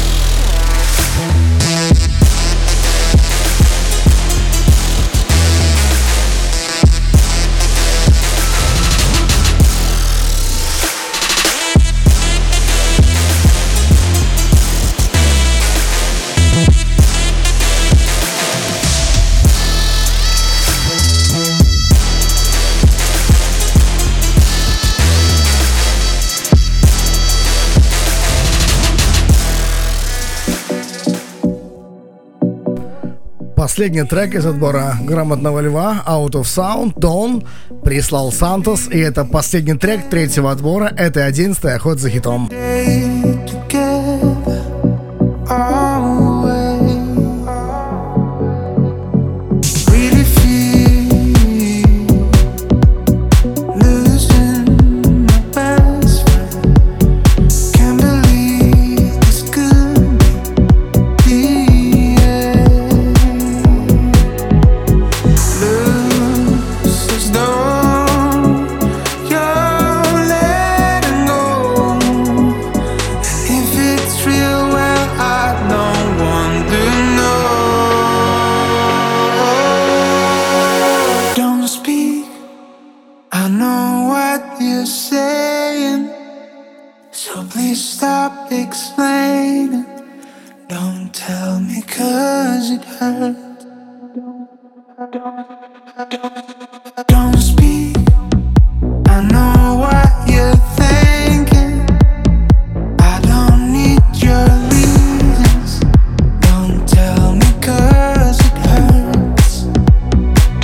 Последний трек из отбора Грамотного Льва, Out of Sound, Dawn, прислал Сантос. И это последний трек третьего отбора. Это одиннадцатый охот за хитом.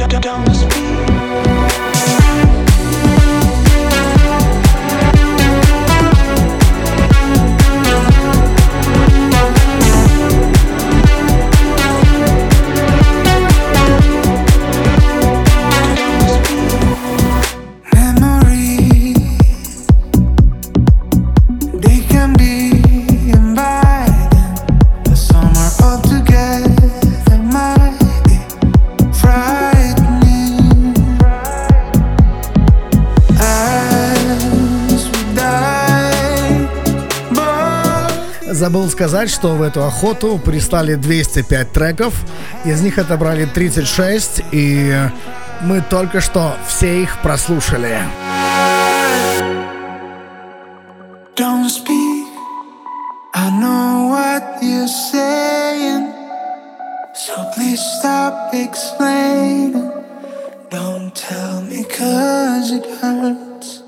Don't забыл сказать, что в эту охоту прислали двести пять треков. Из них отобрали тридцать шесть, и мы только что все их прослушали. Don't speak, I know what you're saying, so please stop explaining. Don't tell me 'cause it hurts.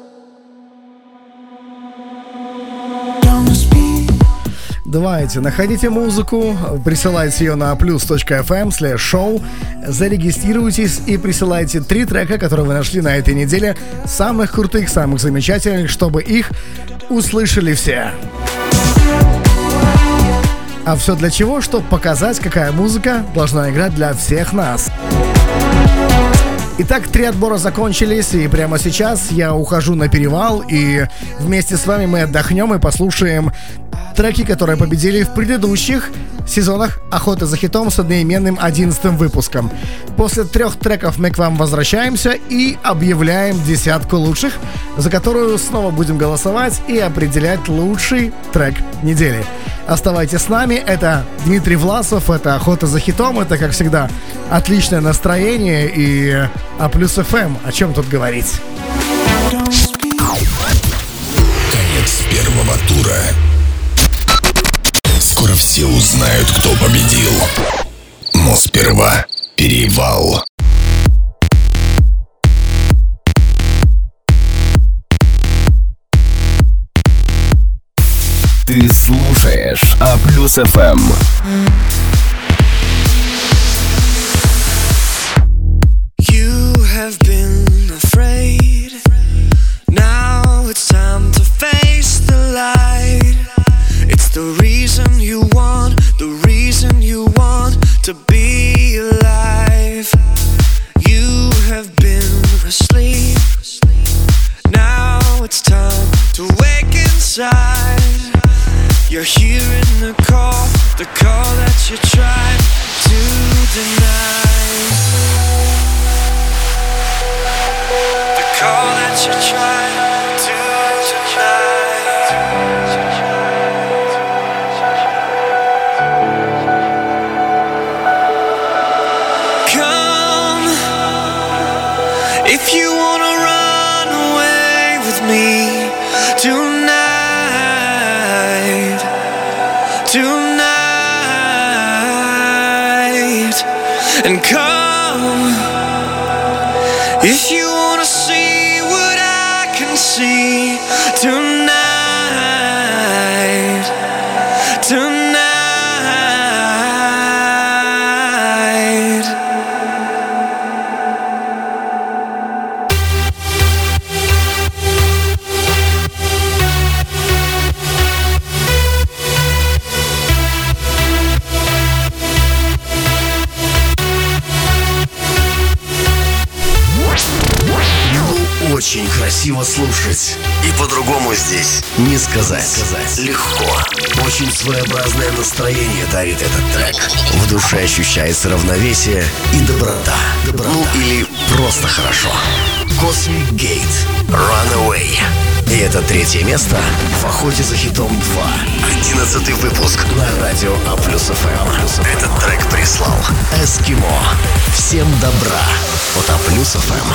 Don't speak. Давайте, находите музыку, присылайте ее на плюс точка эф эм слэш шоу, зарегистрируйтесь и присылайте три трека, которые вы нашли на этой неделе, самых крутых, самых замечательных, чтобы их услышали все. А все для чего? Чтобы показать, какая музыка должна играть для всех нас. Итак, три отбора закончились, и прямо сейчас я ухожу на перевал, и вместе с вами мы отдохнем и послушаем треки, которые победили в предыдущих сезонах «Охоты за хитом» с одноименным одиннадцатым выпуском. После трех треков мы к вам возвращаемся и объявляем десятку лучших, за которую снова будем голосовать и определять лучший трек недели. Оставайтесь с нами, это Дмитрий Власов, это «Охота за хитом», это, как всегда, отличное настроение и А плюс эф эм, о чем тут говорить. Конец первого тура. Скоро все узнают, кто победил. Но сперва перевал. Ты слушаешь А плюс эф эм. You have been afraid. Now it's time to face the light. It's the reason you want, the reason you want to be alive. You have been asleep. Now it's time to wake inside. You're hearing the call, the call that you tried to deny. The call that you tried to deny. Come, if you wanna run away with me tonight. Tonight, and come if you wanna see what I can see tonight, tonight. Очень красиво слушать. И по-другому здесь не сказать. сказать. Легко. Очень своеобразное настроение дарит этот трек. В душе ощущается равновесие и доброта. доброта. Ну или просто хорошо. Cosmic Gate, Runaway. И это третье место в «Охоте за хитом два». Одиннадцатый выпуск на радио А плюс эф эм. Этот трек прислал Эскимо. Всем добра от А плюс эф эм.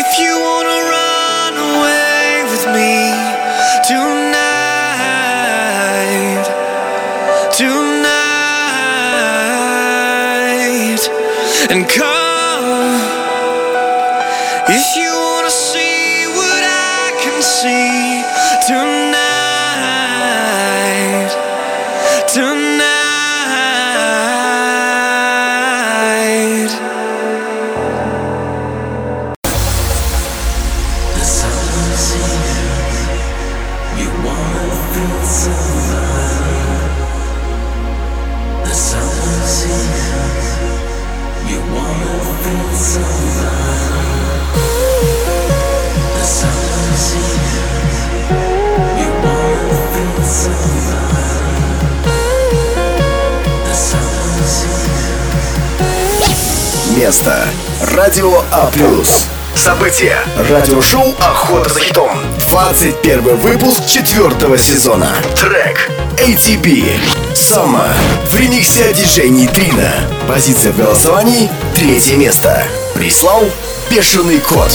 If you wanna run away with me tonight, tonight, and come. If you wanna see what I can see tonight, tonight. The sun's here. You wanna feel somebody. The sun's here. You wanna feel somebody. The sun's here. You wanna feel somebody. The sun's here. Место. Радио А+. События. Радиошоу «Охота за хитом». двадцать первый выпуск четвертого сезона. Трек эй ти би Summer в ремиксе от диджей Нейтрино. Позиция в голосовании третье место. Прислал Бешеный Кот.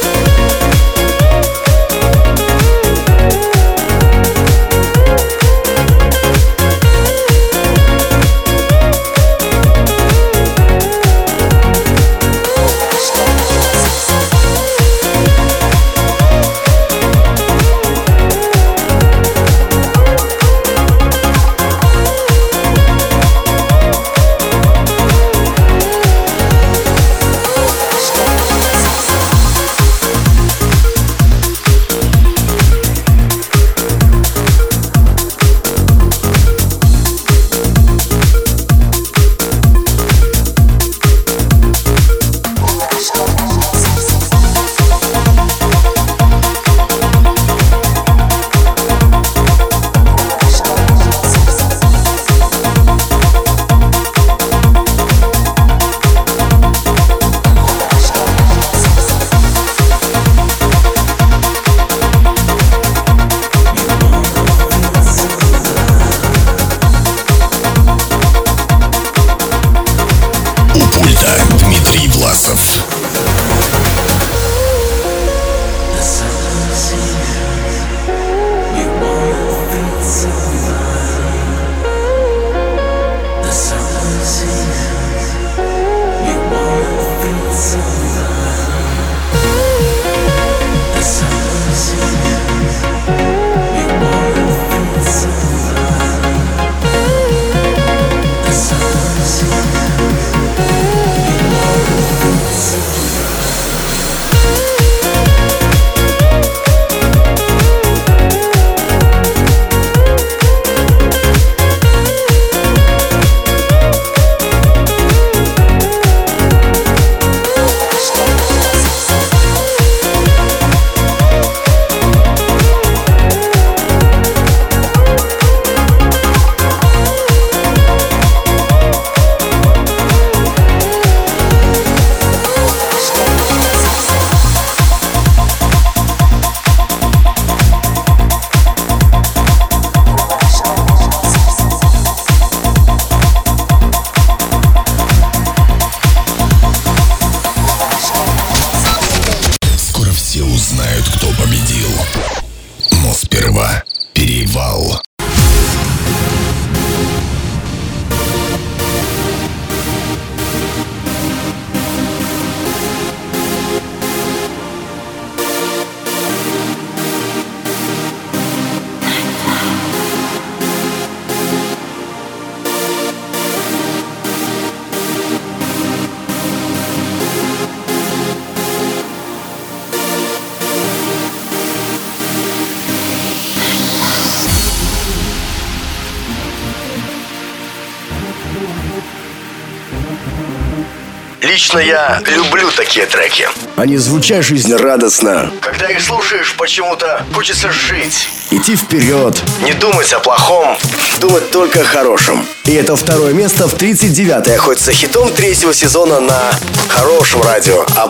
Лично я люблю такие треки. Они звучат жизнерадостно. Когда их слушаешь, почему-то хочется жить. Идти вперед, не думать о плохом, думать только о хорошем. И это второе место в тридцать девятой охоте за хитом третьего сезона на хорошем радио А+.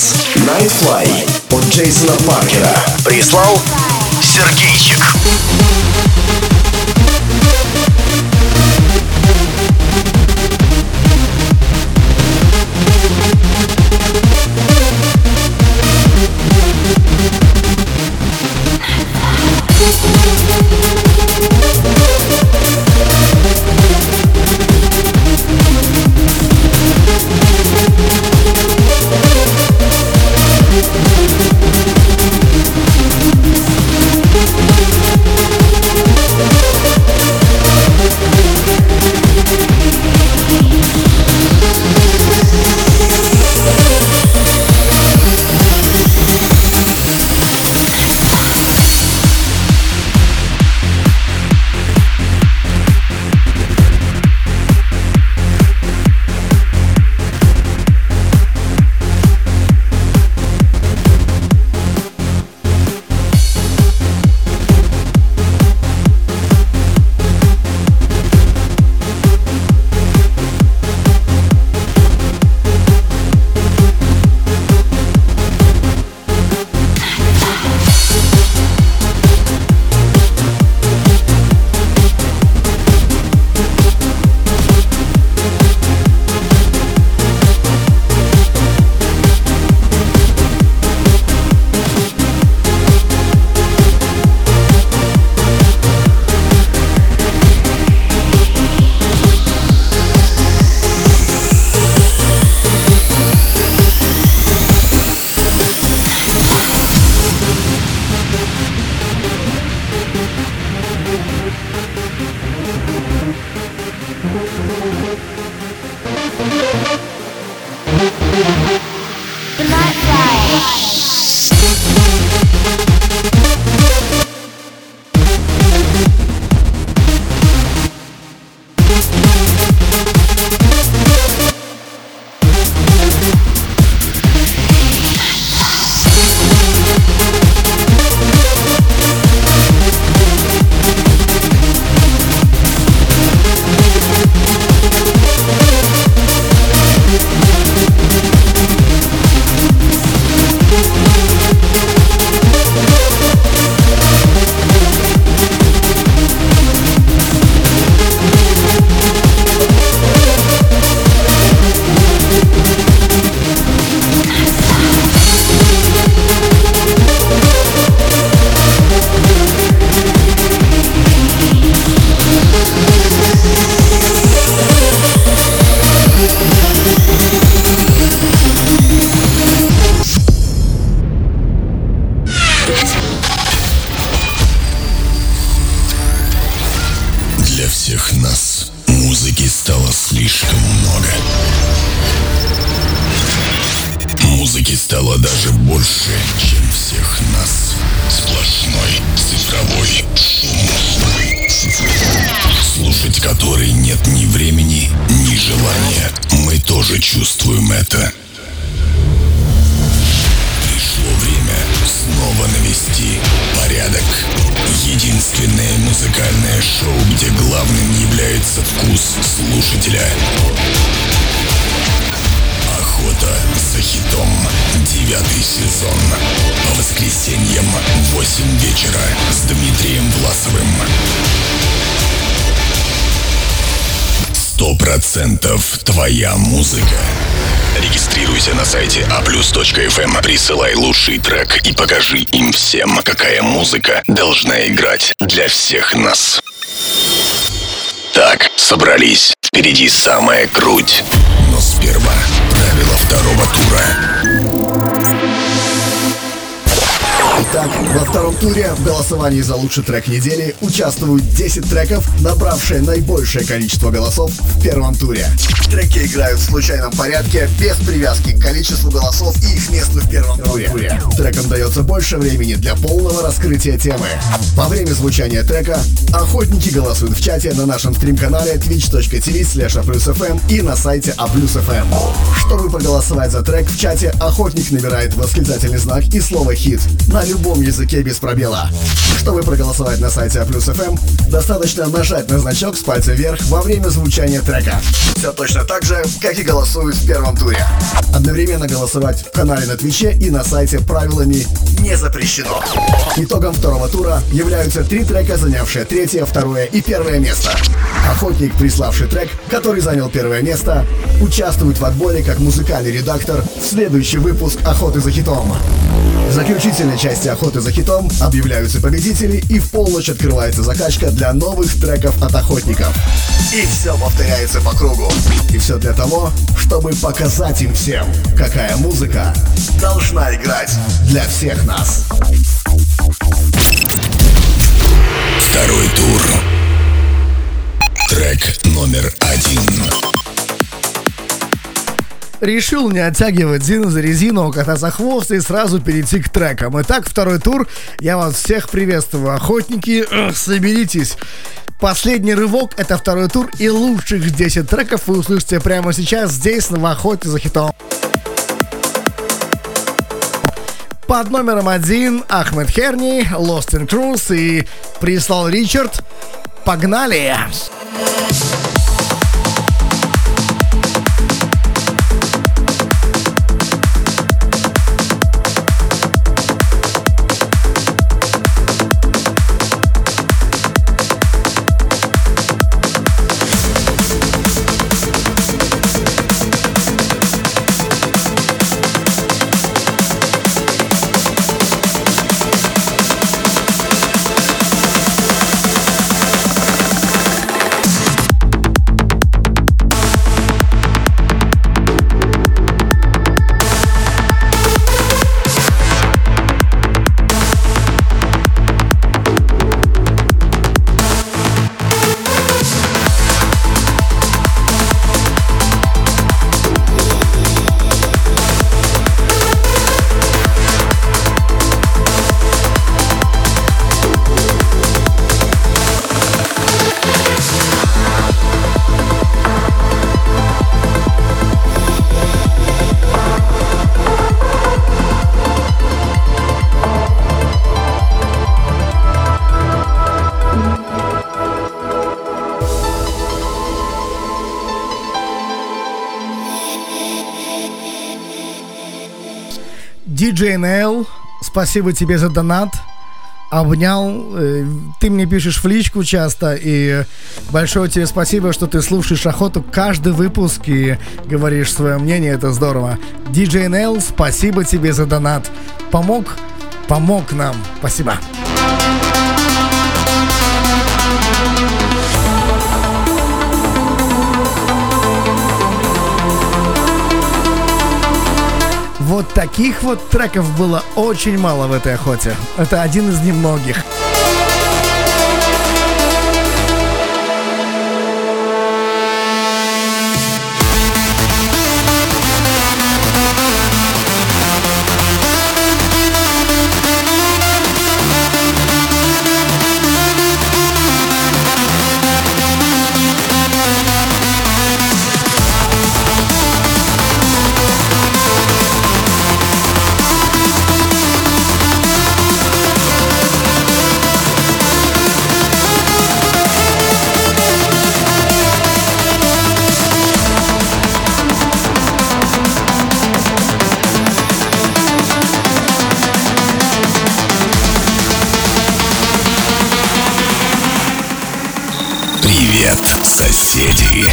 Nightfly от Джейсона Паркера. Прислал Сергейчик. Стало даже больше, чем всех нас. Сплошной цифровой шум, слушать который нет ни времени, ни желания. Мы тоже чувствуем это. Пришло время снова навести порядок. Единственное музыкальное шоу, где главным является вкус слушателя. Охота за хитом. Девятый сезон. По воскресеньям в восемь вечера с Дмитрием Власовым. Сто процентов твоя музыка. Регистрируйся на сайте а плюс точка эф эм, присылай лучший трек и покажи им всем, какая музыка должна играть для всех нас. Так, собрались. Впереди самая круть. Но сперва правила второго тура. Итак, во втором туре в голосовании за лучший трек недели участвуют десять треков, набравшие наибольшее количество голосов в первом туре. Треки играют в случайном порядке, без привязки к количеству голосов и их месту в первом туре. Трекам дается больше времени для полного раскрытия темы. Во время звучания трека охотники голосуют в чате на нашем стрим-канале twitch точка ти ви слэш а плюс эф эм и на сайте а плюс эф эм. Чтобы проголосовать за трек в чате, охотник набирает восклицательный знак и слово «хит» на любом языке без пробела. Чтобы проголосовать на сайте а плюс эф эм, достаточно нажать на значок с пальца вверх во время звучания трека. Все точно так же, как и голосуют в первом туре. Одновременно голосовать в канале на Твиче и на сайте правилами не запрещено. Итогом второго тура являются три трека, занявшие третье, второе и первое место. Охотник, приславший трек, который занял первое место, участвует в отборе как музыкальный редактор в следующий выпуск «Охоты за хитом». В заключительной части «Охоты за хитом» объявляются победители, и в полночь открывается закачка для новых треков от охотников. И все повторяется по кругу. И все для того, чтобы показать им всем, какая музыка должна играть для всех нас. Второй тур. Трек номер один. Решил не оттягивать Зину за резину, кота за хвост и сразу перейти к трекам. Итак, второй тур. Я вас всех приветствую, охотники. Эх, соберитесь. Последний рывок — это второй тур, и лучших десять треков вы услышите прямо сейчас здесь, в «Охоте за хитом». Под номером один Ахмед Херни, Lost in Truth и прислал Ричард. Погнали! Диджей эн эл, спасибо тебе за донат. Обнял. Ты мне пишешь в личку часто, и большое тебе спасибо, что ты слушаешь Охоту каждый выпуск и говоришь свое мнение, это здорово. Диджей эн эл, спасибо тебе за донат. Помог, помог нам. Спасибо. Вот таких вот треков было очень мало в этой охоте. Это один из немногих. Соседи.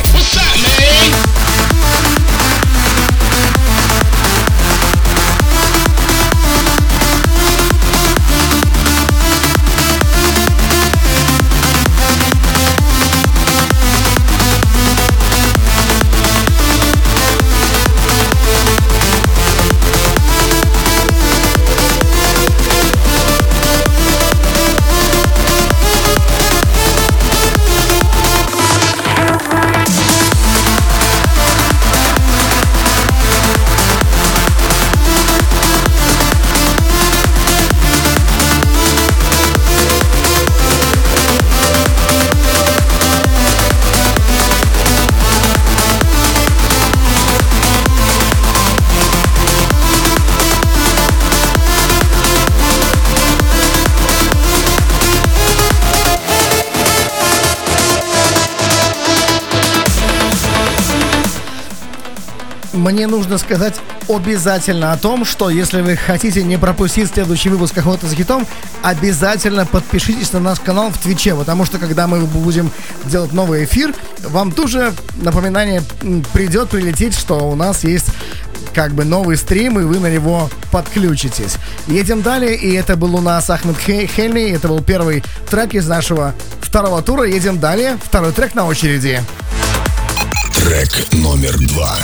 Мне нужно сказать обязательно о том, что если вы хотите не пропустить следующий выпуск «Охоты за хитом», обязательно подпишитесь на наш канал в Твиче, потому что когда мы будем делать новый эфир, вам тоже напоминание придет, прилететь, что у нас есть как бы новый стрим, и вы на него подключитесь. Едем далее, и это был у нас Ахмед Хельми, это был первый трек из нашего второго тура. Едем далее, второй трек на очереди. Трек номер два.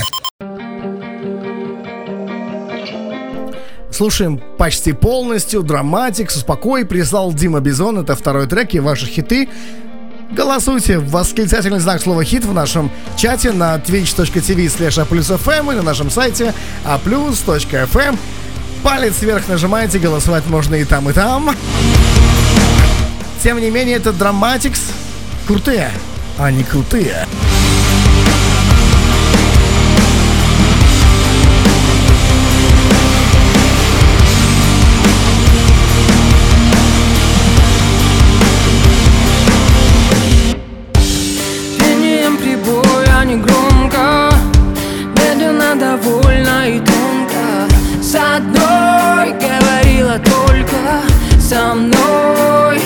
Слушаем почти полностью. Драматикс, успокой, прислал Дима Бизон. Это второй трек и ваши хиты. Голосуйте в восклицательный знак слова «хит» в нашем чате на twitch.tv слэш aplus.fm и на нашем сайте aplus.fm. Палец вверх нажимаете, голосовать можно и там, и там. Тем не менее, это Драматикс. Крутые, они крутые. Громко, медленно, довольно и тонко. С одной говорила только со мной.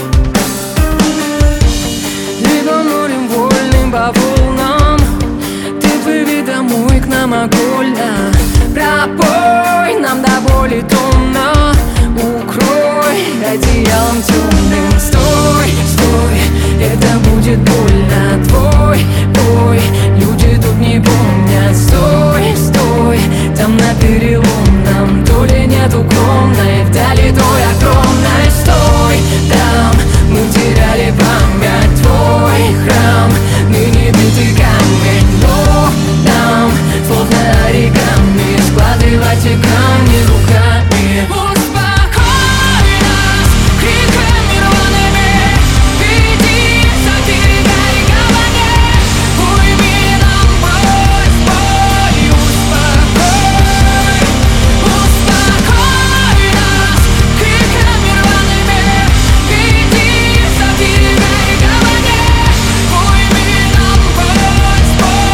Либо морем вольным по волнам, ты плыви домой к нам окольно. Пропой нам до боли томно, укрой одеялом темным. Стой, стой, это будет больно. Твой бой, люди тут не помнят. Стой, стой, там на переломном, то ли нет укромной, вдали той огромной. Стой, там мы теряли память. Твой храм, ныне битый камень. Но нам, словно оригами, складывать и камни руками. Успокой нас криками рваными, веди за берега и гавани. Уйми нам боль, боль, успокой. Успокой нас криками рваными, веди за берега и гавани. Уйми нам боль,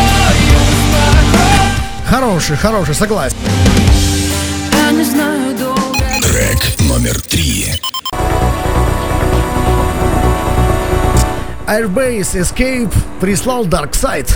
боль, успокой. Хороший, хороший, согласен. Я не знаю, долго номер три. Airbase Escape прислал Dark Side.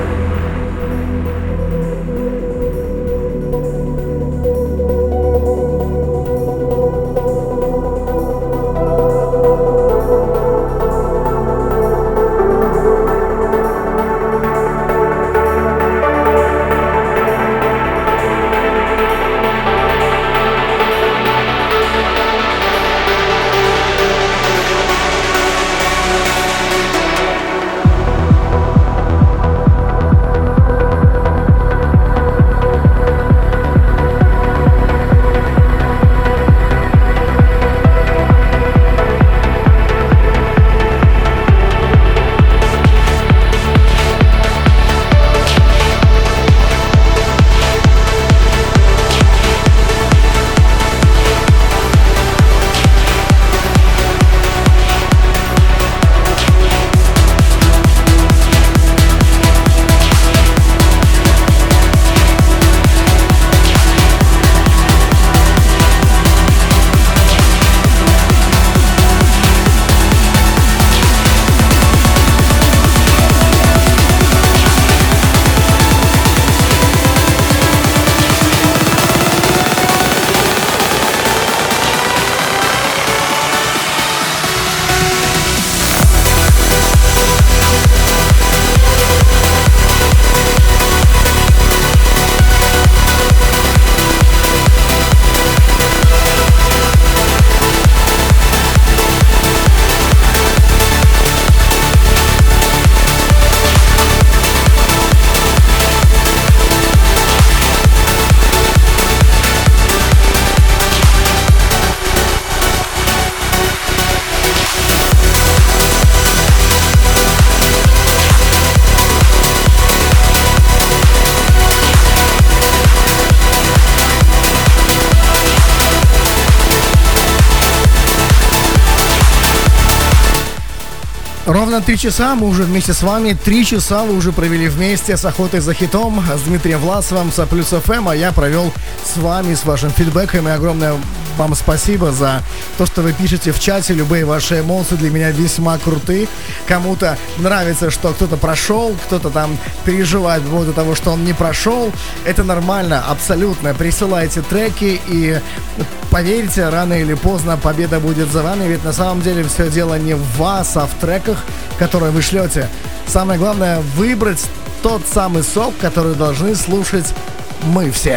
Ровно три часа мы уже вместе с вами. Три часа вы уже провели вместе с охотой за хитом, с Дмитрием Власовым, с Плюс эф эм, а я провел с вами, с вашим фидбэком. И огромное вам спасибо за то, что вы пишете в чате. Любые ваши эмоции для меня весьма круты. Кому-то нравится, что кто-то прошел, кто-то там переживает по поводу того, что он не прошел. Это нормально, абсолютно. Присылайте треки и поверьте, рано или поздно победа будет за вами. Ведь на самом деле все дело не в вас, а в треках, которые вы шлете. Самое главное выбрать тот самый сок, который должны слушать мы все.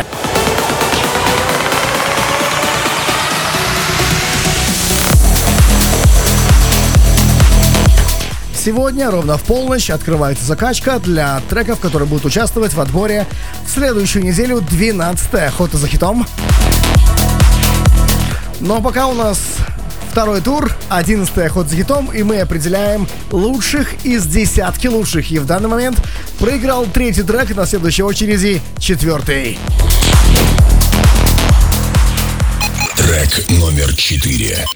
Сегодня ровно в полночь открывается закачка для треков, которые будут участвовать в отборе в следующую неделю, двенадцатая охота за хитом. Но пока у нас второй тур, одиннадцатая охота за хитом, и мы определяем лучших из десятки лучших. И в данный момент проиграл третий трек, на следующей очереди четвертый. Трек номер четыре.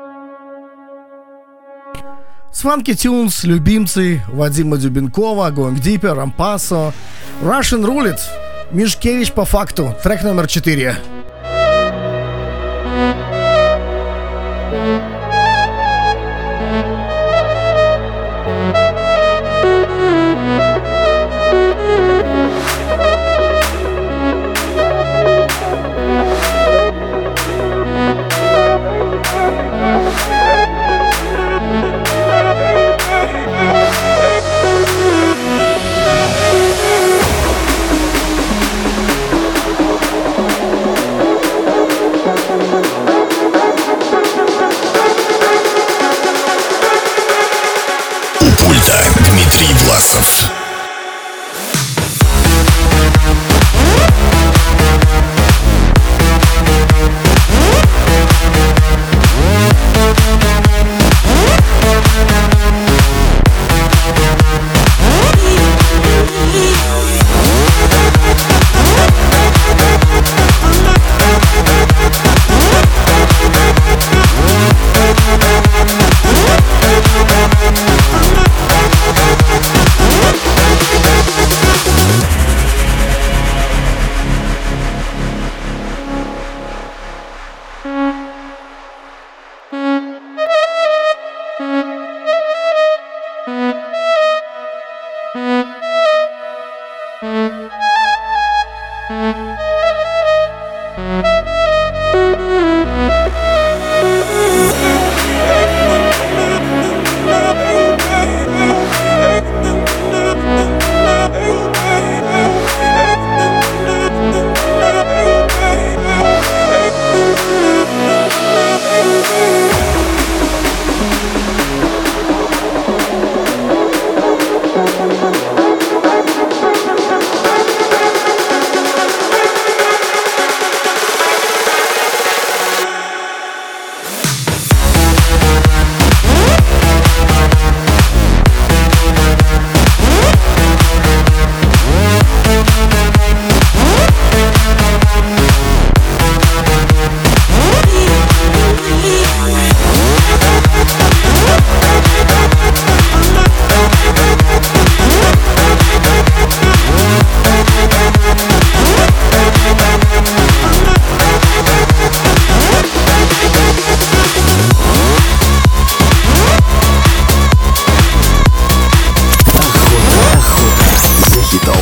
Swanky Tunes, любимцы Вадима Дюбенкова, Going Deeper, Рампасо, Russian Roulette, Мишкевич по факту, трек номер четыре. We'll be right back.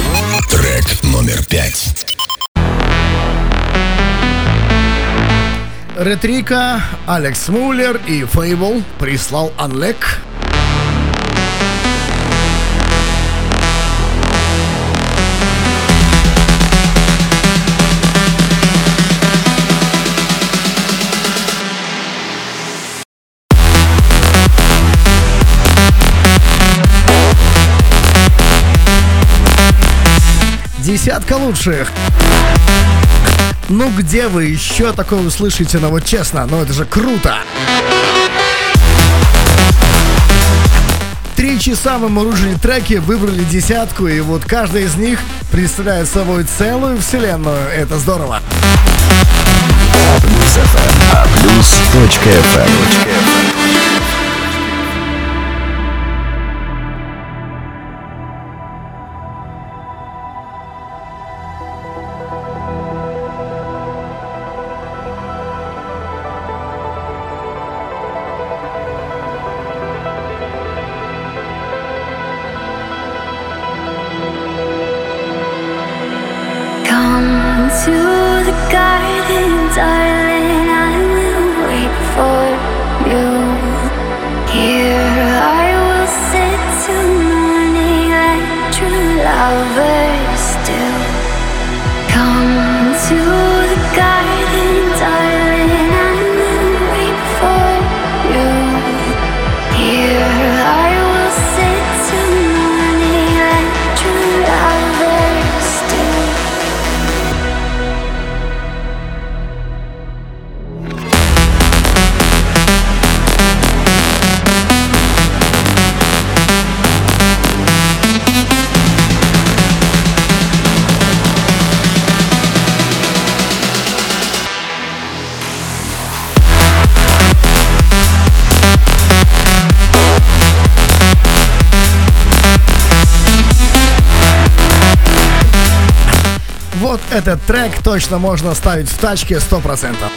Трек номер пять. Ретрика, Алекс Муллер и Фейбл прислал Анлек. Десятка лучших. Ну где вы еще такое услышите, ну вот честно, ну это же круто. Три часа мы мурыжили треки, выбрали десятку, и вот каждый из них представляет собой целую вселенную. Это здорово. Аплюс точка эф эм. Come to the garden, darling, I will wait for you. Here I will sit till morning like true lovers do. Come to the garden, darling, I will wait for you. Here I will sit till morning like true lovers do. Вот этот трек точно можно ставить в тачке сто процентов.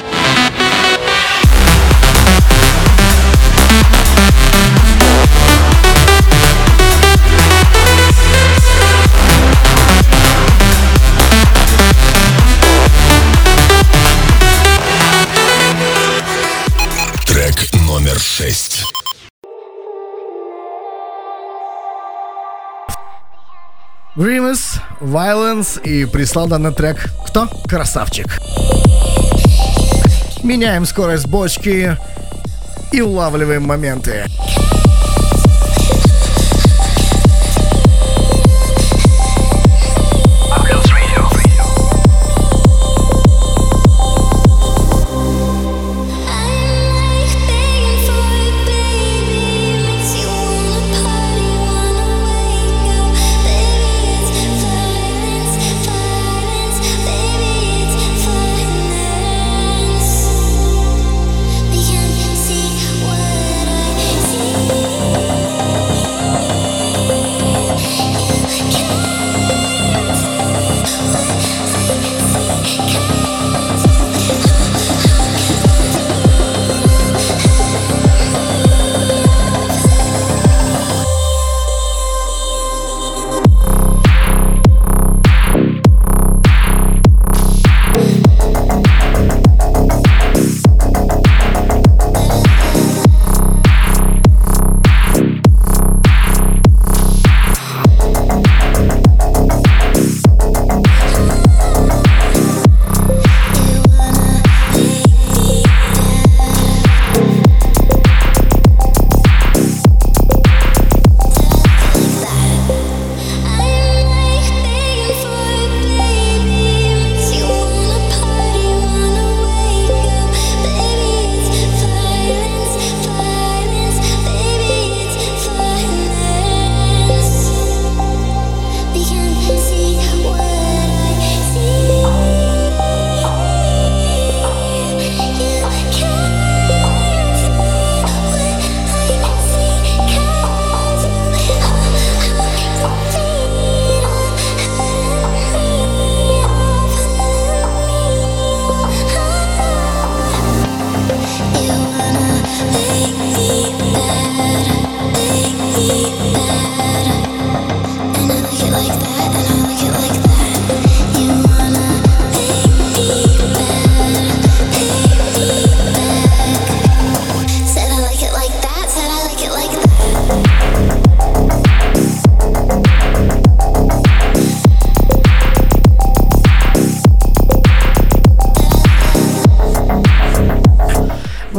Трек номер шесть. Grimace, Violence и прислал данный трек кто? Красавчик. Меняем скорость бочки и улавливаем моменты. See what I see.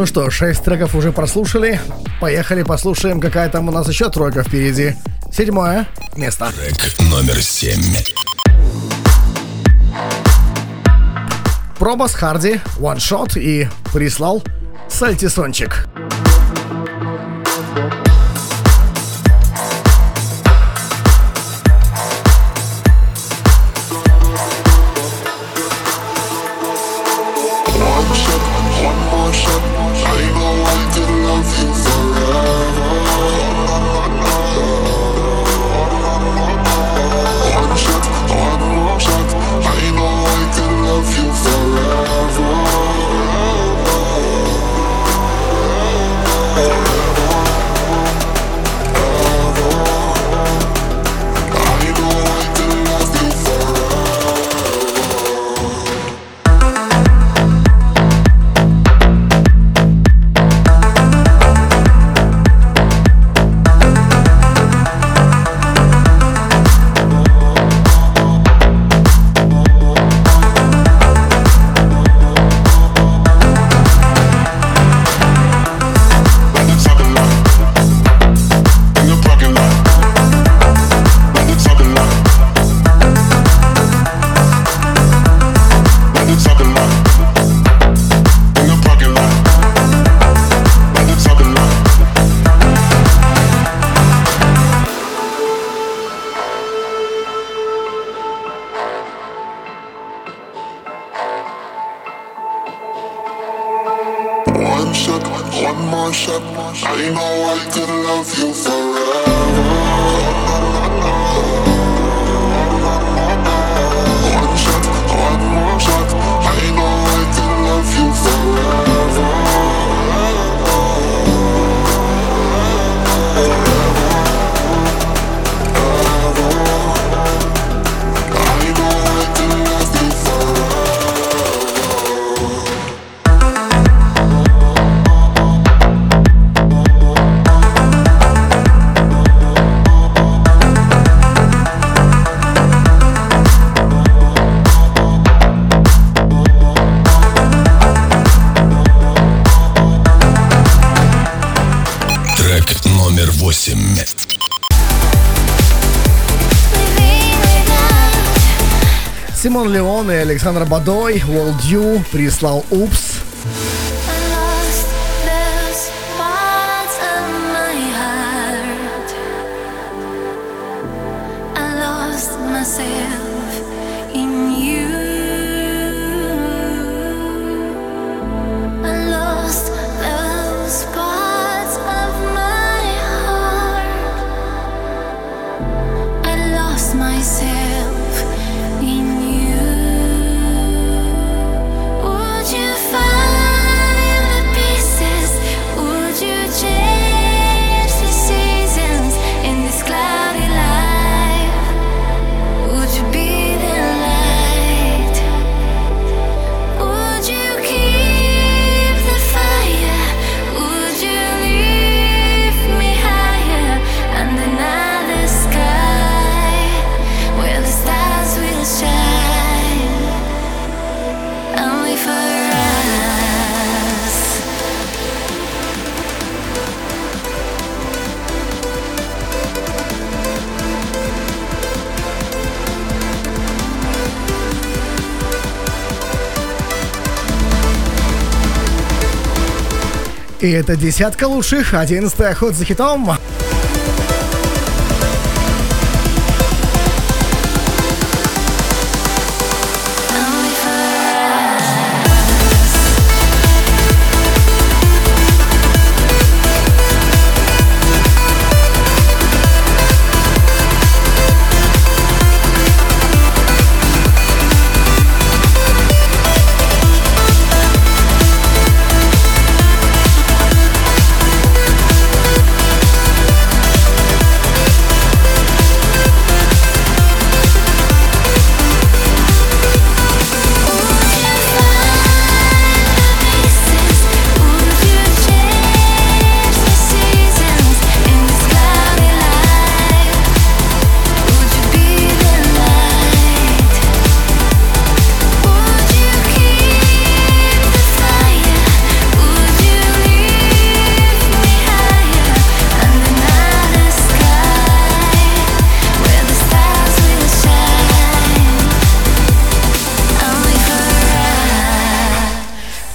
Ну что, шесть треков уже прослушали. Поехали, послушаем, какая там у нас еще тройка впереди. Седьмое место. Трек номер семь. Пробас Харди, One Shot и прислал Сальтисончик. Симон Леон и Александр Бадой, World You прислал Упс. И это десятка лучших, одиннадцатый охот за хитом.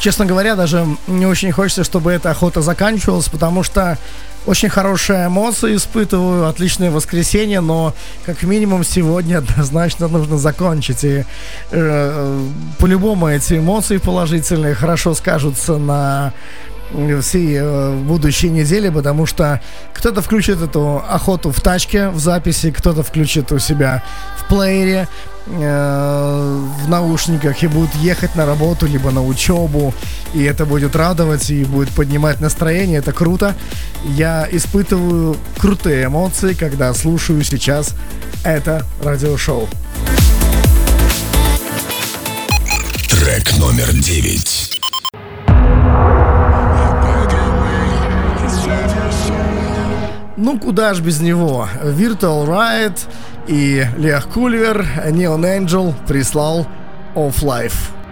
честно говоря, даже не очень хочется, чтобы эта охота заканчивалась, потому что очень хорошие эмоции испытываю, отличное воскресенье, но как минимум сегодня однозначно нужно закончить. И э, по-любому эти эмоции положительные хорошо скажутся на всей э, будущей неделе, потому что кто-то включит эту охоту в тачке, в записи, кто-то включит у себя в плеере, э, в наушниках и будет ехать на работу, либо на учебу, и это будет радовать и будет поднимать настроение, это круто. Я испытываю крутые эмоции, когда слушаю сейчас это радиошоу. Трек номер девять. Ну, куда ж без него. Virtual Riot и Лех Кульвер, Neon Angel прислал Off Life.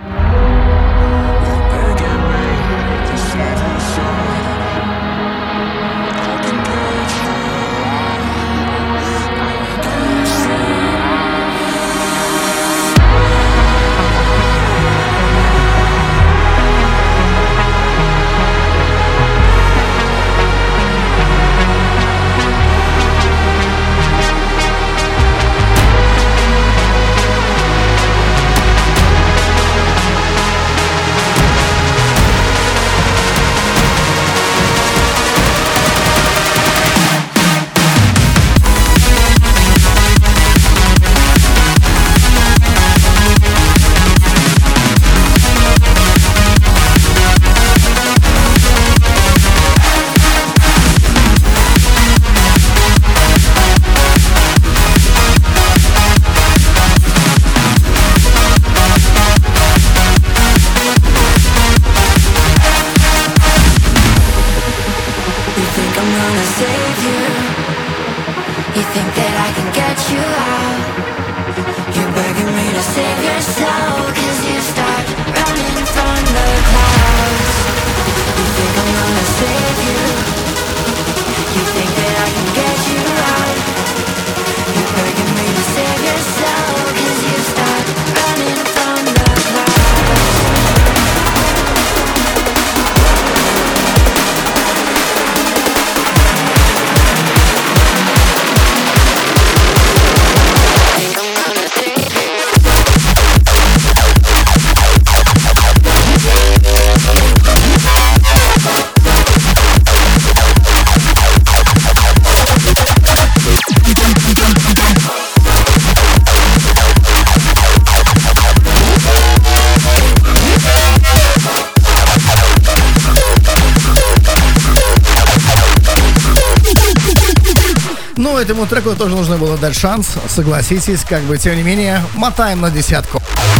Ну, этому треку тоже нужно было дать шанс, согласитесь, как бы, тем не менее, мотаем на десятку.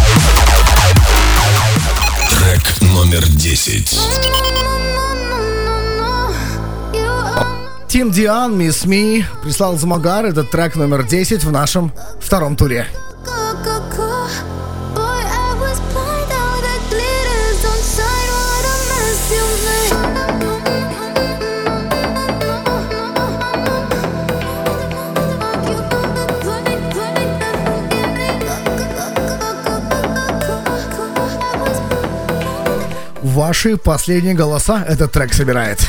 Трек номер десять. Тим Диан, Miss Me, прислал Замагар, этот трек номер десять в нашем втором туре. Ваши последние голоса этот трек собирает.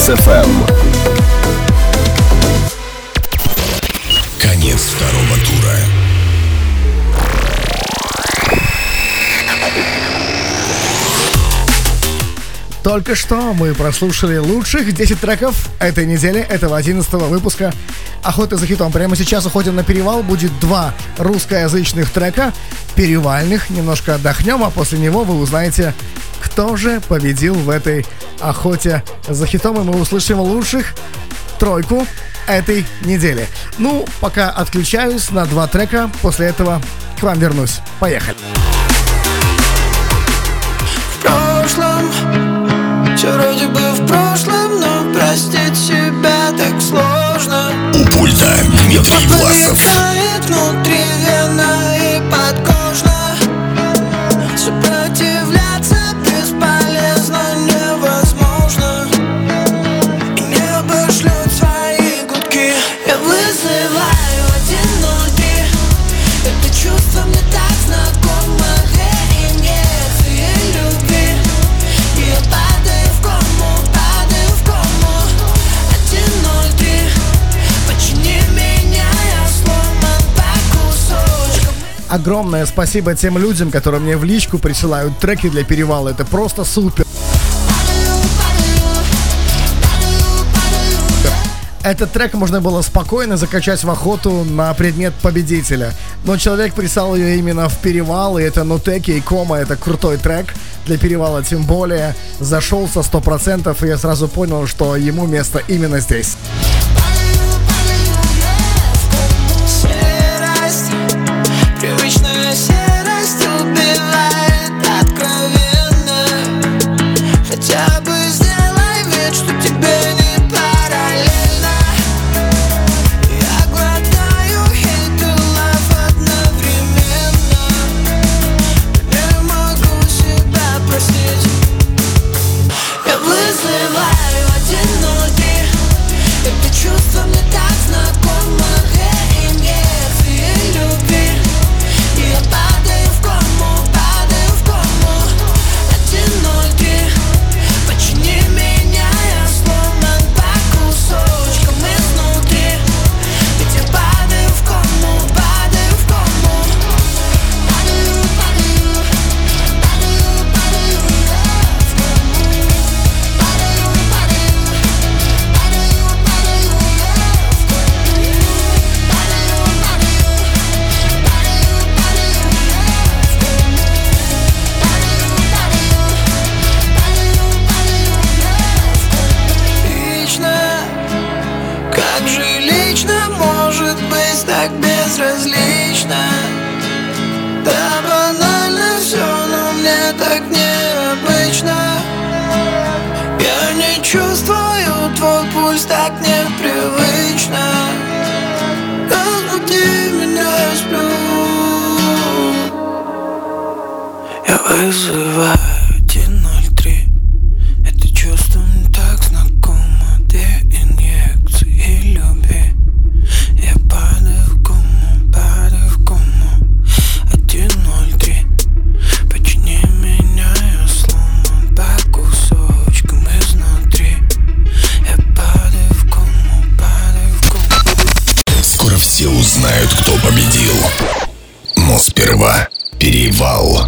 Плюс эф эм. Конец второго тура. Только что мы прослушали лучших десять треков этой недели, этого одиннадцатого выпуска «Охоты за хитом». Прямо сейчас уходим на перевал. Будет два русскоязычных трека, перевальных. Немножко отдохнем, а после него вы узнаете, кто же победил в этой охоте за хитом. И мы услышим лучших тройку этой недели. Ну, пока отключаюсь на два трека. После этого к вам вернусь. Поехали. В прошлом все вроде бы в прошлом, но простить себя так сложно. У пульта Дмитрий Власов. Полетает внутри вена и подкожно. Сопротивляться бесполезно, невозможно. И небо шлет свои гудки. Я вызываю один ноль три. Это чувство мне так знакомо. Инъекции любви. Я падаю в кому, падаю в кому. Один ноль три. Почини меня, я сломан по кусочкам. Огромное спасибо тем людям, которые мне в личку присылают треки для перевала. Это просто супер. Этот трек можно было спокойно закачать в охоту на предмет победителя. Но человек прислал ее именно в перевал, и это Нутеки и Кома, это крутой трек для перевала, тем более зашел со сто процентов, и я сразу понял, что ему место именно здесь. Серость, привычная серость убивает откровенно. Хотя бы сделай вид, что тебе не параллельно. Я глотаю hate и love одновременно. Не могу себя простить. Я вызываю один ноль три. Это чувство мне так знакомо. Инъекции любви. Я падаю в кому, падаю в кому. Один ноль три. Почини меня, я сломан по кусочкам изнутри. Ведь я падаю в кому, падаю в кому. Падаю, падаю, падаю, падаю в кому. Падаю, падаю, падаю, падаю в кому. Лично, как же лично может быть так безразлично? Да банально все, но мне так необычно. Я не чувствую твой пульс так непривычно. Разбуди меня, я сплю. Я вызываю один ноль три. Это чувство мне так знакомо. Две инъекции любви. Я падаю в кому, падаю в кому. Один ноль три. Почини меня, я сломан по кусочкам изнутри. Я падаю в кому, падаю в кому. Скоро все узнают, кто победил. Но сперва перевал.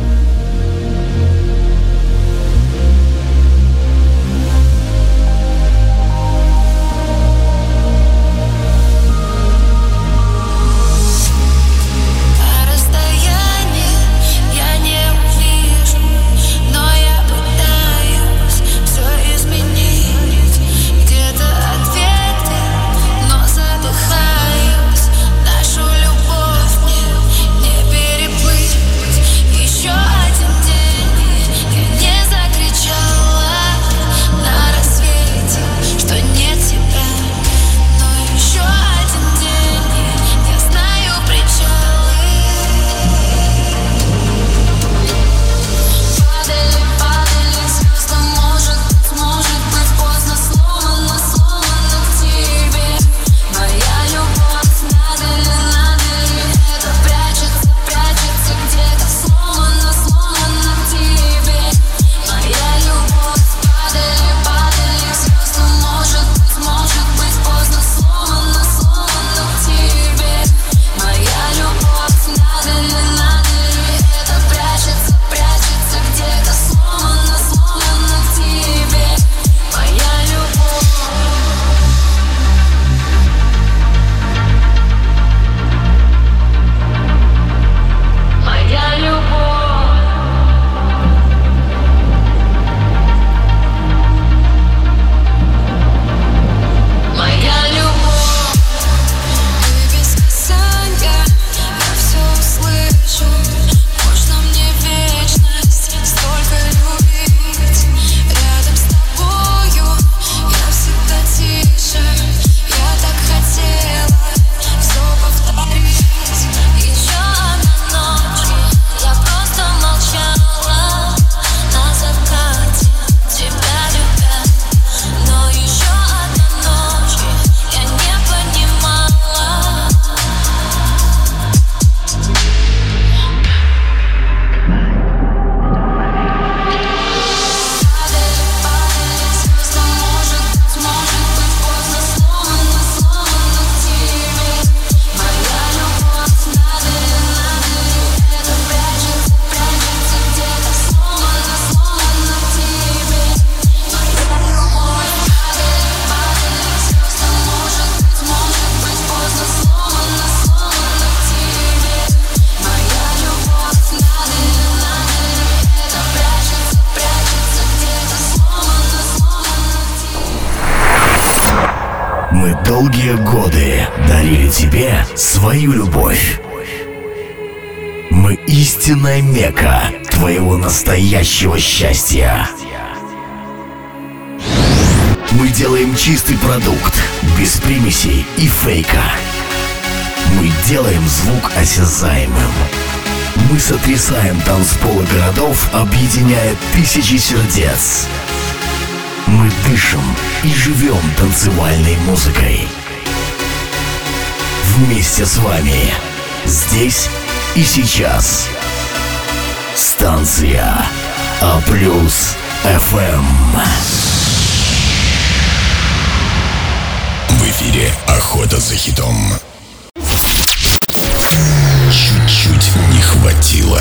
На расстоянии я не увижу, но я пытаюсь все изменить. Где-то ответы, но задыхаюсь. Нашу любовь мне не переплыть. Мы долгие годы дарили тебе свою любовь. Мы истинная мекка твоего настоящего счастья. Мы делаем чистый продукт, без примесей и фейка. Мы делаем звук осязаемым. Мы сотрясаем танцполы городов, объединяя тысячи сердец. Мы дышим и живем танцевальной музыкой. Вместе с вами, здесь и сейчас. Станция А плюс эф эм. В эфире «Охота за хитом». Чуть-чуть не хватило.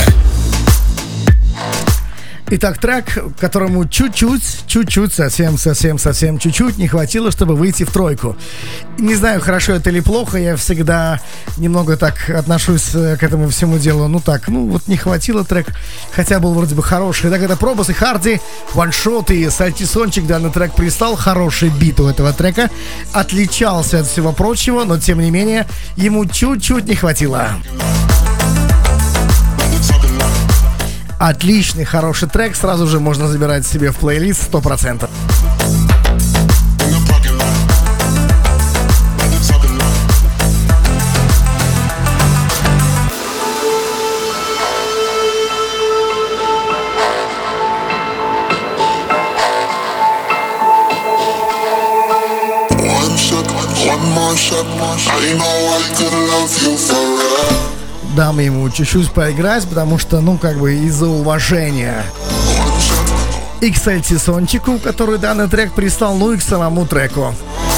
Итак, трек, которому чуть-чуть, чуть-чуть, совсем, совсем, совсем чуть-чуть не хватило, чтобы выйти в тройку. Не знаю, хорошо это или плохо, я всегда немного так отношусь к этому всему делу. Ну так, ну вот не хватило трек, хотя был вроде бы хороший. Итак, это Пробос и Харди, ваншот и Сальтисончик. Данный трек прислал, хороший бит у этого трека. Отличался от всего прочего, но тем не менее, ему чуть-чуть не хватило. Отличный, хороший трек, сразу же можно забирать себе в плейлист сто процентов. Дам ему чуть-чуть поиграть, потому что, ну, как бы из-за уважения и к Сальтисончику, который данный трек прислал, ну и к самому треку.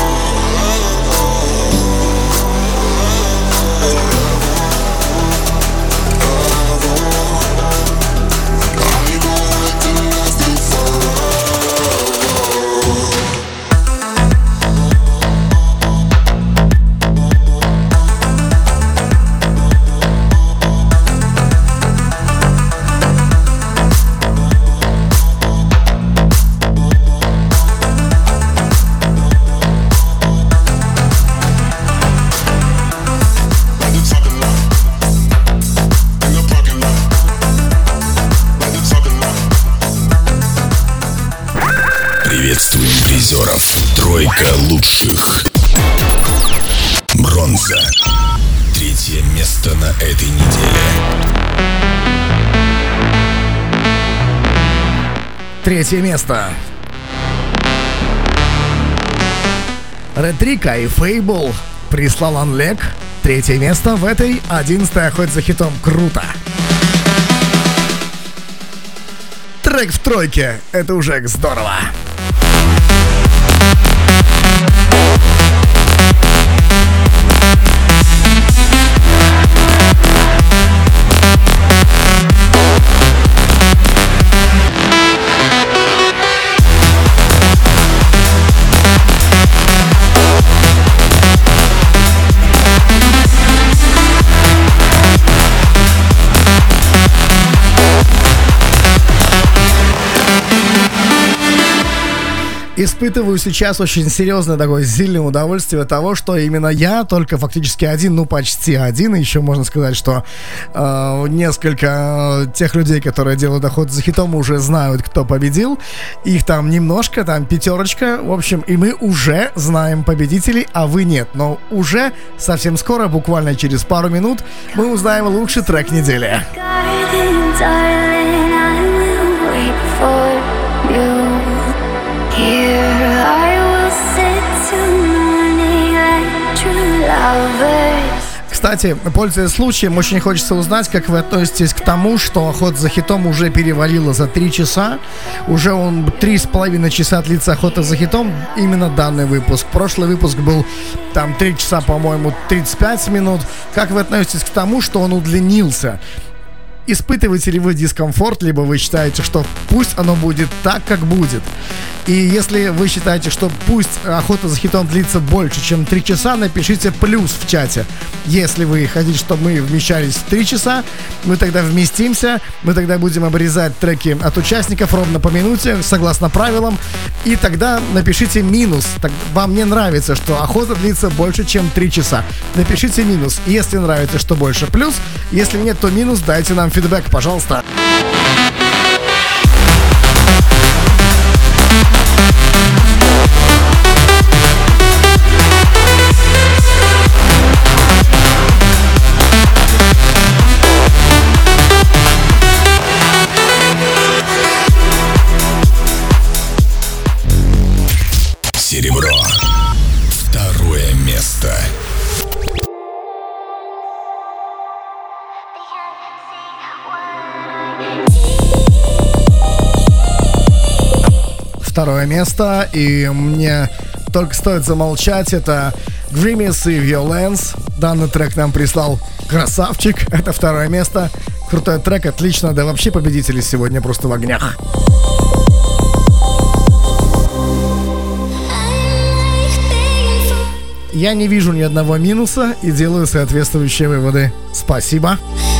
Приветствуем призеров. Тройка лучших. Бронза. Третье место на этой неделе. Третье место. Ретрика и Фейбл прислал Анлек. Третье место в этой. Одиннадцатое охота за хитом. Круто. Трек в тройке. Это уже здорово. Испытываю сейчас очень серьезное такое сильное удовольствие от того, что именно я, только фактически один, ну почти один, и еще можно сказать, что э, несколько э, тех людей, которые делают охоту за хитом, уже знают, кто победил. Их там немножко, там пятерочка, в общем, и мы уже знаем победителей, а вы нет. Но уже совсем скоро, буквально через пару минут, мы узнаем лучший трек недели. Here I will sit till morning like true lovers. Кстати, пользуясь случаем, очень хочется узнать, как вы относитесь к тому, что охота за хитом уже перевалила за три часа. Уже он три с половиной часа длится охота за хитом, именно данный выпуск. Прошлый выпуск был там три часа, по-моему, тридцать пять минут. Как вы относитесь к тому, что он удлинился? испытываете ли вы дискомфорт, либо вы считаете, что пусть оно будет так, как будет. И если вы считаете, что пусть охота за хитом длится больше, чем три часа, напишите плюс в чате. Если вы хотите, чтобы мы вмещались в три часа, мы тогда вместимся, мы тогда будем обрезать треки от участников ровно по минуте, согласно правилам. И тогда напишите минус. Так, вам не нравится, что охота длится больше, чем три часа. Напишите минус. Если нравится, что больше, плюс. Если нет, то минус. Дайте нам фидбэк, пожалуйста. Серебро. Второе место. Второе место, и мне только стоит замолчать, это Grimace и Violence. Данный трек нам прислал красавчик, это второе место. Крутой трек, отлично, да вообще победители сегодня просто в огнях. Я не вижу ни одного минуса и делаю соответствующие выводы. Спасибо.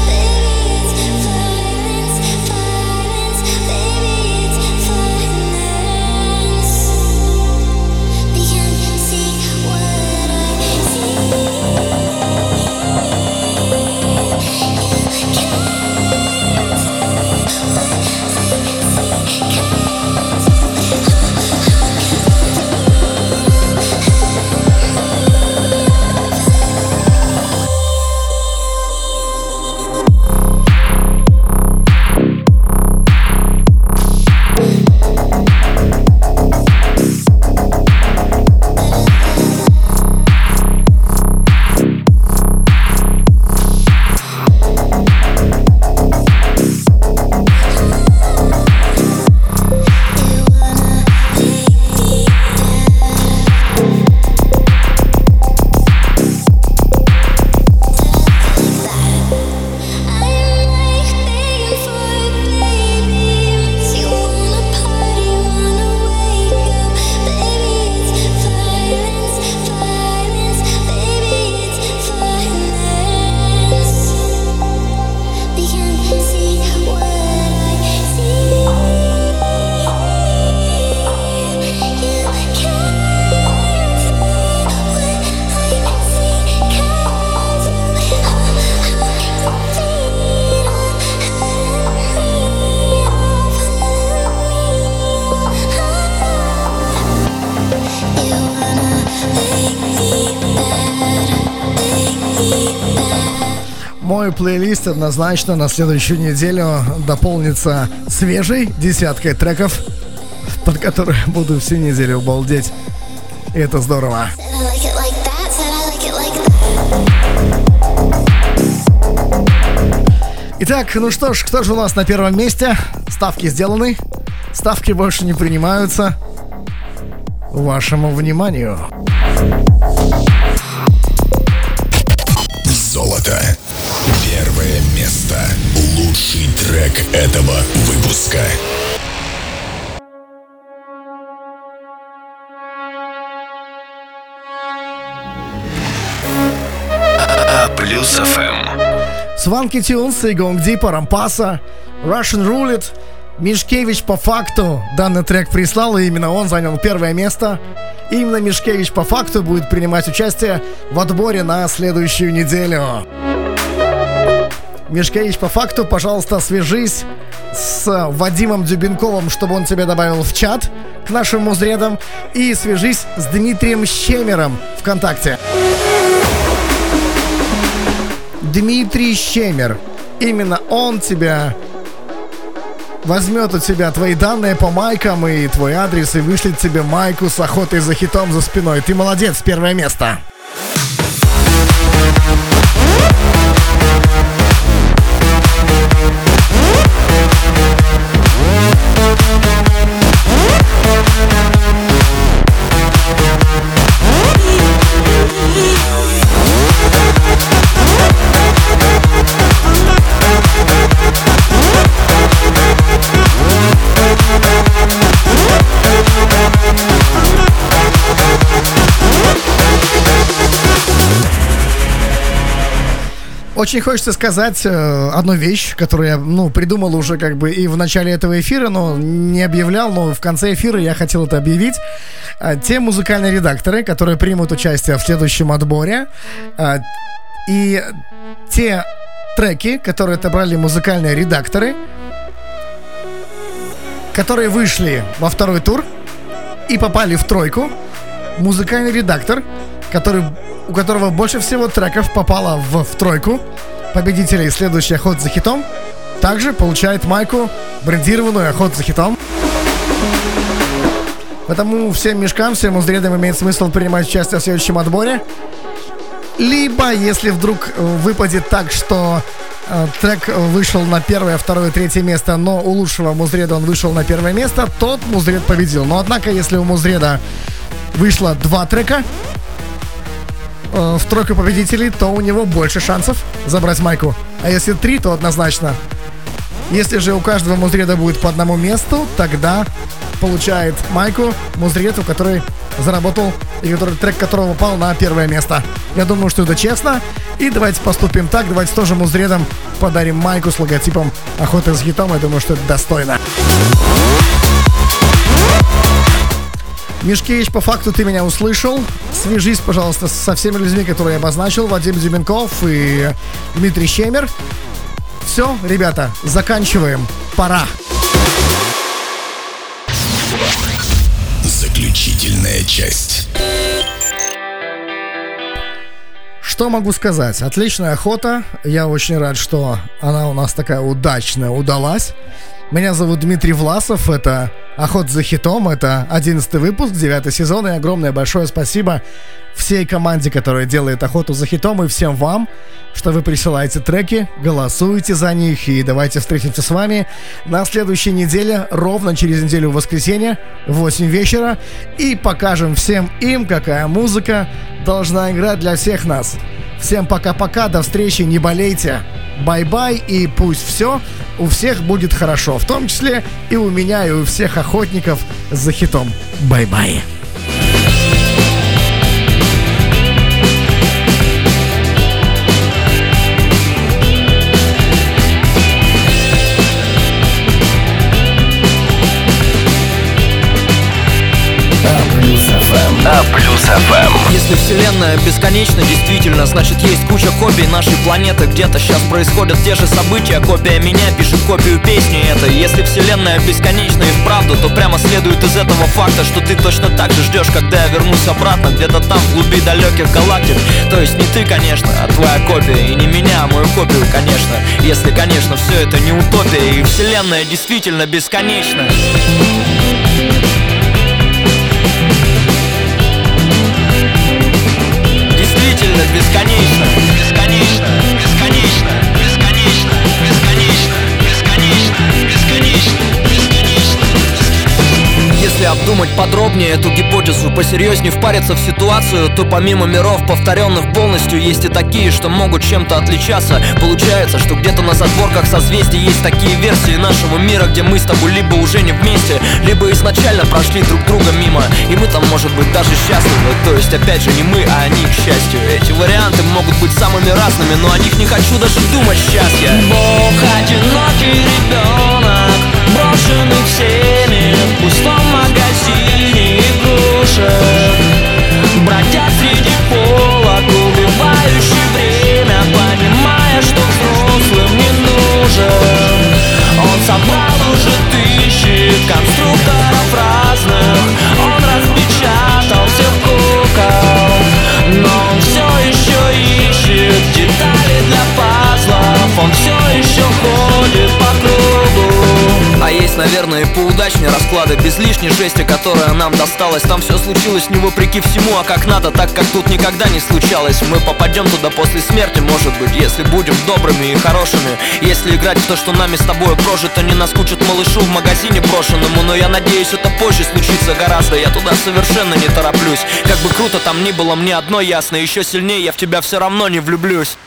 Мой плейлист однозначно на следующую неделю дополнится свежей десяткой треков, под которые буду всю неделю балдеть. И это здорово. Итак, ну что ж, кто же у нас на первом месте? Ставки сделаны. Ставки больше не принимаются. Вашему вниманию. Золото. Первое место. Лучший трек этого выпуска. А плюс эф эм. Сванки Тюнс и Гонг Дипа, Рампаса, Russian Roulette, Мишкевич по факту данный трек прислал, и именно он занял первое место. И именно Мишкевич по факту будет принимать участие в отборе на следующую неделю. Мишкевич по факту, пожалуйста, свяжись с Вадимом Дюбенковым, чтобы он тебя добавил в чат к нашим музредам, и свяжись с Дмитрием Щемером ВКонтакте. Дмитрий Щемер. Именно он тебя возьмет у тебя твои данные по майкам и твой адрес и вышлет тебе майку с охотой за хитом за спиной. Ты молодец, первое место. Очень хочется сказать э, одну вещь, которую я, ну, придумал уже как бы и в начале этого эфира, но не объявлял, но в конце эфира я хотел это объявить. Э, те музыкальные редакторы, которые примут участие в следующем отборе, э, и те треки, которые отобрали музыкальные редакторы, которые вышли во второй тур и попали в тройку, музыкальный редактор, который, у которого больше всего треков попало в, в тройку победителей следующей охоты за хитом, также получает майку, брендированную «Охота за хитом». Поэтому всем мешкам, всем узредам имеет смысл принимать участие в следующем отборе. Либо, если вдруг выпадет так, что э, трек вышел на первое, второе, третье место, но у лучшего музреда он вышел на первое место, тот музред победил. Но, однако, если у музреда вышло два трека э, в тройку победителей, то у него больше шансов забрать майку. А если три, то однозначно. Если же у каждого музреда будет по одному месту, тогда получает майку музред, у который заработал и который, трек которого попал на первое место. Я думаю, что это честно. И давайте поступим так. Давайте тоже музредам подарим майку с логотипом «Охота с хитом». Я думаю, что это достойно. Мишкевич, по факту ты меня услышал. Свяжись, пожалуйста, со всеми людьми, которые я обозначил. Вадим Зюбенков и Дмитрий Щемер. Все, ребята, заканчиваем. Пора. Заключительная часть. Что могу сказать? Отличная охота. Я очень рад, что она у нас такая удачная удалась. Меня зовут Дмитрий Власов. Это «Охота за хитом». Это одиннадцатый выпуск, девятый сезон. И огромное большое спасибо всей команде, которая делает «Охоту за хитом», и всем вам, что вы присылаете треки, голосуете за них. И давайте встретимся с вами на следующей неделе, ровно через неделю в воскресенье в восемь вечера, и покажем всем им, какая музыка должна играть для всех нас. Всем пока-пока, до встречи, не болейте, бай-бай, и пусть все у всех будет хорошо, в том числе и у меня, и у всех охотников за хитом. Бай-бай. А плюс эф эм. Если вселенная бесконечна, действительно, значит есть куча копий нашей планеты. Где-то сейчас происходят те же события. Копия меня пишет копию песни этой. Если вселенная бесконечна и вправду, то прямо следует из этого факта, что ты точно так же ждешь, когда я вернусь обратно, где-то там, в глуби далеких галактик. То есть не ты, конечно, а твоя копия. И не меня, а мою копию, конечно. Если, конечно, все это не утопия, и вселенная действительно бесконечна. Бесконечно, бесконечно, бесконечно, бесконечно, бесконечно, бесконечно, бесконечно, бесконечно. Если обдумать подробнее эту гипотезу, посерьезнее впариться в ситуацию, то помимо миров, повторенных полностью, есть и такие, что могут чем-то отличаться. Получается, что где-то на задворках созвездий есть такие версии нашего мира, где мы с тобой либо уже не вместе, либо изначально прошли друг друга мимо, и мы там, может быть, даже счастливы. То есть, опять же, не мы, а они, к счастью. Эти варианты могут быть самыми разными, но о них не хочу даже думать счастья. Бог одинокий ребенок, брошенный всеми в пустом магазине игрушек, бродя среди полок, убивающий время, понимая, что взрослым не нужен. Он собрал уже тысячи конструкторов разных, он распечатал всех кукол, но он все еще ищет детали для пазлов, он все еще ходит по кругу. А есть, наверное, и поудачнее расклады, без лишней жести, которая нам досталась. Там все случилось не вопреки всему, а как надо, так как тут никогда не случалось. Мы попадем туда после смерти, может быть, если будем добрыми и хорошими. Если играть в то, что нами с тобой прожито, не наскучит малышу в магазине брошенному. Но я надеюсь, это позже случится гораздо, я туда совершенно не тороплюсь. Как бы круто там ни было, мне одно ясно: еще сильнее я в тебя все равно не влюблюсь.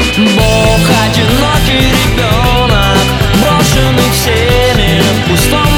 Бог одинокий ребенок, брошенный всеми в пустом